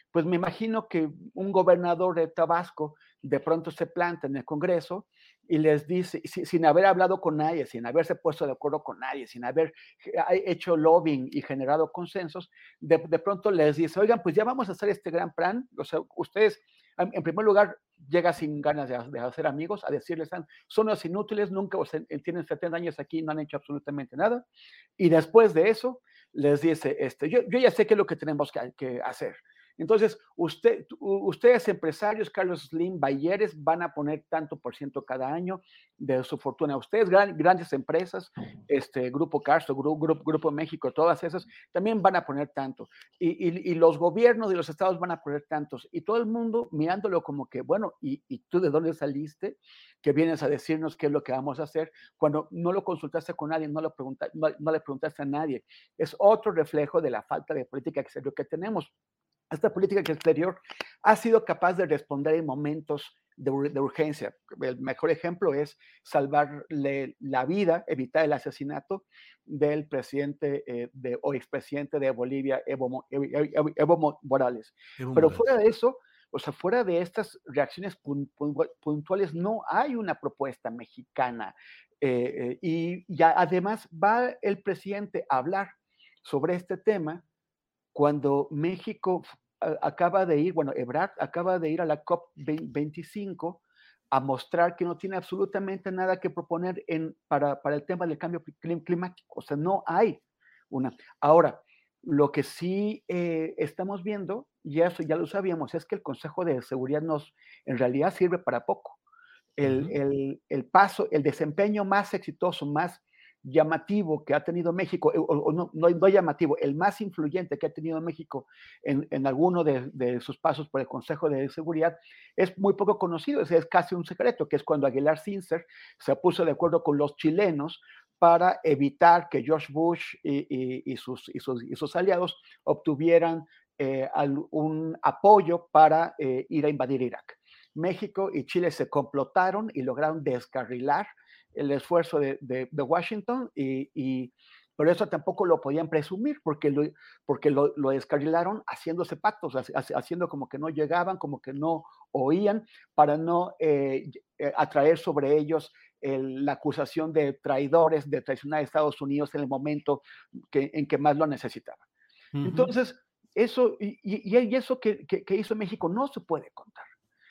pues me imagino que un gobernador de Tabasco de pronto se planta en el Congreso y les dice, sin haber hablado con nadie, sin haberse puesto de acuerdo con nadie, sin haber hecho lobbying y generado consensos, de, de pronto les dice, oigan, pues ya vamos a hacer este gran plan. O sea, ustedes, en primer lugar, llega sin ganas de, de hacer amigos, a decirles, son los inútiles, nunca, o sea, tienen setenta años aquí y no han hecho absolutamente nada. Y después de eso, les dice, este, yo, yo ya sé qué es lo que tenemos que, que hacer. Entonces, usted, ustedes empresarios, Carlos Slim, Bayeres, van a poner tanto por ciento cada año de su fortuna. Ustedes, gran, grandes empresas, este, Grupo Carso, Grupo, Grupo, Grupo México, todas esas, también van a poner tanto. Y, y, y los gobiernos de los estados van a poner tantos. Y todo el mundo mirándolo como que, bueno, ¿y, y tú de dónde saliste? Que vienes a decirnos qué es lo que vamos a hacer, cuando no lo consultaste con nadie, no, lo pregunta, no, no le preguntaste a nadie. Es otro reflejo de la falta de política exterior que tenemos. Esta política exterior ha sido capaz de responder en momentos de, de urgencia. El mejor ejemplo es salvarle la vida, evitar el asesinato del presidente eh, de, o expresidente de Bolivia, Evo, Evo, Evo, Evo Morales. Evo Pero Morales. Fuera de eso, o sea, fuera de estas reacciones puntuales, no hay una propuesta mexicana. Eh, eh, y ya además va el presidente a hablar sobre este tema cuando México acaba de ir, bueno, Ebrard acaba de ir a la COP veinticinco a mostrar que no tiene absolutamente nada que proponer en, para, para el tema del cambio climático. O sea, no hay una. Ahora, lo que sí eh, estamos viendo, y eso ya lo sabíamos, es que el Consejo de Seguridad nos, en realidad sirve para poco. El, uh-huh. el, el paso, el desempeño más exitoso, más llamativo que ha tenido México, o, o no, no, no llamativo, el más influyente que ha tenido México en, en alguno de, de sus pasos por el Consejo de Seguridad, es muy poco conocido, es, es casi un secreto, que es cuando Aguilar Sincer se puso de acuerdo con los chilenos para evitar que George Bush y, y, y, sus, y, sus, y sus aliados obtuvieran eh, un apoyo para eh, ir a invadir Irak. México y Chile se complotaron y lograron descarrilar el esfuerzo de, de, de Washington, y, y, pero eso tampoco lo podían presumir porque lo, porque lo, lo descarrilaron haciéndose pactos, haciendo como que no llegaban, como que no oían, para no eh, atraer sobre ellos el, la acusación de traidores, de traicionar a Estados Unidos en el momento que, en que más lo necesitaban. Uh-huh. Entonces, eso, y, y, y eso que, que, que hizo México no se puede contar.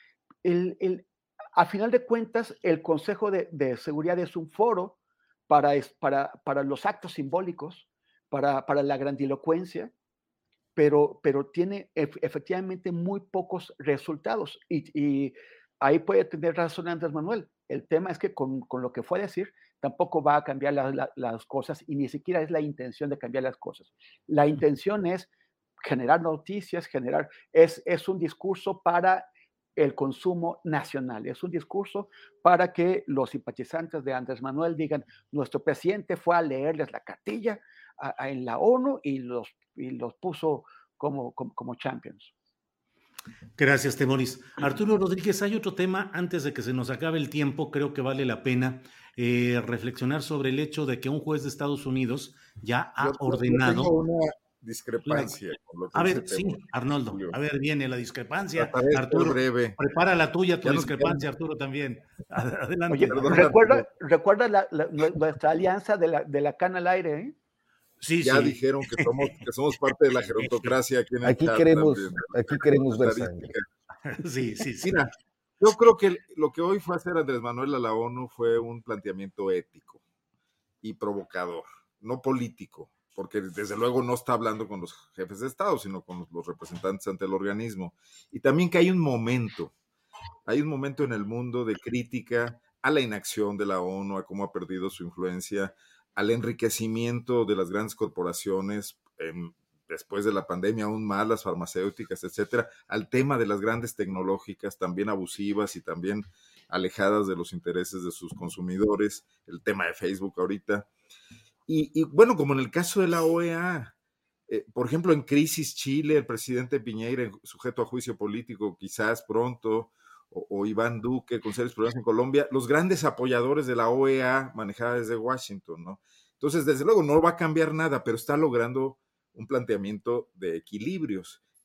El, el, a final de cuentas, el Consejo de, de Seguridad es un foro para, para, para los actos simbólicos, para, para la grandilocuencia, pero, pero tiene efectivamente muy pocos resultados. Y, y ahí puede tener razón Andrés Manuel. El tema es que con, con lo que fue a decir, tampoco va a cambiar la, la, las cosas, y ni siquiera es la intención de cambiar las cosas. La intención es generar noticias, generar, es, es un discurso para el consumo nacional. Es un discurso para que los simpatizantes de Andrés Manuel digan, nuestro presidente fue a leerles la cartilla a, a, en la ONU y los, y los puso como, como, como champions. Gracias, Temoris. Arturo Rodríguez, hay otro tema, antes de que se nos acabe el tiempo, creo que vale la pena eh, reflexionar sobre el hecho de que un juez de Estados Unidos ya ha yo, ordenado... Yo tengo una discrepancia. Con lo que a ver, sí, Temoris. Arnoldo, a ver, viene la discrepancia. Arturo, breve. Prepara la tuya, tu ya discrepancia, Arturo, también. Adelante. Oye, perdón, recuerda, recuerda la, la, nuestra alianza de la, de la cana al aire, ¿eh? Sí, ya sí. dijeron que somos, que somos parte de la gerontocracia aquí en el aquí chat queremos, también. Aquí queremos ver sangre. Sí, sí, sí. Mira, yo creo que lo que hoy fue hacer Andrés Manuel a la ONU fue un planteamiento ético y provocador, no político, porque desde luego no está hablando con los jefes de Estado, sino con los representantes ante el organismo. Y también que hay un momento, hay un momento en el mundo de crítica a la inacción de la ONU, a cómo ha perdido su influencia, al enriquecimiento de las grandes corporaciones, eh, después de la pandemia aún más, las farmacéuticas, etcétera, al tema de las grandes tecnológicas, también abusivas y también alejadas de los intereses de sus consumidores, el tema de Facebook ahorita. Y, y bueno, como en el caso de la O E A, eh, por ejemplo, en crisis Chile, el presidente Piñera, sujeto a juicio político quizás pronto, o, o Iván Duque con serios problemas en Colombia, los grandes apoyadores de la O E A manejada desde Washington, ¿no? Entonces, desde luego, no va a cambiar nada, pero está logrando un planteamiento de equilibrios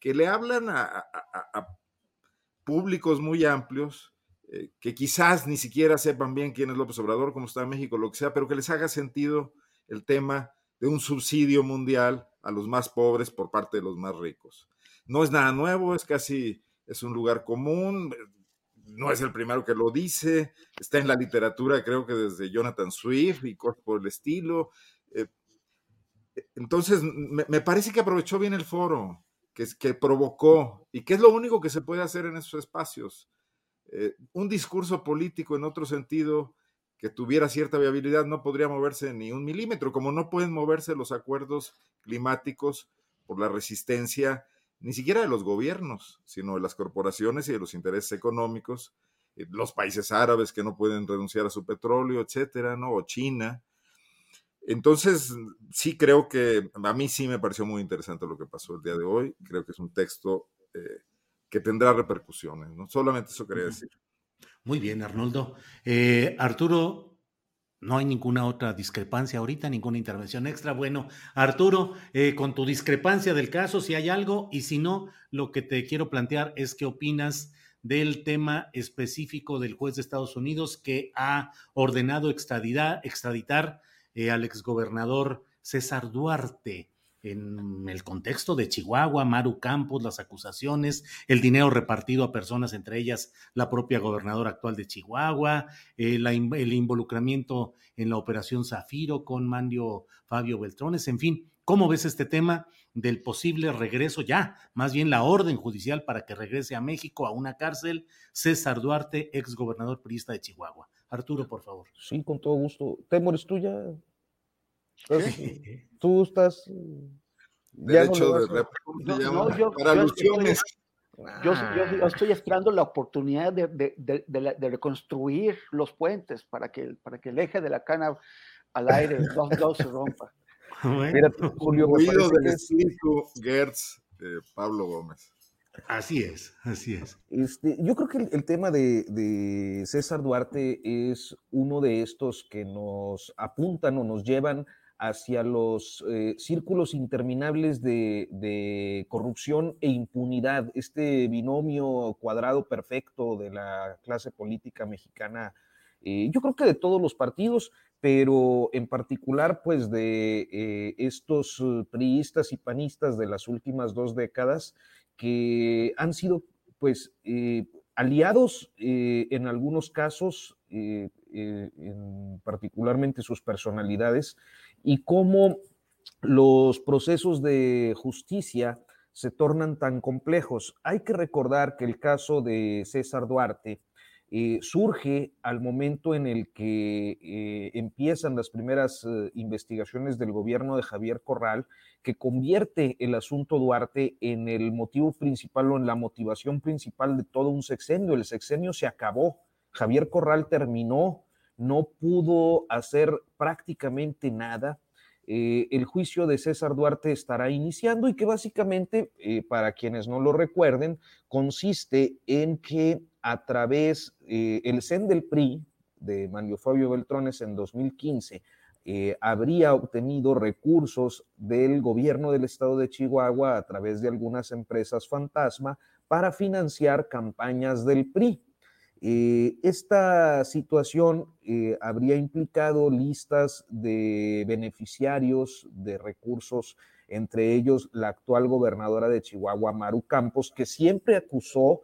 que le hablan a, a, a públicos muy amplios, eh, que quizás ni siquiera sepan bien quién es López Obrador, cómo está México, lo que sea, pero que les haga sentido el tema de un subsidio mundial a los más pobres por parte de los más ricos. No es nada nuevo, es casi, es un lugar común, no es el primero que lo dice, está en la literatura, creo que desde Jonathan Swift y cosas por el estilo. Eh, entonces, me, me parece que aprovechó bien el foro, que, que provocó, y que es lo único que se puede hacer en esos espacios. Eh, un discurso político en otro sentido que tuviera cierta viabilidad no podría moverse ni un milímetro, como no pueden moverse los acuerdos climáticos por la resistencia ni siquiera de los gobiernos, sino de las corporaciones y de los intereses económicos, eh, los países árabes que no pueden renunciar a su petróleo, etcétera, ¿no? O China. Entonces, sí creo que a mí sí me pareció muy interesante lo que pasó el día de hoy. Creo que es un texto eh, que tendrá repercusiones, ¿no? Solamente eso quería decir. Muy bien, Arnoldo. Eh, Arturo, no hay ninguna otra discrepancia ahorita, ninguna intervención extra. Bueno, Arturo, eh, con tu discrepancia del caso, si hay algo, y si no, lo que te quiero plantear es qué opinas del tema específico del juez de Estados Unidos que ha ordenado extraditar, extraditar eh, al exgobernador César Duarte. En el contexto de Chihuahua, Maru Campos, las acusaciones, el dinero repartido a personas, entre ellas la propia gobernadora actual de Chihuahua, eh, la, el involucramiento en la operación Zafiro con Manlio Fabio Beltrones, en fin, ¿cómo ves este tema del posible regreso ya, más bien la orden judicial para que regrese a México a una cárcel, César Duarte, exgobernador priista de Chihuahua? Arturo, por favor. Sí, con todo gusto. ¿Temores tú ya? Tú estás... Derecho no de no, no, yo, para yo, alusiones. Yo, yo, yo estoy esperando la oportunidad de, de, de, de, la, de reconstruir los puentes para que, para que el eje de la cana al aire dos, dos se rompa. Bueno, Mira, Julio, me Oído del que espíritu Gertz, eh, Pablo Gómez. Así es, así es. Este, yo creo que el, el tema de, de César Duarte es uno de estos que nos apuntan o nos llevan hacia los eh, círculos interminables de, de corrupción e impunidad, este binomio cuadrado perfecto de la clase política mexicana, eh, yo creo que de todos los partidos, pero en particular pues de eh, estos priistas y panistas de las últimas dos décadas que han sido pues eh, aliados eh, en algunos casos, eh, eh, en particularmente sus personalidades, y cómo los procesos de justicia se tornan tan complejos. Hay que recordar que el caso de César Duarte eh, surge al momento en el que eh, empiezan las primeras eh, investigaciones del gobierno de Javier Corral, que convierte el asunto Duarte en el motivo principal o en la motivación principal de todo un sexenio. El sexenio se acabó, Javier Corral terminó, no pudo hacer prácticamente nada. Eh, el juicio de César Duarte estará iniciando y que básicamente, eh, para quienes no lo recuerden, consiste en que a través eh, el C E N del P R I, de Manlio Fabio Beltrones en dos mil quince, eh, habría obtenido recursos del gobierno del estado de Chihuahua a través de algunas empresas fantasma para financiar campañas del P R I. Eh, esta situación eh, habría implicado listas de beneficiarios de recursos, entre ellos la actual gobernadora de Chihuahua, Maru Campos, que siempre acusó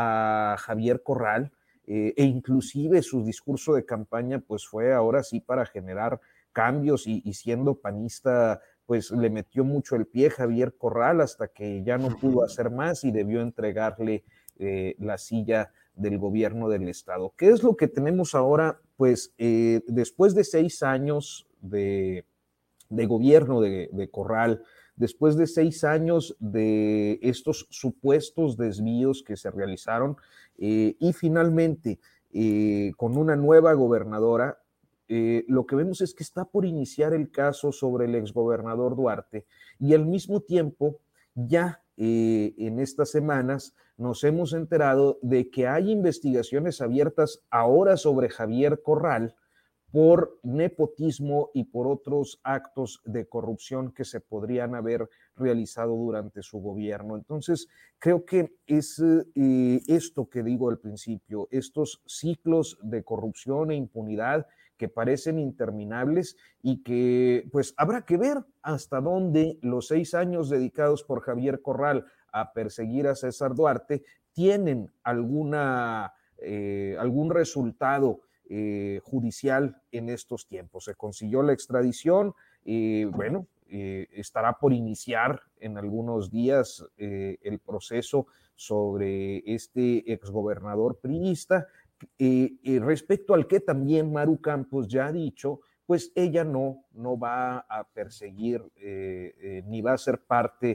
a Javier Corral eh, e inclusive su discurso de campaña pues fue ahora sí para generar cambios y, y siendo panista pues le metió mucho el pie Javier Corral hasta que ya no pudo hacer más y debió entregarle eh, la silla del gobierno del estado. ¿Qué es lo que tenemos ahora? Pues eh, después de seis años de, de gobierno de, de Corral, después de seis años de estos supuestos desvíos que se realizaron eh, y finalmente eh, con una nueva gobernadora, eh, lo que vemos es que está por iniciar el caso sobre el exgobernador Duarte y al mismo tiempo ya eh, en estas semanas nos hemos enterado de que hay investigaciones abiertas ahora sobre Javier Corral por nepotismo y por otros actos de corrupción que se podrían haber realizado durante su gobierno. Entonces, creo que es eh, esto que digo al principio, estos ciclos de corrupción e impunidad que parecen interminables y que pues habrá que ver hasta dónde los seis años dedicados por Javier Corral a perseguir a César Duarte tienen alguna, eh, algún resultado eh, judicial en estos tiempos. Se consiguió la extradición, y eh, bueno, eh, estará por iniciar en algunos días eh, el proceso sobre este exgobernador priista. Eh, eh, respecto al que también Maru Campos ya ha dicho, pues ella no, no va a perseguir eh, eh, ni va a ser parte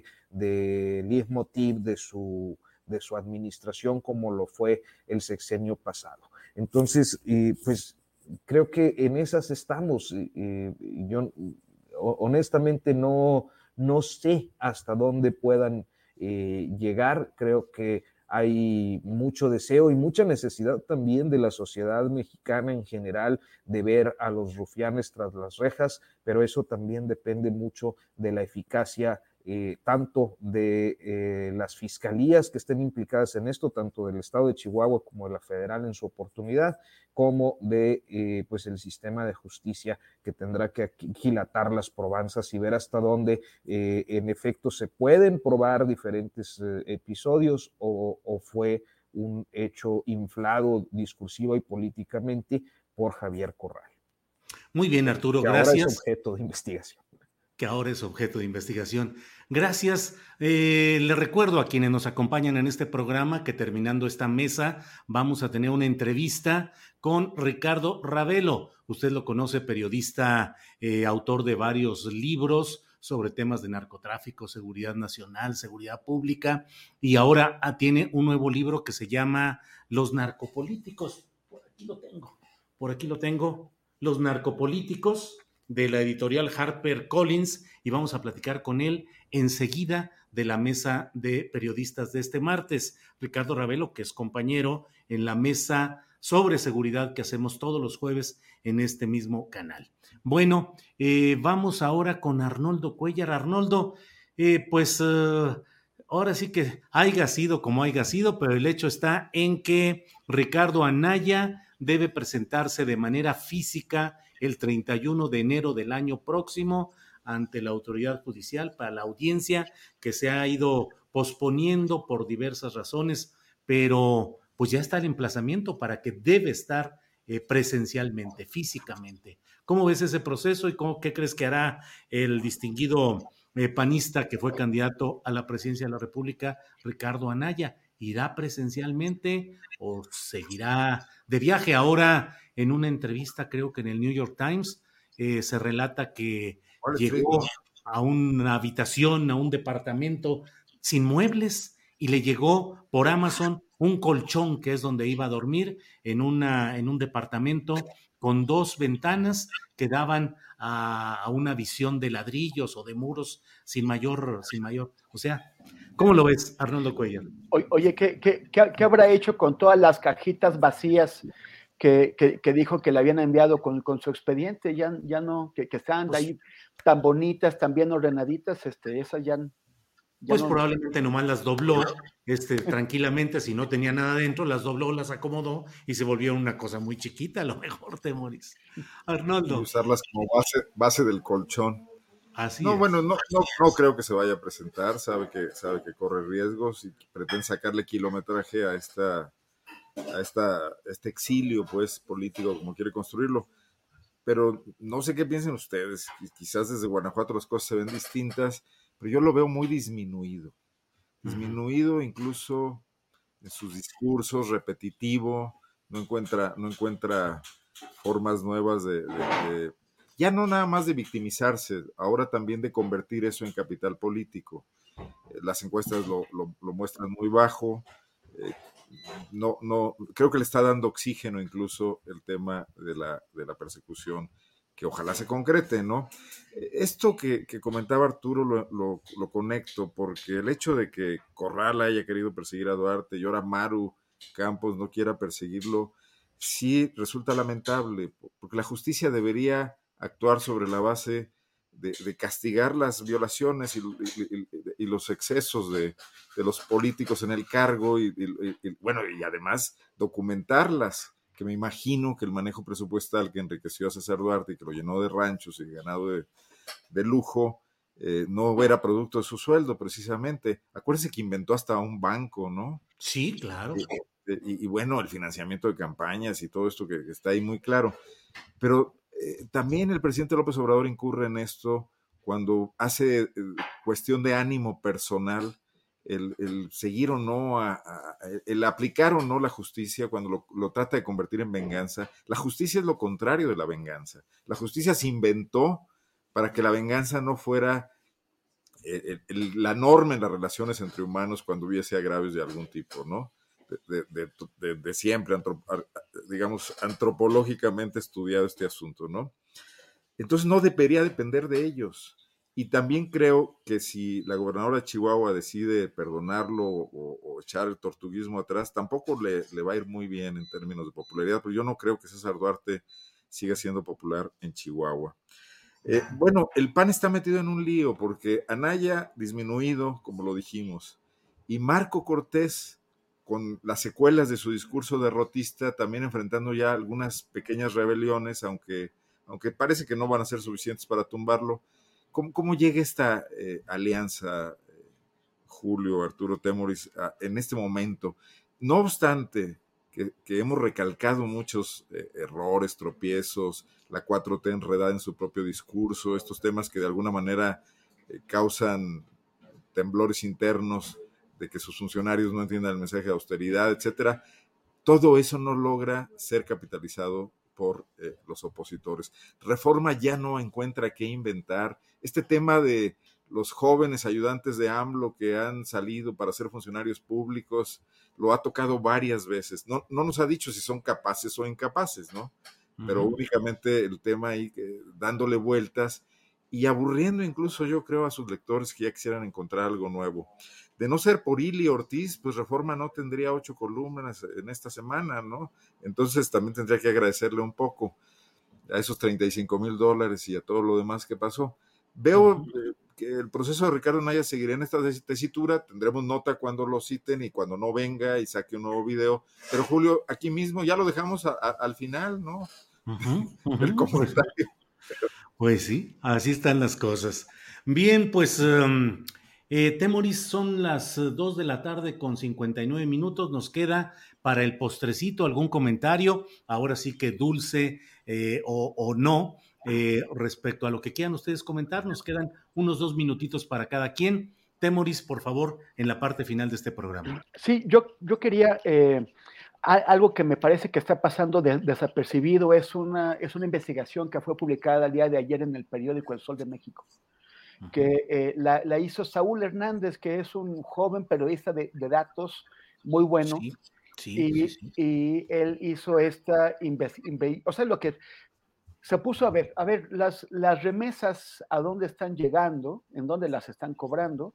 del leitmotiv de su, de su administración como lo fue el sexenio pasado. Entonces, eh, pues creo que en esas estamos. Eh, yo honestamente no, no sé hasta dónde puedan eh, llegar. Creo que hay mucho deseo y mucha necesidad también de la sociedad mexicana en general de ver a los rufianes tras las rejas, pero eso también depende mucho de la eficacia eh, tanto de eh, las fiscalías que estén implicadas en esto, tanto del estado de Chihuahua como de la federal en su oportunidad, como de eh, pues el sistema de justicia que tendrá que aquilatar las probanzas y ver hasta dónde eh, en efecto se pueden probar diferentes eh, episodios o, o fue un hecho inflado discursiva y políticamente por Javier Corral. Muy bien, Arturo, que gracias. Ahora es objeto de investigación. que ahora es objeto de investigación. Gracias. Eh, le recuerdo a quienes nos acompañan en este programa que terminando esta mesa vamos a tener una entrevista con Ricardo Ravelo. Usted lo conoce, periodista, eh, autor de varios libros sobre temas de narcotráfico, seguridad nacional, seguridad pública, y ahora tiene un nuevo libro que se llama Los narcopolíticos. Por aquí lo tengo, por aquí lo tengo. Los narcopolíticos, de la editorial HarperCollins, y vamos a platicar con él enseguida de la mesa de periodistas de este martes. Ricardo Ravelo, que es compañero en la mesa sobre seguridad que hacemos todos los jueves en este mismo canal. Bueno, eh, vamos ahora con Arnoldo Cuellar. Arnoldo, eh, pues uh, ahora sí que haya sido como haya sido, pero el hecho está en que Ricardo Anaya debe presentarse de manera física el treinta y uno de enero del año próximo ante la autoridad judicial para la audiencia que se ha ido posponiendo por diversas razones, pero pues ya está el emplazamiento para que debe estar eh, presencialmente, físicamente. ¿Cómo ves ese proceso y cómo, qué crees que hará el distinguido eh, panista que fue candidato a la presidencia de la República, Ricardo Anaya? ¿Irá presencialmente o seguirá de viaje? Ahora, en una entrevista, creo que en el New York Times, eh, se relata que llegó a una habitación, a un departamento sin muebles y le llegó por Amazon un colchón que es donde iba a dormir en, una, en un departamento con dos ventanas que daban a, a una visión de ladrillos o de muros sin mayor, sin mayor, o sea, ¿cómo lo ves, Arnoldo Cuellar? Oye, ¿qué, qué, qué, qué habrá hecho con todas las cajitas vacías que, que, que dijo que le habían enviado con, con su expediente? Ya, ya no, que, que estaban pues, ahí tan bonitas, tan bien ordenaditas, este, esas ya, ya Pues no... probablemente nomás las dobló este, tranquilamente, si no tenía nada dentro, las dobló, las acomodó y se volvió una cosa muy chiquita, a lo mejor, Temoris. Arnoldo. Y usarlas como base, base del colchón. Así no, es. bueno, no, no, no creo que se vaya a presentar, sabe que, sabe que corre riesgos y pretende sacarle kilometraje a esta, a esta, este exilio, pues, político, como quiere construirlo. Pero no sé qué piensen ustedes, quizás desde Guanajuato las cosas se ven distintas, pero yo lo veo muy disminuido, disminuido uh-huh. incluso en sus discursos, repetitivo, no encuentra, no encuentra formas nuevas de, de, de ya no nada más de victimizarse, ahora también de convertir eso en capital político. Eh, las encuestas lo, lo, lo muestran muy bajo, eh, no, no, creo que le está dando oxígeno incluso el tema de la, de la persecución, que ojalá se concrete, ¿no? Esto que, que comentaba Arturo lo, lo, lo conecto, porque el hecho de que Corral haya querido perseguir a Duarte y ahora Maru Campos no quiera perseguirlo, sí resulta lamentable, porque la justicia debería actuar sobre la base de, de castigar las violaciones y, y, y los excesos de, de los políticos en el cargo y, y, y, bueno, y además documentarlas, que me imagino que el manejo presupuestal que enriqueció a César Duarte y que lo llenó de ranchos y ganado de, de lujo, eh, no era producto de su sueldo precisamente. Acuérdense que inventó hasta un banco, ¿no? Sí, claro. Y, y, y bueno, el financiamiento de campañas y todo esto que, que está ahí muy claro. Pero eh, también el presidente López Obrador incurre en esto cuando hace eh, cuestión de ánimo personal el, el seguir o no, a, a, el aplicar o no la justicia cuando lo, lo trata de convertir en venganza. La justicia es lo contrario de la venganza. La justicia se inventó para que la venganza no fuera el, el, la norma en las relaciones entre humanos cuando hubiese agravios de algún tipo, ¿no? De, de, de, de siempre, antrop, digamos, antropológicamente estudiado este asunto, ¿no? Entonces no debería depender de ellos. Y también creo que si la gobernadora de Chihuahua decide perdonarlo o, o echar el tortuguismo atrás, tampoco le, le va a ir muy bien en términos de popularidad, pero yo no creo que César Duarte siga siendo popular en Chihuahua. Eh, bueno, el P A N está metido en un lío porque Anaya disminuido, como lo dijimos, y Marco Cortés, con las secuelas de su discurso derrotista, también enfrentando ya algunas pequeñas rebeliones, aunque, aunque parece que no van a ser suficientes para tumbarlo. ¿Cómo, cómo llega esta eh, alianza, eh, Julio, Arturo Temoris, a, en este momento? No obstante, que, que hemos recalcado muchos eh, errores, tropiezos, la cuatro T enredada en su propio discurso, estos temas que de alguna manera eh, causan temblores internos, de que sus funcionarios no entiendan el mensaje de austeridad, etcétera. Todo eso no logra ser capitalizado por eh, los opositores. Reforma ya no encuentra qué inventar. Este tema de los jóvenes ayudantes de AMLO que han salido para ser funcionarios públicos, lo ha tocado varias veces. No, no nos ha dicho si son capaces o incapaces, ¿no? Uh-huh. Pero únicamente el tema ahí eh, dándole vueltas y aburriendo incluso, yo creo, a sus lectores que ya quisieran encontrar algo nuevo. De no ser por Ili Ortiz, pues Reforma no tendría ocho columnas en esta semana, ¿no? Entonces también tendría que agradecerle un poco a esos treinta y cinco mil dólares y a todo lo demás que pasó. Veo uh-huh. eh, que el proceso de Ricardo Anaya seguirá en esta tesitura, tendremos nota cuando lo citen y cuando no venga y saque un nuevo video, pero Julio, aquí mismo ya lo dejamos a, a, al final, ¿no? Uh-huh. Uh-huh. El comentario. Pues sí, así están las cosas. Bien, pues... Um... Eh, Temoris, son las dos de la tarde con cincuenta y nueve minutos, nos queda para el postrecito algún comentario, ahora sí que dulce eh, o, o no, eh, respecto a lo que quieran ustedes comentar, nos quedan unos dos minutitos para cada quien. Temoris, por favor, en la parte final de este programa. Sí, yo, yo quería, eh, algo que me parece que está pasando de, desapercibido, es una, es una investigación que fue publicada el día de ayer en el periódico El Sol de México, que eh, la, la hizo Saúl Hernández, que es un joven periodista de, de datos muy bueno, sí, sí, y, sí, sí. y él hizo esta investigación, o sea, lo que se puso a ver, a ver, las, las remesas, a dónde están llegando, en dónde las están cobrando,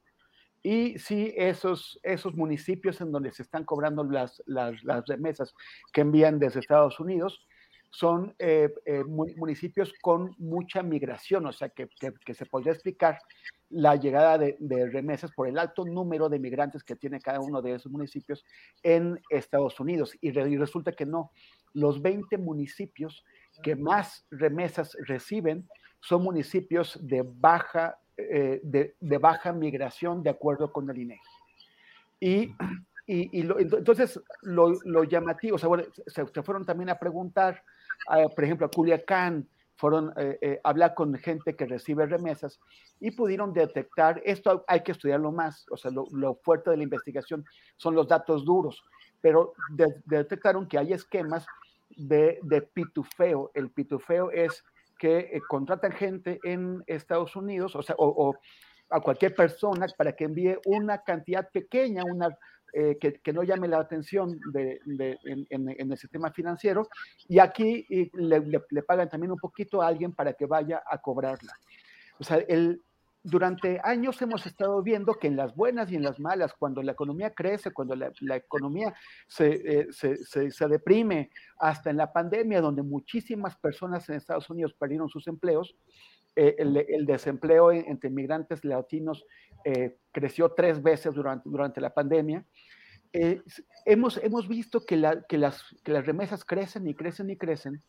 y si esos, esos municipios en donde se están cobrando las, las, las remesas que envían desde Estados Unidos, son eh, eh, municipios con mucha migración, o sea, que, que, que se podría explicar la llegada de, de remesas por el alto número de migrantes que tiene cada uno de esos municipios en Estados Unidos. Y, re, y resulta que no, los veinte municipios que más remesas reciben son municipios de baja, eh, de, de baja migración, de acuerdo con el I N E G I. Y, y lo, entonces, lo, lo llamativo, o sea, bueno, se, se fueron también a preguntar, a, por ejemplo, a Culiacán, fueron eh, eh, a hablar con gente que recibe remesas y pudieron detectar, esto hay que estudiarlo más, o sea, lo, lo fuerte de la investigación son los datos duros, pero de, de detectaron que hay esquemas de, de pitufeo. El pitufeo es que eh, contratan gente en Estados Unidos, o sea, o, o a cualquier persona para que envíe una cantidad pequeña, una Eh, que, que no llame la atención de, de, en, en, en el sistema financiero, y aquí y le, le, le pagan también un poquito a alguien para que vaya a cobrarla. O sea, el, durante años hemos estado viendo que en las buenas y en las malas, cuando la economía crece, cuando la, la economía se, eh, se, se, se deprime, hasta en la pandemia, donde muchísimas personas en Estados Unidos perdieron sus empleos, eh, el, el desempleo entre migrantes latinos eh, creció tres veces durante, durante la pandemia. Eh, hemos, hemos visto que, la, que, las, que las remesas crecen y crecen y crecen,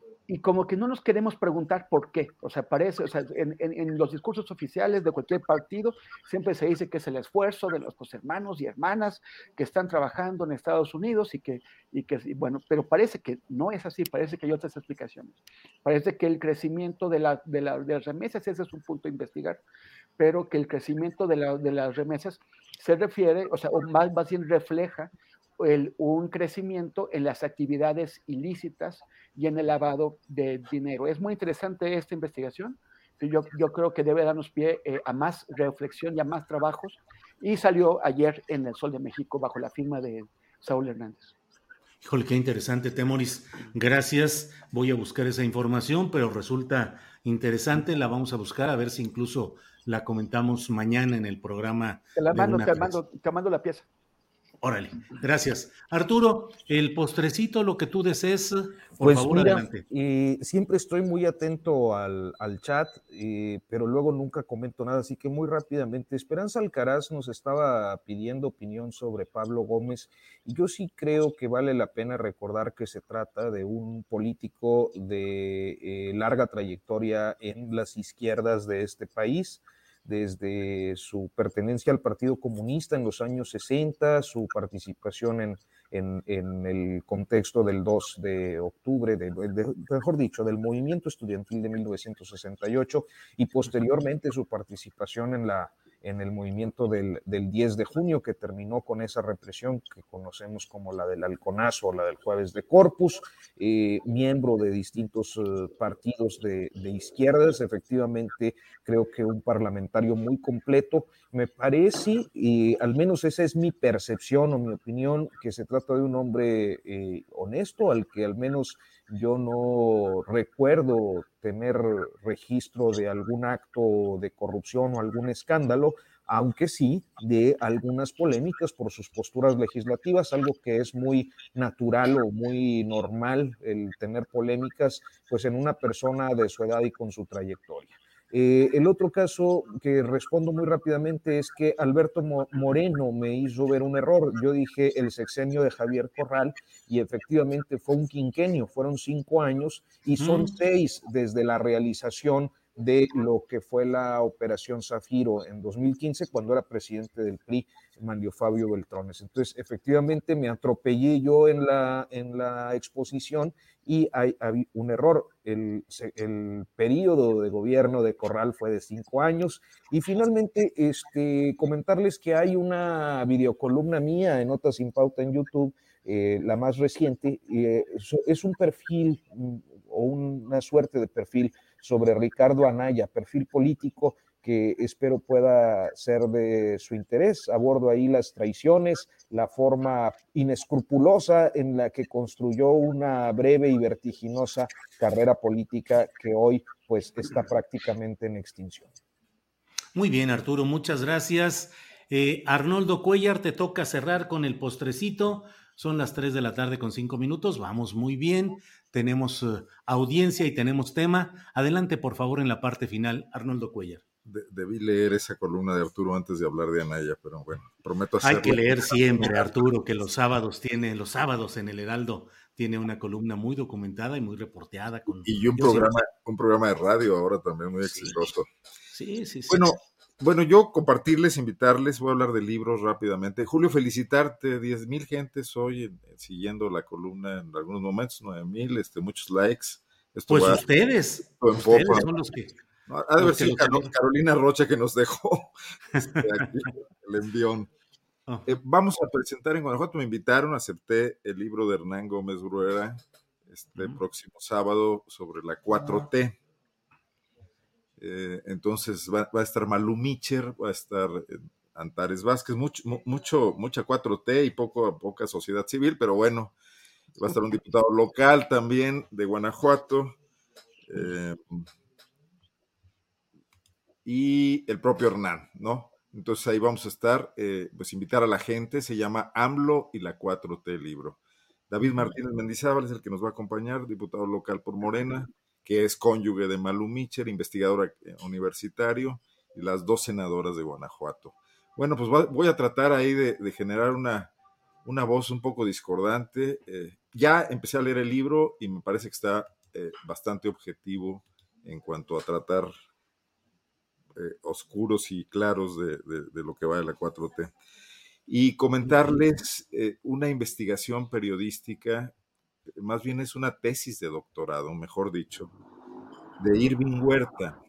y como que no nos queremos preguntar por qué. O sea, parece, o sea, en, en, en los discursos oficiales de cualquier partido siempre se dice que es el esfuerzo de nuestros hermanos y hermanas que están trabajando en Estados Unidos y que, y que y bueno, pero parece que no es así, parece que hay otras explicaciones. Parece que el crecimiento de, la, de, la, de las remesas, ese es un punto a investigar, pero que el crecimiento de, la, de las remesas se refiere, o sea, o más, más bien refleja El, un crecimiento en las actividades ilícitas y en el lavado de dinero. Es muy interesante esta investigación. Yo, yo creo que debe darnos pie eh, a más reflexión y a más trabajos, y salió ayer en El Sol de México bajo la firma de Saúl Hernández. Híjole, qué interesante, Temoris. Gracias. Voy a buscar esa información, pero resulta interesante. La vamos a buscar a ver si incluso la comentamos mañana en el programa. Te la mando, de te mando, te mando la pieza. Órale, gracias. Arturo, el postrecito, lo que tú desees, por pues favor, mira, adelante. Eh, siempre estoy muy atento al, al chat, eh, pero luego nunca comento nada, así que muy rápidamente, Esperanza Alcaraz nos estaba pidiendo opinión sobre Pablo Gómez, y yo sí creo que vale la pena recordar que se trata de un político de eh, larga trayectoria en las izquierdas de este país, desde su pertenencia al Partido Comunista en los años sesenta, su participación en, en, en el contexto del dos de octubre, de, de, mejor dicho, del movimiento estudiantil de mil novecientos sesenta y ocho, y posteriormente su participación en, la, en el movimiento del, del diez de junio, que terminó con esa represión que conocemos como la del Halconazo o la del Jueves de Corpus, eh, miembro de distintos uh, partidos de, de izquierdas. Efectivamente, creo que un parlamentario muy completo. Me parece, y al menos esa es mi percepción o mi opinión, que se trata de un hombre eh, honesto, al que al menos yo no recuerdo tener registro de algún acto de corrupción o algún escándalo, aunque sí de algunas polémicas por sus posturas legislativas, algo que es muy natural o muy normal, el tener polémicas pues en una persona de su edad y con su trayectoria. Eh, el otro caso que respondo muy rápidamente es que Alberto Moreno me hizo ver un error. Yo dije el sexenio de Javier Corral, y efectivamente fue un quinquenio, fueron cinco años y son mm. seis desde la realización de lo que fue la Operación Zafiro en dos mil quince, cuando era presidente del P R I, Manlio Fabio Beltrones. Entonces, efectivamente, me atropellé yo en la, en la exposición y hay, hay un error. El, el periodo de gobierno de Corral fue de cinco años. Y finalmente, este, comentarles que hay una videocolumna mía en Notas Sin Pauta en YouTube, eh, la más reciente. Eh, es un perfil o una suerte de perfil sobre Ricardo Anaya, perfil político que espero pueda ser de su interés. Abordo ahí las traiciones, la forma inescrupulosa en la que construyó una breve y vertiginosa carrera política que hoy pues está prácticamente en extinción. Muy bien, Arturo, muchas gracias. Eh, Arnoldo Cuellar, te toca cerrar con el postrecito. Son las tres de la tarde con cinco minutos, vamos muy bien, tenemos uh, audiencia y tenemos tema. Adelante, por favor, en la parte final, Arnoldo Cuellar. De, debí leer esa columna de Arturo antes de hablar de Anaya, pero bueno, prometo hacerlo. Hay que leer siempre, Arturo, que los sábados tiene, los sábados en el Heraldo tiene una columna muy documentada y muy reporteada. Con, y un programa, siempre... un programa de radio ahora también muy exitoso. Sí, sí, sí. Bueno, Bueno, yo compartirles, invitarles, voy a hablar de libros rápidamente. Julio, felicitarte, diez mil gentes hoy en, en, siguiendo la columna en algunos momentos, nueve mil, este, muchos likes. Esto pues va, ustedes, ustedes popa. son los que... No, ha de haber sido Carol, Carolina Rocha que nos dejó este, aquí, el envión. Oh. Eh, vamos a presentar en Guanajuato, me invitaron, acepté el libro de Hernán Gómez Bruera este uh-huh. próximo sábado sobre la cuatro T. Eh, entonces va, va a estar Malú Micher, va a estar eh, Antares Vázquez, mucho, mucho, mucha cuatro T y poco, poca sociedad civil, pero bueno, va a estar un diputado local también de Guanajuato, eh, y el propio Hernán, ¿no? Entonces ahí vamos a estar, eh, pues invitar a la gente, se llama AMLO y la cuatro T libro. David Martínez Mendizábal es el que nos va a acompañar, diputado local por Morena, que es cónyuge de Malú Micher, investigador universitario, y las dos senadoras de Guanajuato. Bueno, pues voy a tratar ahí de, de generar una, una voz un poco discordante. Eh, ya empecé a leer el libro y me parece que está eh, bastante objetivo en cuanto a tratar eh, oscuros y claros de, de, de lo que va de la cuatro T. Y comentarles eh, una investigación periodística, más bien es una tesis de doctorado, mejor dicho, de Irving Huerta,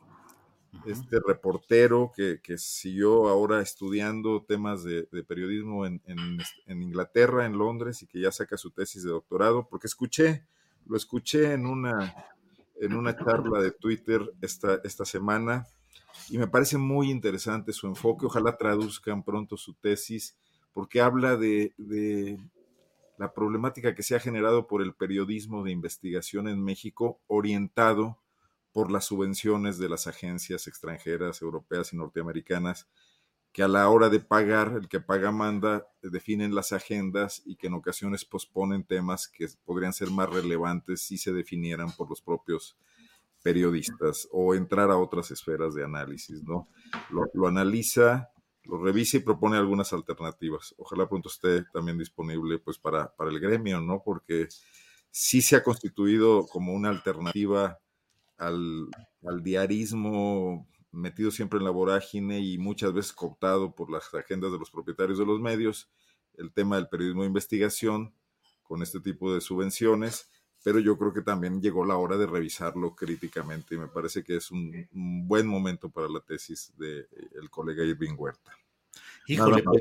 este reportero que, que siguió ahora estudiando temas de, de periodismo en, en, en Inglaterra, en Londres, y que ya saca su tesis de doctorado, porque escuché, lo escuché en una, en una charla de Twitter esta, esta semana, y me parece muy interesante su enfoque. Ojalá traduzcan pronto su tesis, porque habla de, de la problemática que se ha generado por el periodismo de investigación en México, orientado por las subvenciones de las agencias extranjeras, europeas y norteamericanas, que a la hora de pagar, el que paga manda, definen las agendas y que en ocasiones posponen temas que podrían ser más relevantes si se definieran por los propios periodistas o entrar a otras esferas de análisis, ¿no? Lo, lo analiza, lo revisa y propone algunas alternativas. Ojalá pronto esté también disponible pues para, para el gremio, ¿no? Porque sí se ha constituido como una alternativa al, al diarismo metido siempre en la vorágine y muchas veces cooptado por las agendas de los propietarios de los medios, el tema del periodismo de investigación con este tipo de subvenciones, pero yo creo que también llegó la hora de revisarlo críticamente y me parece que es un, un buen momento para la tesis del colega Irving Huerta. Híjole, pues,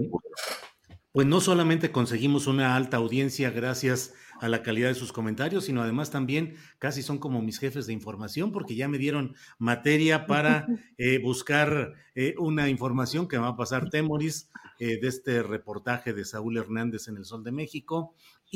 pues no solamente conseguimos una alta audiencia gracias a la calidad de sus comentarios, sino además también casi son como mis jefes de información, porque ya me dieron materia para eh, buscar eh, una información que me va a pasar Temoris eh, de este reportaje de Saúl Hernández en El Sol de México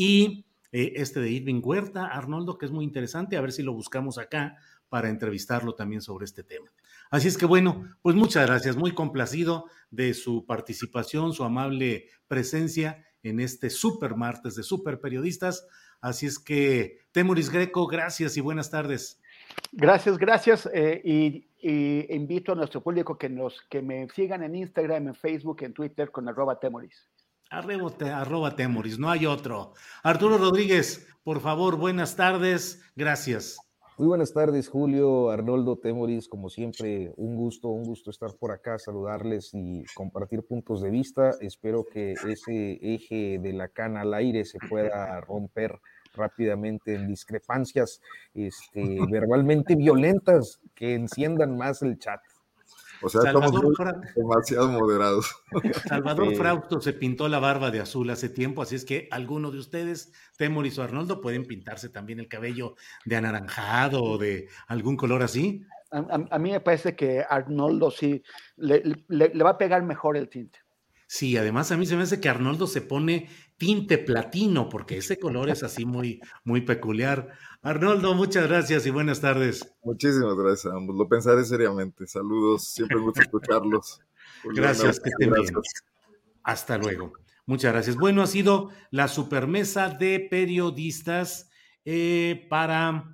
y eh, este de Irving Huerta, Arnoldo, que es muy interesante, a ver si lo buscamos acá para entrevistarlo también sobre este tema. Así es que bueno, pues muchas gracias, muy complacido de su participación, su amable presencia en este super martes de super periodistas. Así es que, Temoris Greco, gracias y buenas tardes. Gracias, gracias. Eh, y, y invito a nuestro público que, nos, que me sigan en Instagram, en Facebook, en Twitter con arroba Temoris. Arroba, arroba Temoris, no hay otro. Arturo Rodríguez, por favor, buenas tardes, gracias. Muy buenas tardes, Julio, Arnoldo, Temoris, como siempre, un gusto, un gusto estar por acá, saludarles y compartir puntos de vista. Espero que ese eje de la cana al aire se pueda romper rápidamente en discrepancias este, verbalmente violentas que enciendan más el chat. O sea, Salvador estamos muy, Fra... demasiado moderados. Salvador sí. Frausto se pintó la barba de azul hace tiempo, así es que alguno de ustedes, Temoris o Arnoldo, pueden pintarse también el cabello de anaranjado o de algún color así. A, a, a mí me parece que Arnoldo sí le, le, le va a pegar mejor el tinte. Sí, además a mí se me hace que Arnoldo se pone tinte platino, porque ese color es así muy, muy peculiar. Arnoldo, muchas gracias y buenas tardes. Muchísimas gracias a ambos, lo pensaré seriamente. Saludos, siempre me gusta escucharlos. Gracias, que estén bien. Hasta luego. Muchas gracias. Bueno, ha sido la supermesa de periodistas eh, para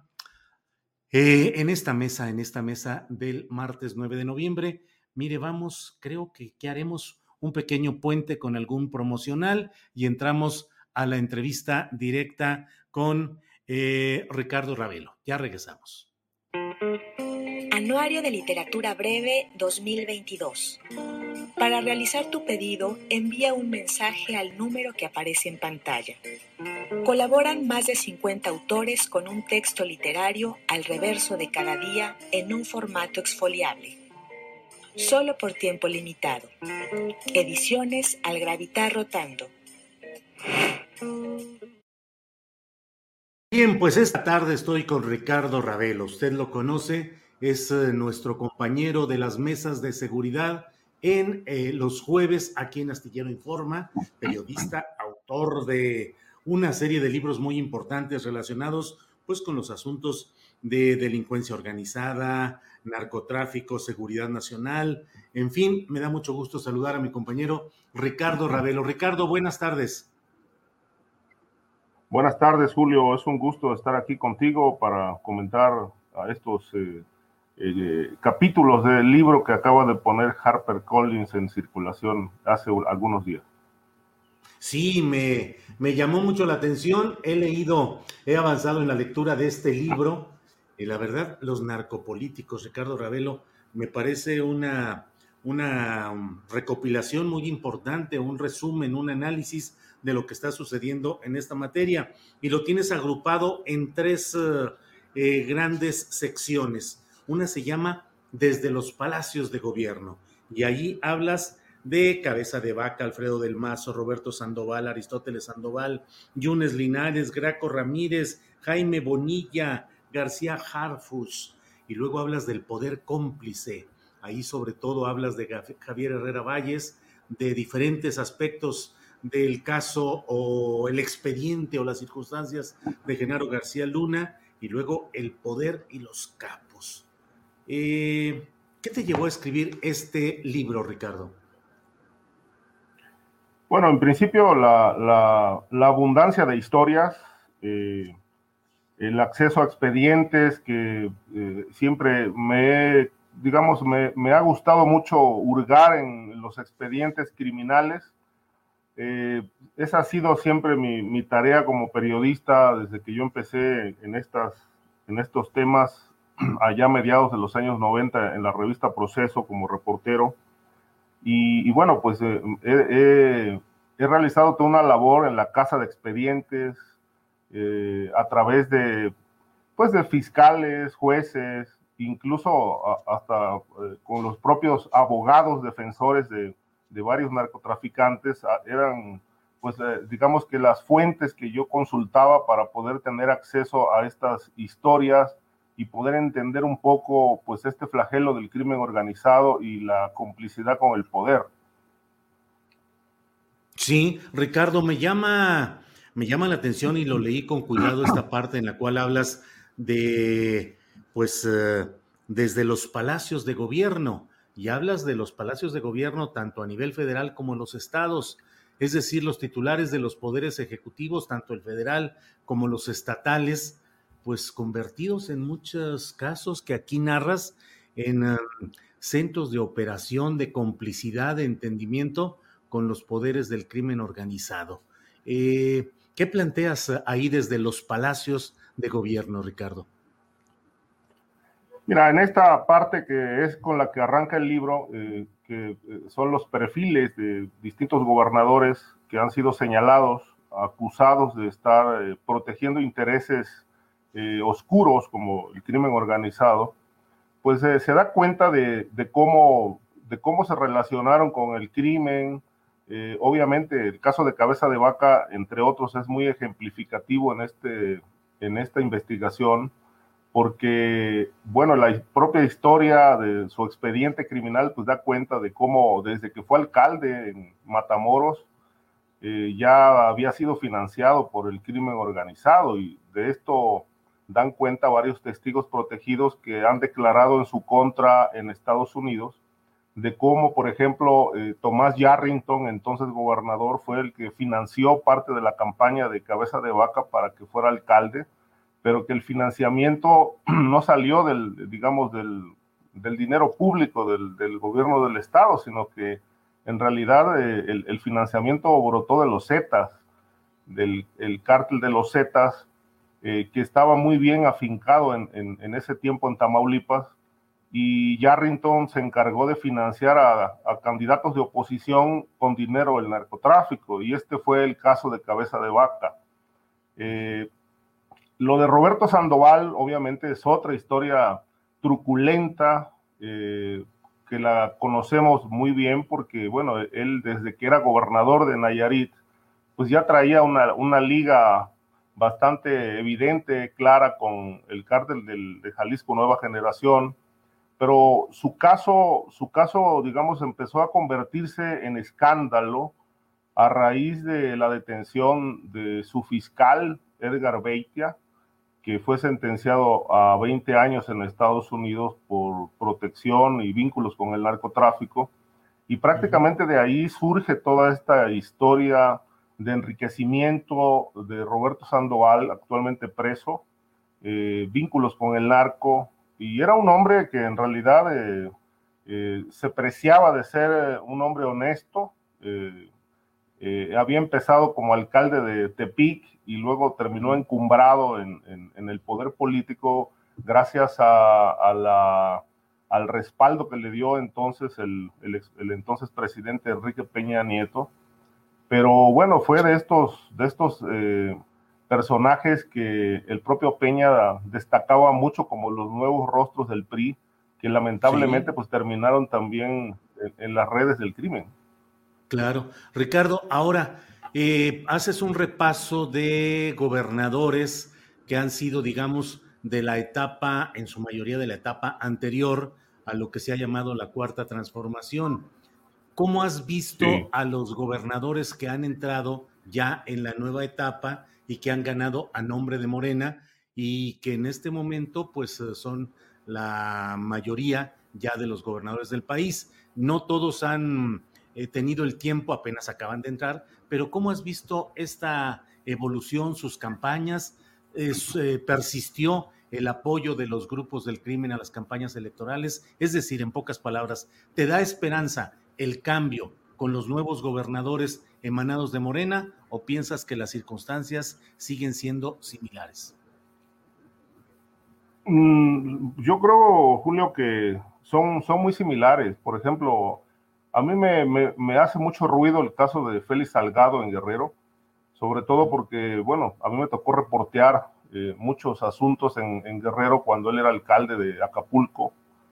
eh, en esta mesa, en esta mesa del martes nueve de noviembre. Mire, vamos, creo que, que haremos un pequeño puente con algún promocional y entramos a la entrevista directa con eh, Ricardo Ravelo. Ya regresamos. Anuario de Literatura Breve dos mil veintidós. Para realizar tu pedido, envía un mensaje al número que aparece en pantalla. Colaboran más de cincuenta autores con un texto literario al reverso de cada día en un formato exfoliable. Solo por tiempo limitado. Ediciones Al Gravitar Rotando. Bien, pues esta tarde estoy con Ricardo Ravelo. Usted lo conoce, es eh, nuestro compañero de las mesas de seguridad en eh, los jueves aquí en Astillero Informa, periodista, autor de una serie de libros muy importantes relacionados pues con los asuntos de delincuencia organizada, narcotráfico, seguridad nacional, en fin, me da mucho gusto saludar a mi compañero Ricardo Ravelo. Ricardo, buenas tardes. Buenas tardes, Julio. Es un gusto estar aquí contigo para comentar a estos eh, eh, capítulos del libro que acaba de poner HarperCollins en circulación hace algunos días. Sí, me, me llamó mucho la atención. He leído, he avanzado en la lectura de este libro. Y la verdad, los narcopolíticos, Ricardo Ravelo, me parece una, una recopilación muy importante, un resumen, un análisis de lo que está sucediendo en esta materia. Y lo tienes agrupado en tres uh, eh, grandes secciones. Una se llama Desde los Palacios de Gobierno. Y ahí hablas de Cabeza de Vaca, Alfredo del Mazo, Roberto Sandoval, Aristóteles Sandoval, Yunes Linares, Graco Ramírez, Jaime Bonilla, García Harfuch, y luego hablas del poder cómplice. Ahí sobre todo hablas de Javier Herrera Valles, de diferentes aspectos del caso o el expediente o las circunstancias de Genaro García Luna, y luego el poder y los capos. Eh, ¿Qué te llevó a escribir este libro, Ricardo? Bueno, en principio la, la, la abundancia de historias, eh, el acceso a expedientes que eh, siempre me, digamos, me, me ha gustado mucho hurgar en los expedientes criminales. Eh, esa ha sido siempre mi, mi tarea como periodista desde que yo empecé en, estas, en estos temas allá a mediados de los años noventa en la revista Proceso como reportero. Y, y bueno, pues eh, he, he realizado toda una labor en la casa de expedientes, eh, a través de, pues de fiscales, jueces, incluso a, hasta eh, con los propios abogados defensores de, de varios narcotraficantes. Eran, pues eh, digamos que las fuentes que yo consultaba para poder tener acceso a estas historias y poder entender un poco pues este flagelo del crimen organizado y la complicidad con el poder. Sí, Ricardo, me llama, me llama la atención y lo leí con cuidado esta parte en la cual hablas de, pues, eh, desde los palacios de gobierno, y hablas de los palacios de gobierno tanto a nivel federal como en los estados, es decir, los titulares de los poderes ejecutivos, tanto el federal como los estatales, pues convertidos en muchos casos que aquí narras en uh, centros de operación, de complicidad, de entendimiento con los poderes del crimen organizado. Eh, ¿Qué planteas ahí desde los palacios de gobierno, Ricardo? Mira, en esta parte que es con la que arranca el libro, eh, que eh, son los perfiles de distintos gobernadores que han sido señalados, acusados de estar eh, protegiendo intereses Eh, oscuros como el crimen organizado, pues eh, se da cuenta de, de, cómo, de cómo se relacionaron con el crimen. Eh, obviamente el caso de Cabeza de Vaca, entre otros, es muy ejemplificativo en, este, en esta investigación, porque, bueno, la propia historia de su expediente criminal pues da cuenta de cómo desde que fue alcalde en Matamoros eh, ya había sido financiado por el crimen organizado, y de esto dan cuenta varios testigos protegidos que han declarado en su contra en Estados Unidos, de cómo, por ejemplo, eh, Tomás Yarrington, entonces gobernador, fue el que financió parte de la campaña de Cabeza de Vaca para que fuera alcalde, pero que el financiamiento no salió del, digamos, del, del dinero público del, del gobierno del estado, sino que en realidad eh, el, el financiamiento brotó de los Zetas, del el cártel de los Zetas, Eh, que estaba muy bien afincado en, en, en ese tiempo en Tamaulipas, y Yarrington se encargó de financiar a, a candidatos de oposición con dinero del narcotráfico, y este fue el caso de Cabeza de Vaca. Eh, lo de Roberto Sandoval obviamente es otra historia truculenta, eh, que la conocemos muy bien porque, bueno, él desde que era gobernador de Nayarit, pues ya traía una, una liga bastante evidente, clara, con el cártel del, de Jalisco Nueva Generación, pero su caso, su caso, digamos, empezó a convertirse en escándalo a raíz de la detención de su fiscal, Edgar Beitia, que fue sentenciado a veinte años en Estados Unidos por protección y vínculos con el narcotráfico, y prácticamente de ahí surge toda esta historia de enriquecimiento de Roberto Sandoval, actualmente preso, eh, vínculos con el narco, y era un hombre que en realidad eh, eh, se preciaba de ser un hombre honesto. eh, eh, había empezado como alcalde de Tepic y luego terminó encumbrado en, en, en el poder político gracias a, a la, al respaldo que le dio entonces el, el, el entonces presidente Enrique Peña Nieto. Pero bueno, fue de estos, de estos eh, personajes que el propio Peña destacaba mucho como los nuevos rostros del P R I, que lamentablemente sí. pues terminaron también en, en las redes del crimen. Claro. Ricardo, ahora eh, haces un repaso de gobernadores que han sido, digamos, de la etapa, en su mayoría de la etapa anterior a lo que se ha llamado la Cuarta Transformación. ¿Cómo has visto sí. a los gobernadores que han entrado ya en la nueva etapa y que han ganado a nombre de Morena y que en este momento pues son la mayoría ya de los gobernadores del país? No todos han eh, tenido el tiempo, apenas acaban de entrar, pero ¿cómo has visto esta evolución, sus campañas? Es, eh, ¿Persistió el apoyo de los grupos del crimen a las campañas electorales? Es decir, en pocas palabras, ¿te da esperanza el cambio con los nuevos gobernadores emanados de Morena o piensas que las circunstancias siguen siendo similares? Mm, yo creo, Julio, que son, son muy similares. Por ejemplo, a mí me, me, me hace mucho ruido el caso de Félix Salgado en Guerrero, sobre todo porque, bueno, a mí me tocó reportear eh, muchos asuntos en, en Guerrero cuando él era alcalde de Acapulco,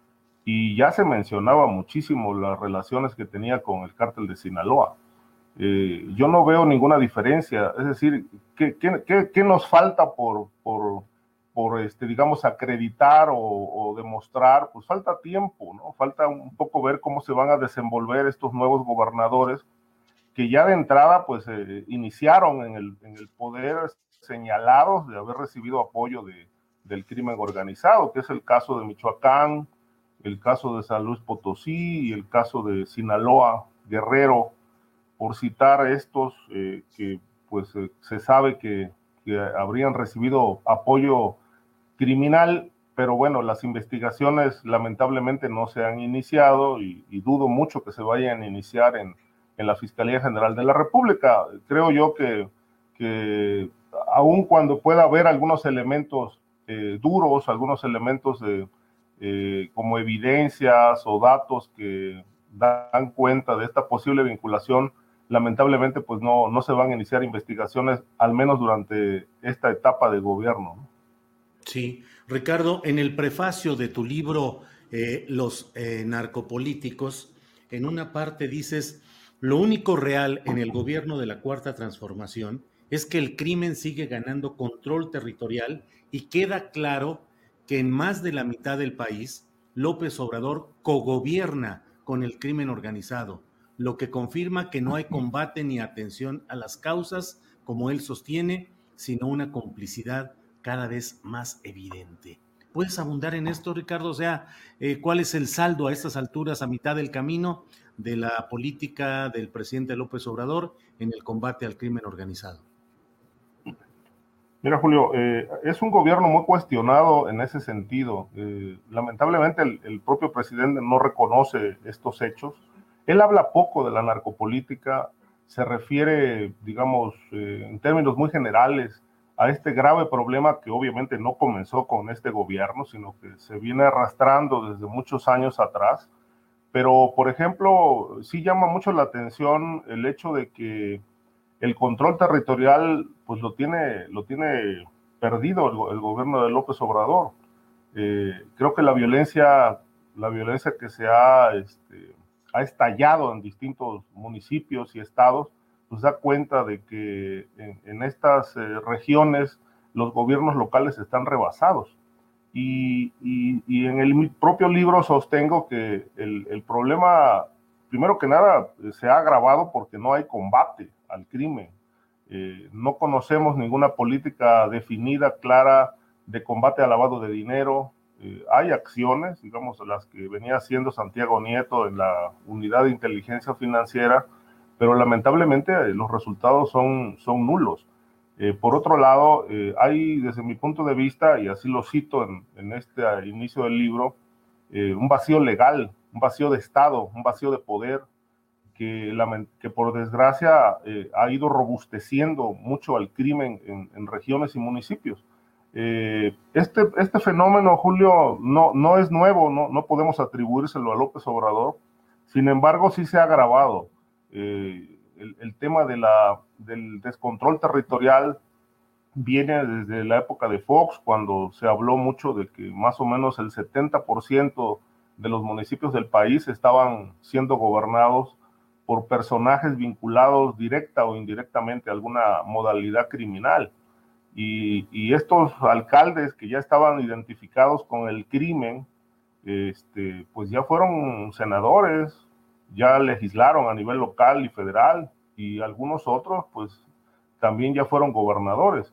y ya se mencionaba muchísimo las relaciones que tenía con el cártel de Sinaloa. Eh, yo no veo ninguna diferencia, es decir, ¿qué, qué, qué, qué nos falta por, por, por este, digamos, acreditar o, o demostrar? Pues falta tiempo, ¿no? Falta un poco ver cómo se van a desenvolver estos nuevos gobernadores que ya de entrada, pues, eh, iniciaron en el, en el poder señalados de haber recibido apoyo de, del crimen organizado, que es el caso de Michoacán, el caso de San Luis Potosí y el caso de Sinaloa, Guerrero, por citar estos eh, que pues eh, se sabe que, que habrían recibido apoyo criminal, pero bueno, las investigaciones lamentablemente no se han iniciado y, y dudo mucho que se vayan a iniciar en, en la Fiscalía General de la República. Creo yo que, que aun cuando pueda haber algunos elementos eh, duros, algunos elementos de Eh, como evidencias o datos que dan cuenta de esta posible vinculación, lamentablemente pues no, no se van a iniciar investigaciones, al menos durante esta etapa de gobierno. Sí, Ricardo, en el prefacio de tu libro eh, Los eh, narcopolíticos, en una parte dices: lo único real en el gobierno de la Cuarta Transformación es que el crimen sigue ganando control territorial y queda claro que en más de la mitad del país, López Obrador cogobierna con el crimen organizado, lo que confirma que no hay combate ni atención a las causas, como él sostiene, sino una complicidad cada vez más evidente. ¿Puedes abundar en esto, Ricardo? O sea, eh, ¿cuál es el saldo a estas alturas, a mitad del camino, de la política del presidente López Obrador en el combate al crimen organizado? Mira, Julio, eh, es un gobierno muy cuestionado en ese sentido. Eh, lamentablemente el, el propio presidente no reconoce estos hechos. Él habla poco de la narcopolítica, se refiere, digamos, eh, en términos muy generales a este grave problema que obviamente no comenzó con este gobierno, sino que se viene arrastrando desde muchos años atrás. Pero, por ejemplo, sí llama mucho la atención el hecho de que el control territorial pues lo tiene, lo tiene perdido el, el gobierno de López Obrador. Eh, creo que la violencia, la violencia que se ha, este, ha estallado en distintos municipios y estados, pues da cuenta de que en, en estas eh, regiones los gobiernos locales están rebasados. Y, y, y en el propio libro sostengo que el, el problema, primero que nada, se ha agravado porque no hay combate al crimen. Eh, no conocemos ninguna política definida, clara, de combate al lavado de dinero. Eh, hay acciones, digamos, las que venía haciendo Santiago Nieto en la unidad de inteligencia financiera, pero lamentablemente eh, los resultados son, son nulos. Eh, por otro lado, eh, hay desde mi punto de vista, y así lo cito en, en este inicio del libro, eh, un vacío legal, un vacío de Estado, un vacío de poder, que, la, que por desgracia eh, ha ido robusteciendo mucho al crimen en, en regiones y municipios. Eh, este, este fenómeno, Julio, no, no es nuevo, no, no podemos atribuírselo a López Obrador, sin embargo sí se ha agravado. Eh, el, el tema de la, del descontrol territorial viene desde la época de Fox, cuando se habló mucho de que más o menos el setenta por ciento de los municipios del país estaban siendo gobernados por personajes vinculados directa o indirectamente a alguna modalidad criminal. Y, y estos alcaldes que ya estaban identificados con el crimen, este, pues ya fueron senadores, ya legislaron a nivel local y federal, y algunos otros pues también ya fueron gobernadores.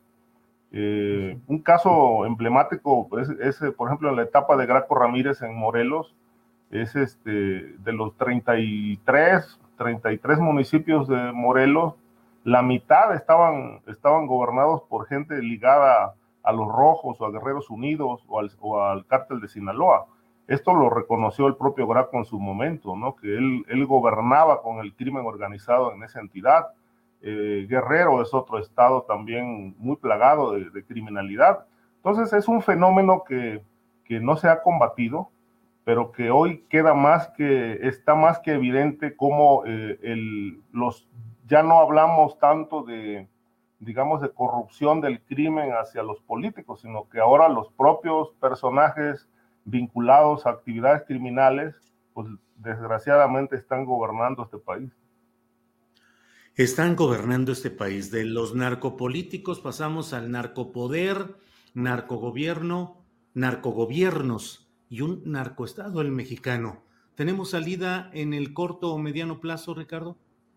Eh, un caso emblemático es, es, por ejemplo, en la etapa de Graco Ramírez en Morelos, es este, de los treinta y tres municipios de Morelos, la mitad estaban, estaban gobernados por gente ligada a los Rojos o a Guerreros Unidos o al, o al cártel de Sinaloa. Esto lo reconoció el propio Graco en su momento, ¿no? Que él, él gobernaba con el crimen organizado en esa entidad. Eh, Guerrero es otro estado también muy plagado de, de criminalidad. Entonces es un fenómeno que, que no se ha combatido, pero que hoy queda más que, está más que evidente cómo eh, el, los, ya no hablamos tanto de, digamos, de corrupción del crimen hacia los políticos, sino que ahora los propios personajes vinculados a actividades criminales, pues desgraciadamente están gobernando este país. Están gobernando este país. De los narcopolíticos pasamos al narcopoder, narcogobierno, narcogobiernos y un narcoestado, el mexicano. ¿Tenemos salida en el corto o mediano plazo, Ricardo?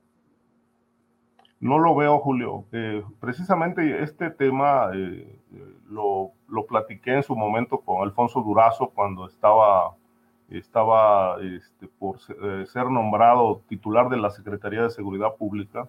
No lo veo, Julio. Eh, precisamente este tema eh, lo, lo platiqué en su momento con Alfonso Durazo cuando estaba, estaba este, por ser, ser nombrado titular de la Secretaría de Seguridad Pública.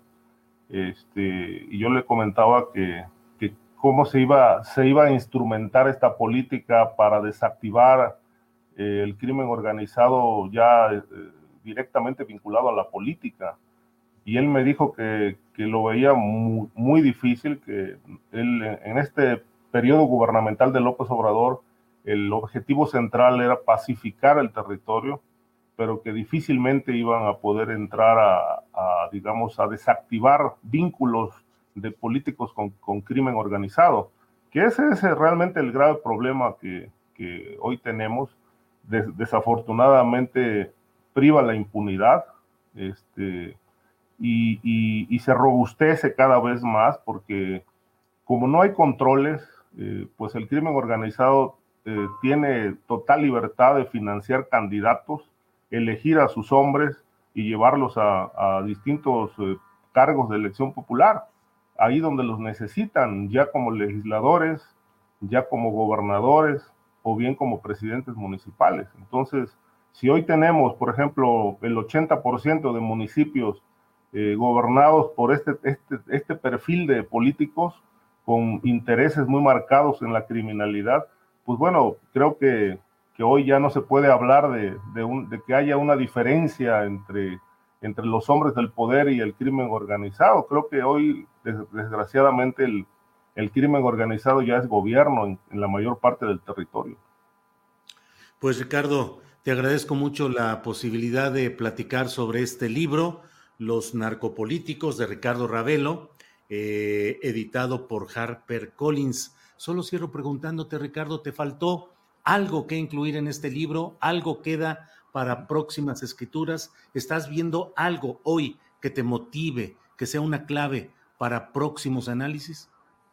Este, y yo le comentaba que, que cómo se iba, se iba a instrumentar esta política para desactivar eh, el crimen organizado ya eh, directamente vinculado a la política. Y él me dijo que, que lo veía muy, muy difícil, que él, en este periodo gubernamental de López Obrador, el objetivo central era pacificar el territorio, pero que difícilmente iban a poder entrar a, a digamos, a desactivar vínculos de políticos con, con crimen organizado, que ese es realmente el grave problema que, que hoy tenemos. Des, desafortunadamente priva la impunidad, este... Y, y, y se robustece cada vez más porque como no hay controles, eh, pues el crimen organizado eh, tiene total libertad de financiar candidatos, elegir a sus hombres y llevarlos a, a distintos eh, cargos de elección popular, ahí donde los necesitan, ya como legisladores, ya como gobernadores o bien como presidentes municipales. Entonces, si hoy tenemos, por ejemplo, el ochenta por ciento de municipios Eh, gobernados por este, este, este perfil de políticos con intereses muy marcados en la criminalidad, pues bueno, creo que, que hoy ya no se puede hablar de, de, un, de que haya una diferencia entre, entre los hombres del poder y el crimen organizado. Creo que hoy, des, desgraciadamente, el, el crimen organizado ya es gobierno en, en la mayor parte del territorio. Pues Ricardo, te agradezco mucho la posibilidad de platicar sobre este libro, Los narcopolíticos, de Ricardo Ravelo, eh, editado por HarperCollins. Solo cierro preguntándote, Ricardo, ¿te faltó algo que incluir en este libro? ¿Algo queda para próximas escrituras? ¿Estás viendo algo hoy que te motive, que sea una clave para próximos análisis?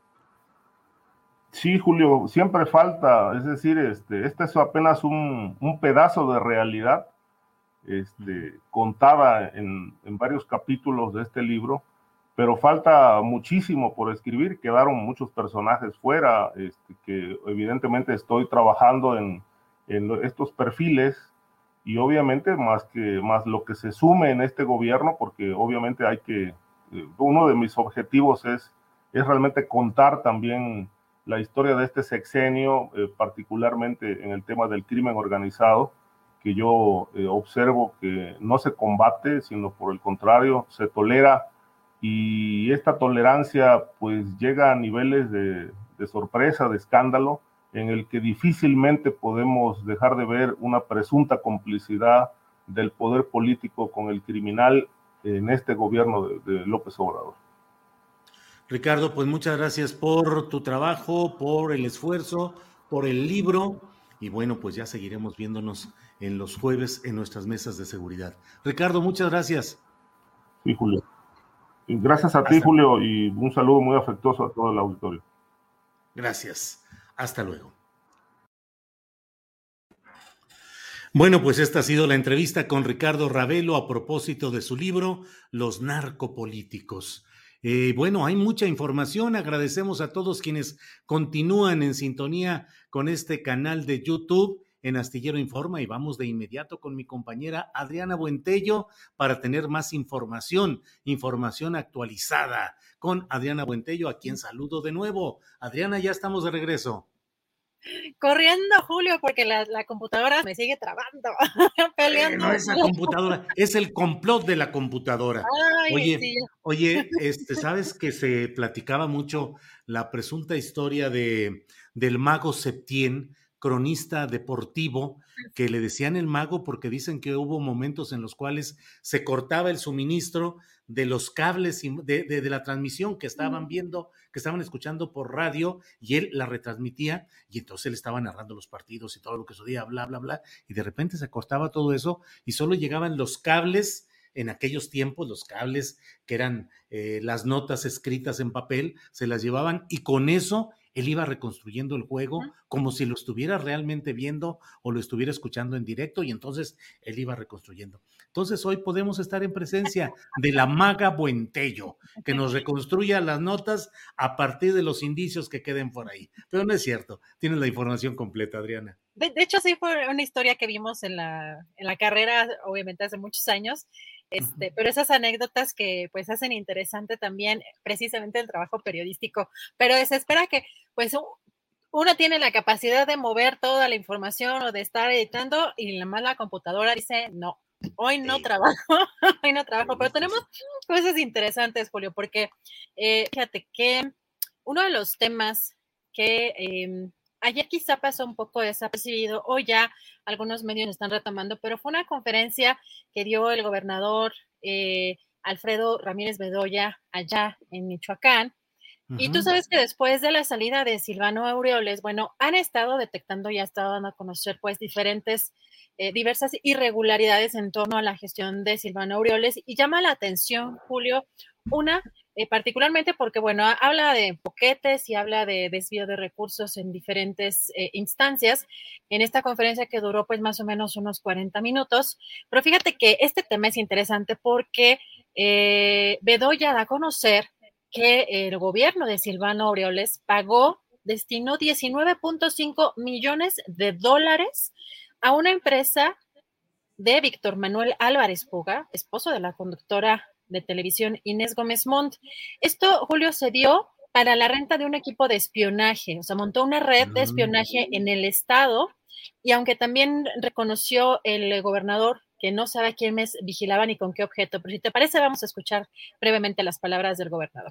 Sí, Julio, siempre falta, es decir, este, este es apenas un, un pedazo de realidad Este, contada en, en varios capítulos de este libro, pero falta muchísimo por escribir, quedaron muchos personajes fuera, este, que evidentemente estoy trabajando en, en estos perfiles, y obviamente más, que, más lo que se sume en este gobierno, porque obviamente hay que, uno de mis objetivos es, es realmente contar también la historia de este sexenio, eh, particularmente en el tema del crimen organizado, que yo eh, observo que no se combate, sino por el contrario, se tolera, y esta tolerancia pues llega a niveles de, de sorpresa, de escándalo, en el que difícilmente podemos dejar de ver una presunta complicidad del poder político con el criminal en este gobierno de, de López Obrador. Ricardo, pues muchas gracias por tu trabajo, por el esfuerzo, por el libro, y bueno, pues ya seguiremos viéndonos en los jueves en nuestras mesas de seguridad. Ricardo, muchas gracias. Sí, Julio. Gracias a ti, Julio, y un saludo muy afectuoso a todo el auditorio. Gracias. Hasta luego. Bueno, pues esta ha sido la entrevista con Ricardo Ravelo a propósito de su libro Los narcopolíticos. Eh, bueno, hay mucha información. Agradecemos a todos quienes continúan en sintonía con este canal de YouTube en Astillero Informa, y vamos de inmediato con mi compañera Adriana Buentello para tener más información, información actualizada con Adriana Buentello, a quien saludo de nuevo. Adriana, ya estamos de regreso. Corriendo, Julio, porque la, la computadora me sigue trabando, peleando. Eh, no es la computadora, es el complot de la computadora. Ay, oye, sí. oye, este, ¿sabes que se platicaba mucho la presunta historia de, del mago Septién, cronista deportivo, que le decían el mago porque dicen que hubo momentos en los cuales se cortaba el suministro de los cables de, de, de la transmisión que estaban viendo, que estaban escuchando por radio, y él la retransmitía, y entonces él estaba narrando los partidos y todo lo que sucedía, bla, bla, bla, y de repente se cortaba todo eso y solo llegaban los cables. En aquellos tiempos, los cables que eran eh, las notas escritas en papel, se las llevaban, y con eso él iba reconstruyendo el juego como si lo estuviera realmente viendo o lo estuviera escuchando en directo, y entonces él iba reconstruyendo. Entonces hoy podemos estar en presencia de la maga Buentello, que nos reconstruya las notas a partir de los indicios que queden por ahí. Pero no es cierto, tienes la información completa, Adriana. De, de hecho, sí fue una historia que vimos en la, en la carrera, obviamente hace muchos años, este, uh-huh. pero esas anécdotas que pues hacen interesante también precisamente el trabajo periodístico, pero se espera que pues uno tiene la capacidad de mover toda la información o de estar editando, y la más la computadora dice no, hoy no sí. trabajo, hoy no trabajo, pero tenemos cosas interesantes, Julio, porque eh, fíjate que uno de los temas que eh, ayer quizá pasó un poco desapercibido, hoy ya algunos medios están retomando, pero fue una conferencia que dio el gobernador eh, Alfredo Ramírez Bedoya allá en Michoacán. Uh-huh. Y tú sabes que después de la salida de Silvano Aureoles, bueno, han estado detectando y ha estado dando a conocer pues diferentes, eh, diversas irregularidades en torno a la gestión de Silvano Aureoles, y llama la atención, Julio, una, eh, particularmente porque, bueno, habla de boquetes y habla de desvío de recursos en diferentes eh, instancias, en esta conferencia que duró pues más o menos unos cuarenta minutos, pero fíjate que este tema es interesante porque eh, Bedoya da a conocer que el gobierno de Silvano Aureoles pagó, destinó diecinueve punto cinco millones de dólares a una empresa de Víctor Manuel Álvarez Puga, esposo de la conductora de televisión Inés Gómez Montt. Esto, Julio, se dio para la renta de un equipo de espionaje, o sea, montó una red de espionaje en el estado, y aunque también reconoció el gobernador que no sabe a quiénes vigilaban y con qué objeto, pero si te parece vamos a escuchar brevemente las palabras del gobernador.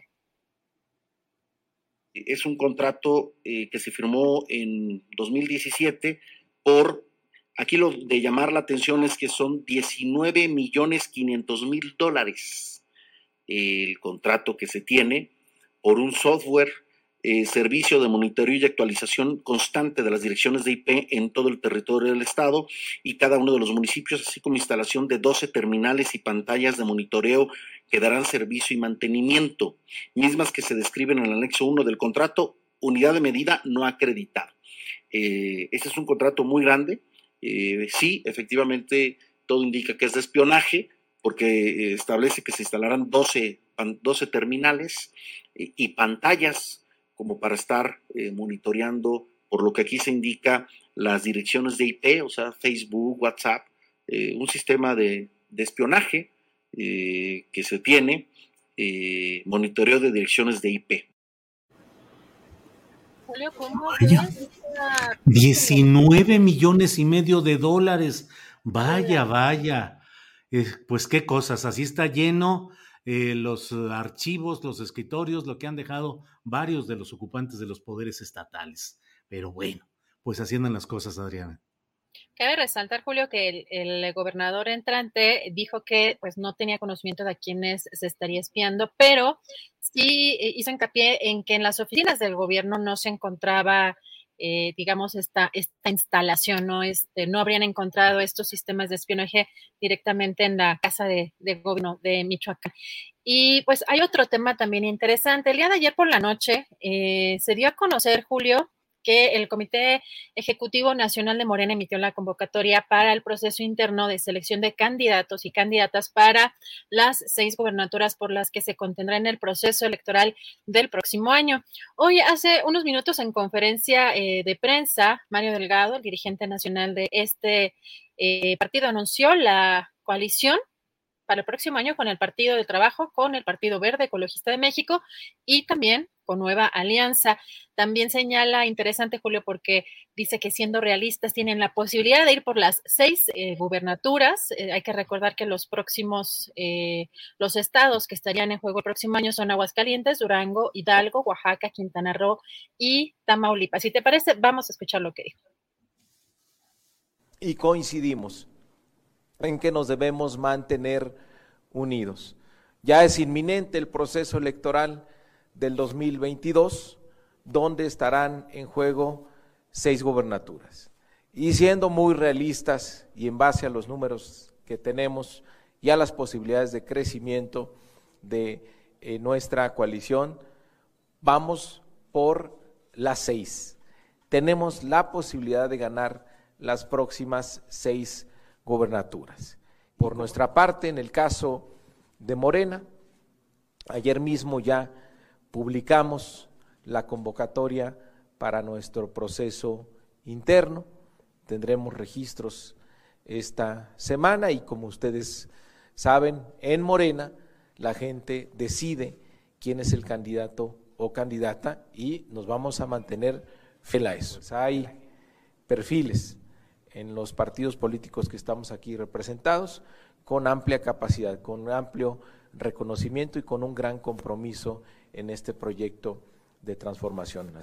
Es un contrato eh, que se firmó en dos mil diecisiete por, aquí lo de llamar la atención es que son diecinueve millones quinientos mil dólares el contrato que se tiene por un software, eh, servicio de monitoreo y actualización constante de las direcciones de I P en todo el territorio del estado y cada uno de los municipios, así como instalación de doce terminales y pantallas de monitoreo que darán servicio y mantenimiento, mismas que se describen en el anexo uno del contrato, unidad de medida no acreditada. Eh, este es un contrato muy grande, eh, sí, efectivamente todo indica que es de espionaje, porque establece que se instalarán doce doce terminales y, y pantallas como para estar eh, monitoreando, por lo que aquí se indica, las direcciones de I P, o sea, Facebook, WhatsApp, eh, un sistema de, de espionaje eh, que se tiene, eh, monitoreo de direcciones de I P. Julio, ¿cómo Vaya. ves esta- diecinueve millones y medio de dólares. Vaya, vaya. Eh, pues qué cosas. Así está lleno eh, los eh, archivos, los escritorios, lo que han dejado varios de los ocupantes de los poderes estatales. Pero bueno, pues así andan las cosas, Adriana. Cabe resaltar, Julio, que el, el gobernador entrante dijo que pues no tenía conocimiento de a quienes se estaría espiando, pero sí eh, hizo hincapié en que en las oficinas del gobierno no se encontraba, eh, digamos, esta, esta instalación, ¿no? Este, no habrían encontrado estos sistemas de espionaje directamente en la casa de, de gobierno de Michoacán. Y pues hay otro tema también interesante. El día de ayer por la noche eh, se dio a conocer, Julio, que el Comité Ejecutivo Nacional de Morena emitió la convocatoria para el proceso interno de selección de candidatos y candidatas para las seis gubernaturas por las que se contendrá en el proceso electoral del próximo año. Hoy, hace unos minutos, en conferencia eh, de prensa, Mario Delgado, el dirigente nacional de este eh, partido, anunció la coalición para el próximo año con el Partido del Trabajo, con el Partido Verde Ecologista de México y también con Nueva Alianza. También señala, interesante, Julio, porque dice que siendo realistas tienen la posibilidad de ir por las seis eh, gubernaturas. Eh, hay que recordar que los próximos, eh, los estados que estarían en juego el próximo año son Aguascalientes, Durango, Hidalgo, Oaxaca, Quintana Roo y Tamaulipas. Si te parece, vamos a escuchar lo que dijo. Y coincidimos en que nos debemos mantener unidos. Ya es inminente el proceso electoral del dos mil veintidós, donde estarán en juego seis gubernaturas. Y siendo muy realistas y en base a los números que tenemos y a las posibilidades de crecimiento de eh, nuestra coalición, vamos por las seis. Tenemos la posibilidad de ganar las próximas seis gubernaturas. Por nuestra parte, en el caso de Morena, ayer mismo ya publicamos la convocatoria para nuestro proceso interno, tendremos registros esta semana y como ustedes saben, en Morena la gente decide quién es el candidato o candidata y nos vamos a mantener fiel a eso. Pues hay perfiles en los partidos políticos que estamos aquí representados, con amplia capacidad, con amplio reconocimiento y con un gran compromiso en este proyecto de transformación.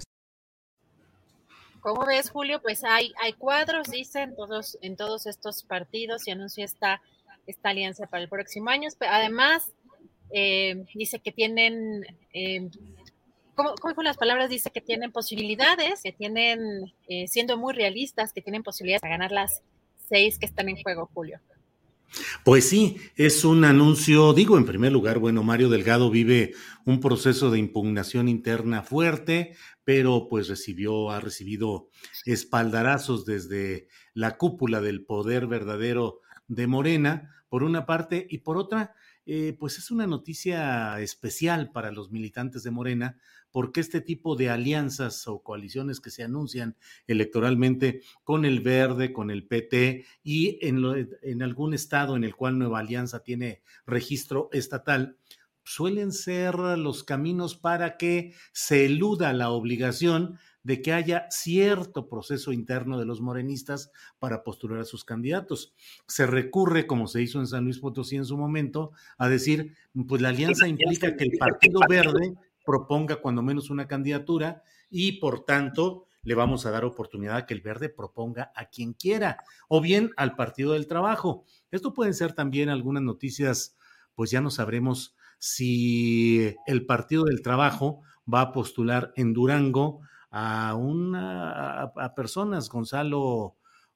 ¿Cómo ves, Julio? Pues hay, hay cuadros, dicen, todos, en todos estos partidos y anuncia esta, esta alianza para el próximo año. Además, eh, dice que tienen, eh, ¿cómo, ¿cómo son las palabras? Dice que tienen posibilidades, que tienen, eh, siendo muy realistas, que tienen posibilidades de ganar las seis que están en juego, Julio. Pues sí, es un anuncio, digo, en primer lugar, bueno, Mario Delgado vive un proceso de impugnación interna fuerte, pero pues recibió, ha recibido espaldarazos desde la cúpula del poder verdadero de Morena, por una parte, y por otra, eh, pues es una noticia especial para los militantes de Morena, porque este tipo de alianzas o coaliciones que se anuncian electoralmente con el Verde, con el P T y en, lo, en algún estado en el cual Nueva Alianza tiene registro estatal, suelen ser los caminos para que se eluda la obligación de que haya cierto proceso interno de los morenistas para postular a sus candidatos. Se recurre, como se hizo en San Luis Potosí en su momento, a decir, pues la alianza implica que el Partido Verde proponga cuando menos una candidatura y por tanto le vamos a dar oportunidad a que el Verde proponga a quien quiera o bien al Partido del Trabajo. Esto pueden ser también algunas noticias, pues ya no sabremos si el Partido del Trabajo va a postular en Durango a una a, a personas, Gonzalo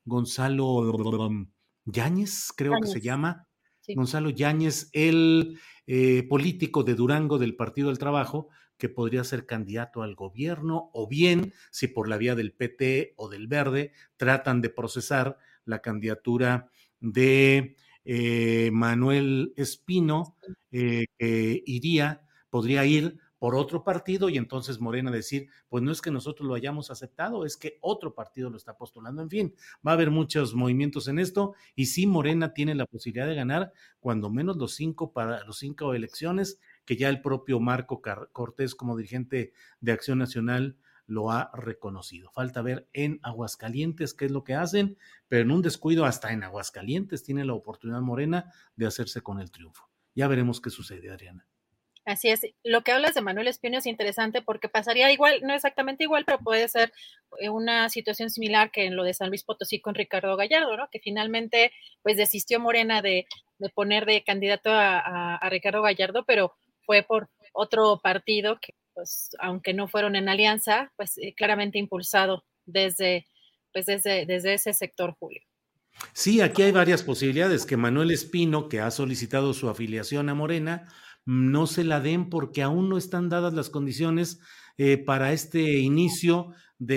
Gonzalo Yáñez, creo Yáñez. que se llama, sí. Gonzalo Yáñez, el eh, político de Durango del Partido del Trabajo, que podría ser candidato al gobierno, o bien, si por la vía del P T o del Verde, tratan de procesar la candidatura de eh, Manuel Espino, eh, que iría, podría ir por otro partido y entonces Morena decir, pues no es que nosotros lo hayamos aceptado, es que otro partido lo está postulando. En fin, va a haber muchos movimientos en esto y sí, Morena tiene la posibilidad de ganar cuando menos los cinco para los cinco elecciones que ya el propio Marco Cortés como dirigente de Acción Nacional lo ha reconocido. Falta ver en Aguascalientes qué es lo que hacen, pero en un descuido hasta en Aguascalientes tiene la oportunidad Morena de hacerse con el triunfo. Ya veremos qué sucede, Adriana. Así es. Lo que hablas de Manuel Espino es interesante porque pasaría igual, no exactamente igual, pero puede ser una situación similar que en lo de San Luis Potosí con Ricardo Gallardo, ¿no? Que finalmente pues desistió Morena de, de poner de candidato a, a, a Ricardo Gallardo, pero fue por otro partido que, pues, aunque no fueron en alianza, pues eh, claramente impulsado desde, pues, desde, desde ese sector, Julio. Sí, aquí hay varias posibilidades, que Manuel Espino, que ha solicitado su afiliación a Morena, no se la den porque aún no están dadas las condiciones eh, para este inicio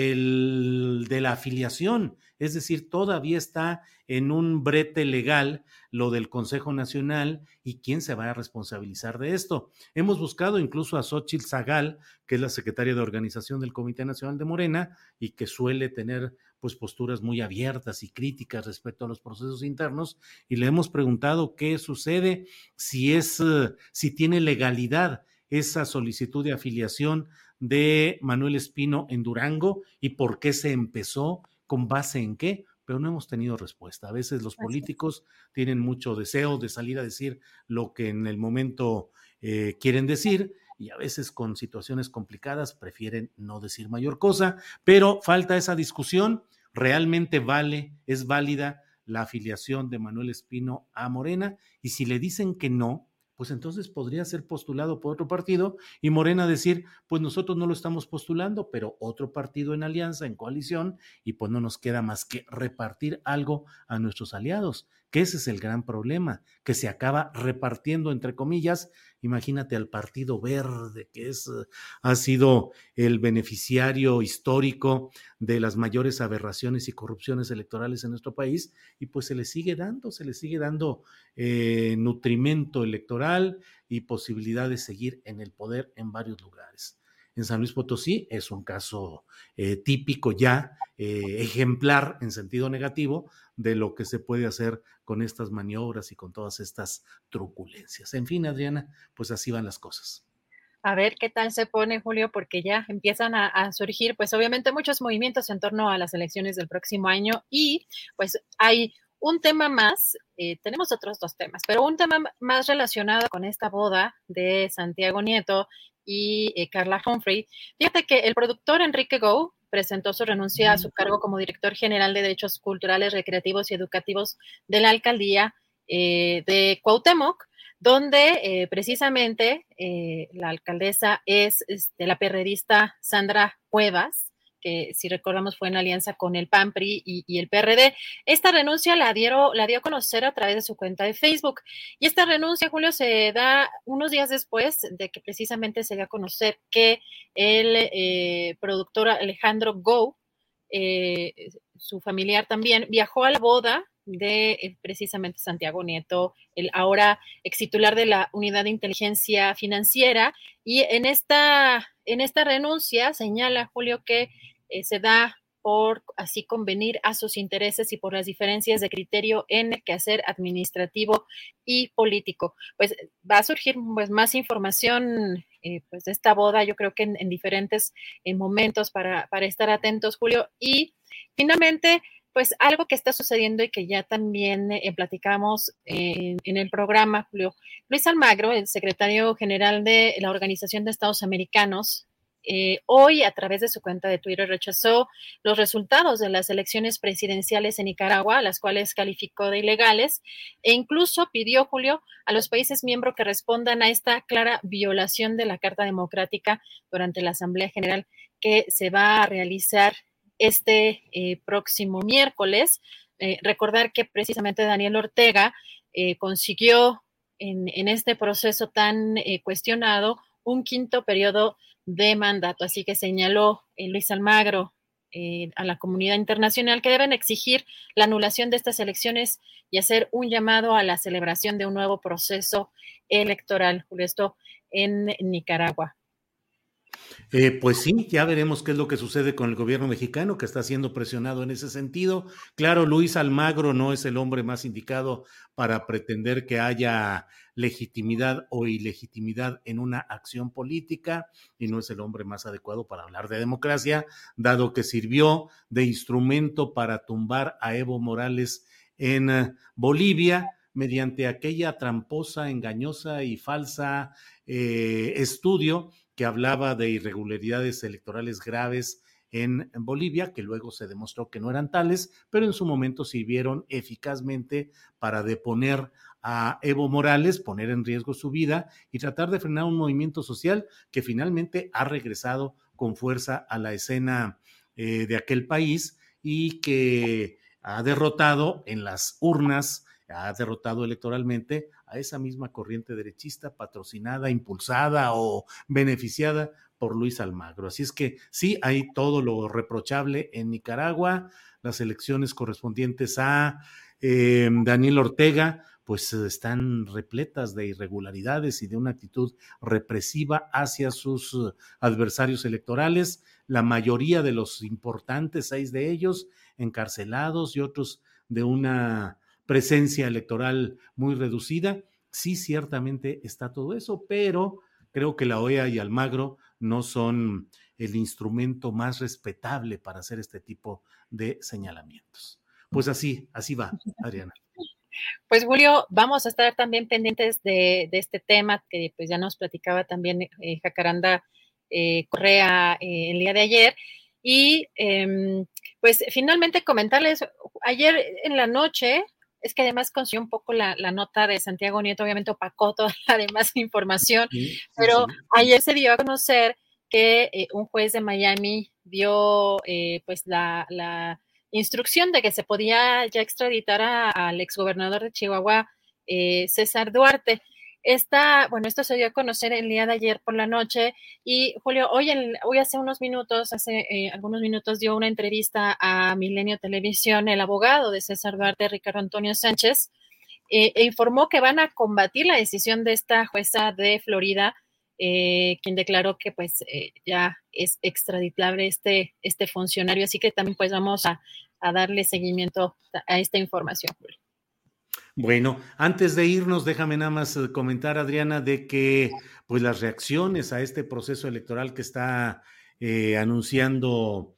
del, de la afiliación. Es decir, todavía está en un brete legal lo del Consejo Nacional y quién se va a responsabilizar de esto. Hemos buscado incluso a Xóchitl Zagal, que es la secretaria de organización del Comité Nacional de Morena y que suele tener pues posturas muy abiertas y críticas respecto a los procesos internos, y le hemos preguntado qué sucede, si es, si tiene legalidad esa solicitud de afiliación de Manuel Espino en Durango y por qué se empezó, con base en qué, pero no hemos tenido respuesta. A veces los políticos tienen mucho deseo de salir a decir lo que en el momento eh, quieren decir, y a veces con situaciones complicadas prefieren no decir mayor cosa, pero falta esa discusión. ¿Realmente vale, es válida la afiliación de Manuel Espino a Morena? Y si le dicen que no, pues entonces podría ser postulado por otro partido y Morena decir, pues nosotros no lo estamos postulando, pero otro partido en alianza, en coalición, y pues no nos queda más que repartir algo a nuestros aliados, que ese es el gran problema, que se acaba repartiendo entre comillas. Imagínate al Partido Verde, que es, ha sido el beneficiario histórico de las mayores aberraciones y corrupciones electorales en nuestro país, y pues se le sigue dando, se le sigue dando eh, nutrimento electoral y posibilidad de seguir en el poder en varios lugares. En San Luis Potosí es un caso eh, típico ya, eh, ejemplar en sentido negativo de lo que se puede hacer con estas maniobras y con todas estas truculencias. En fin, Adriana, pues así van las cosas. A ver qué tal se pone, Julio, porque ya empiezan a, a surgir, pues obviamente muchos movimientos en torno a las elecciones del próximo año y pues hay un tema más, eh, tenemos otros dos temas, pero un tema más relacionado con esta boda de Santiago Nieto y eh, Carla Humphrey. Fíjate que el productor Enrique Go presentó su renuncia a su cargo como director general de Derechos Culturales, Recreativos y Educativos de la Alcaldía eh, de Cuauhtémoc, donde eh, precisamente eh, la alcaldesa es este, la perredista Sandra Cuevas, que si recordamos fue en alianza con el P A N, P R I y, y el P R D. Esta renuncia la, dieron, la dio a conocer a través de su cuenta de Facebook. Y esta renuncia, Julio, se da unos días después de que precisamente se dio a conocer que el eh, productor Alejandro Go, eh, su familiar también, viajó a la boda de eh, precisamente Santiago Nieto, el ahora ex titular de la Unidad de Inteligencia Financiera, y en esta, en esta renuncia señala, Julio, que eh, se da por así convenir a sus intereses y por las diferencias de criterio en el quehacer administrativo y político. Pues va a surgir pues, más información eh, pues, de esta boda, yo creo que en, en diferentes en momentos para, para estar atentos, Julio, y finalmente pues algo que está sucediendo y que ya también eh, platicamos eh, en el programa, Julio. Luis Almagro, el secretario general de la Organización de Estados Americanos, eh, hoy a través de su cuenta de Twitter rechazó los resultados de las elecciones presidenciales en Nicaragua, las cuales calificó de ilegales, e incluso pidió, Julio, a los países miembros que respondan a esta clara violación de la Carta Democrática durante la Asamblea General que se va a realizar este eh, próximo miércoles. Eh, recordar que precisamente Daniel Ortega eh, consiguió en, en este proceso tan eh, cuestionado un quinto periodo de mandato, así que señaló eh, Luis Almagro eh, a la comunidad internacional que deben exigir la anulación de estas elecciones y hacer un llamado a la celebración de un nuevo proceso electoral, Julio, esto en Nicaragua. Eh, pues sí, ya veremos qué es lo que sucede con el gobierno mexicano, que está siendo presionado en ese sentido. Claro, Luis Almagro no es el hombre más indicado para pretender que haya legitimidad o ilegitimidad en una acción política, y no es el hombre más adecuado para hablar de democracia, dado que sirvió de instrumento para tumbar a Evo Morales en uh, Bolivia, mediante aquella tramposa, engañosa y falsa eh, estudio que hablaba de irregularidades electorales graves en Bolivia, que luego se demostró que no eran tales, pero en su momento sirvieron eficazmente para deponer a Evo Morales, poner en riesgo su vida y tratar de frenar un movimiento social que finalmente ha regresado con fuerza a la escena eh, de aquel país y que ha derrotado en las urnas, ha derrotado electoralmente a esa misma corriente derechista patrocinada, impulsada o beneficiada por Luis Almagro. Así es que sí, hay todo lo reprochable en Nicaragua. Las elecciones correspondientes a eh, Daniel Ortega pues están repletas de irregularidades y de una actitud represiva hacia sus adversarios electorales. La mayoría de los importantes, seis de ellos, encarcelados y otros de una presencia electoral muy reducida. Sí, ciertamente está todo eso, pero creo que la O E A y Almagro no son el instrumento más respetable para hacer este tipo de señalamientos. Pues así, así va, Adriana. Pues Julio, vamos a estar también pendientes de, de este tema que pues ya nos platicaba también eh, Jacaranda eh, Correa eh, el día de ayer. Y eh, pues finalmente comentarles, ayer en la noche, es que además consiguió un poco la, la nota de Santiago Nieto, obviamente opacó toda la demás información, sí, sí, pero sí. Ayer se dio a conocer que eh, un juez de Miami dio eh, pues la, la instrucción de que se podía ya extraditar a, al exgobernador de Chihuahua, eh, César Duarte. Esta, bueno, esto se dio a conocer el día de ayer por la noche y Julio, hoy, en, hoy hace unos minutos, hace eh, algunos minutos dio una entrevista a Milenio Televisión, el abogado de César Duarte, Ricardo Antonio Sánchez, eh, e informó que van a combatir la decisión de esta jueza de Florida, eh, quien declaró que pues eh, ya es extraditable este, este funcionario, así que también pues vamos a, a darle seguimiento a esta información, Julio. Bueno, antes de irnos, déjame nada más comentar, Adriana, de que pues las reacciones a este proceso electoral que está eh, anunciando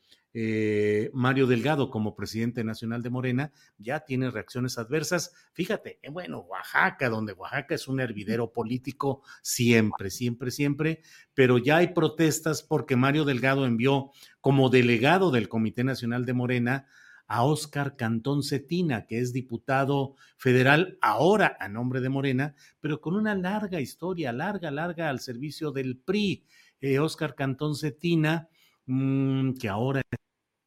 eh, Mario Delgado como presidente nacional de Morena, ya tiene reacciones adversas. Fíjate, eh, bueno, Oaxaca, donde Oaxaca es un hervidero político siempre, siempre, siempre, pero ya hay protestas porque Mario Delgado envió como delegado del Comité Nacional de Morena a Óscar Cantón Cetina, que es diputado federal ahora a nombre de Morena, pero con una larga historia, larga, larga al servicio del P R I. Eh, Óscar Cantón Cetina, mmm, que ahora ha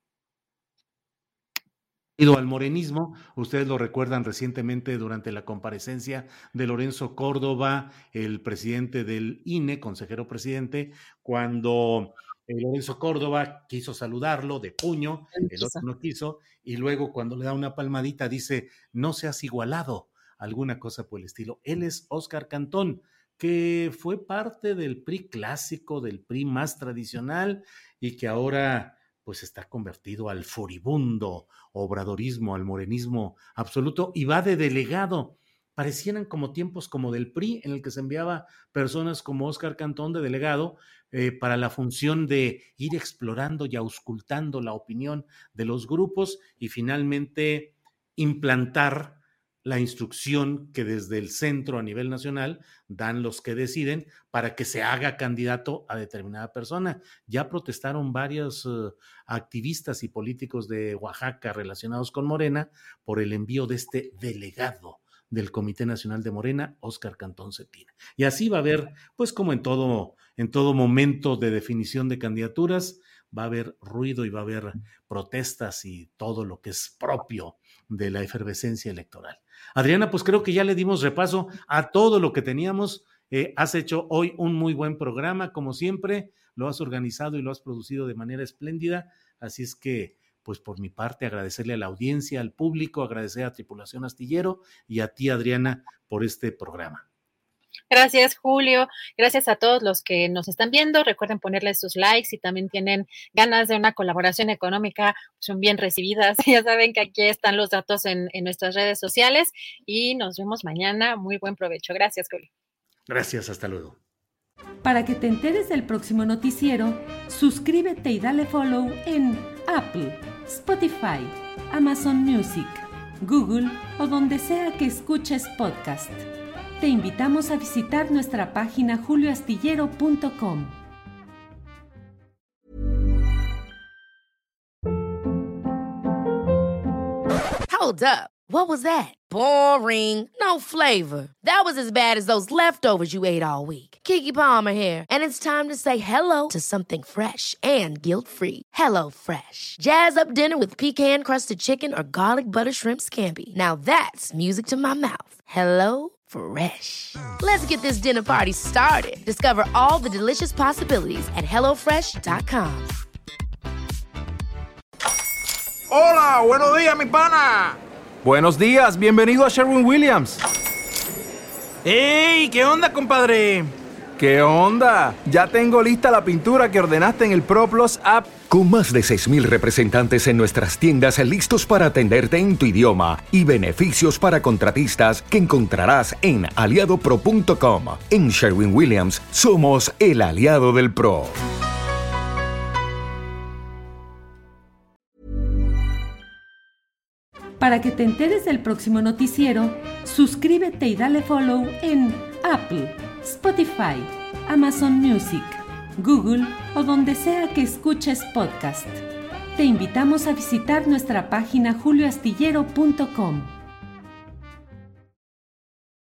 ido al morenismo, ustedes lo recuerdan recientemente durante la comparecencia de Lorenzo Córdoba, el presidente del I N E, consejero presidente, cuando Eh, Lorenzo Córdoba quiso saludarlo de puño, el otro no quiso, y luego cuando le da una palmadita dice, no seas igualado, alguna cosa por el estilo. Él es Óscar Cantón, que fue parte del P R I clásico, del P R I más tradicional, y que ahora pues está convertido al furibundo obradorismo, al morenismo absoluto, y va de delegado. Parecieran como tiempos como del P R I, en el que se enviaba personas como Óscar Cantón de delegado eh, para la función de ir explorando y auscultando la opinión de los grupos y finalmente implantar la instrucción que desde el centro a nivel nacional dan los que deciden para que se haga candidato a determinada persona. Ya protestaron varios uh, activistas y políticos de Oaxaca relacionados con Morena por el envío de este delegado del Comité Nacional de Morena, Óscar Cantón Cetina. Y así va a haber, pues como en todo, en todo momento de definición de candidaturas, va a haber ruido y va a haber protestas y todo lo que es propio de la efervescencia electoral. Adriana, pues creo que ya le dimos repaso a todo lo que teníamos. Eh, has hecho hoy un muy buen programa, como siempre, lo has organizado y lo has producido de manera espléndida. Así es que, pues por mi parte, agradecerle a la audiencia, al público, agradecer a Tripulación Astillero y a ti, Adriana, por este programa. Gracias, Julio. Gracias a todos los que nos están viendo. Recuerden ponerle sus likes si también tienen ganas de una colaboración económica, son bien recibidas. Ya saben que aquí están los datos en, en nuestras redes sociales y nos vemos mañana. Muy buen provecho. Gracias, Julio. Gracias, hasta luego. Para que te enteres del próximo noticiero, suscríbete y dale follow en Apple, Spotify, Amazon Music, Google o donde sea que escuches podcast. Te invitamos a visitar nuestra página julio astillero punto com. Hold up. What was that? Boring. No flavor. That was as bad as those leftovers you ate all week. Keke Palmer here, and it's time to say hello to something fresh and guilt-free. Hello Fresh. Jazz up dinner with pecan-crusted chicken or garlic butter shrimp scampi. Now that's music to my mouth. Hello Fresh. Let's get this dinner party started. Discover all the delicious possibilities at hello fresh dot com. Hola, buenos días, mi pana. Buenos días, bienvenido a Sherwin-Williams. ¡Ey! ¿Qué onda, compadre? ¿Qué onda? Ya tengo lista la pintura que ordenaste en el ProPlus app. Con más de seis mil representantes en nuestras tiendas listos para atenderte en tu idioma y beneficios para contratistas que encontrarás en aliado pro punto com. En Sherwin-Williams somos el aliado del pro. Para que te enteres del próximo noticiero, suscríbete y dale follow en Apple, Spotify, Amazon Music, Google o donde sea que escuches podcast. Te invitamos a visitar nuestra página julio astillero punto com.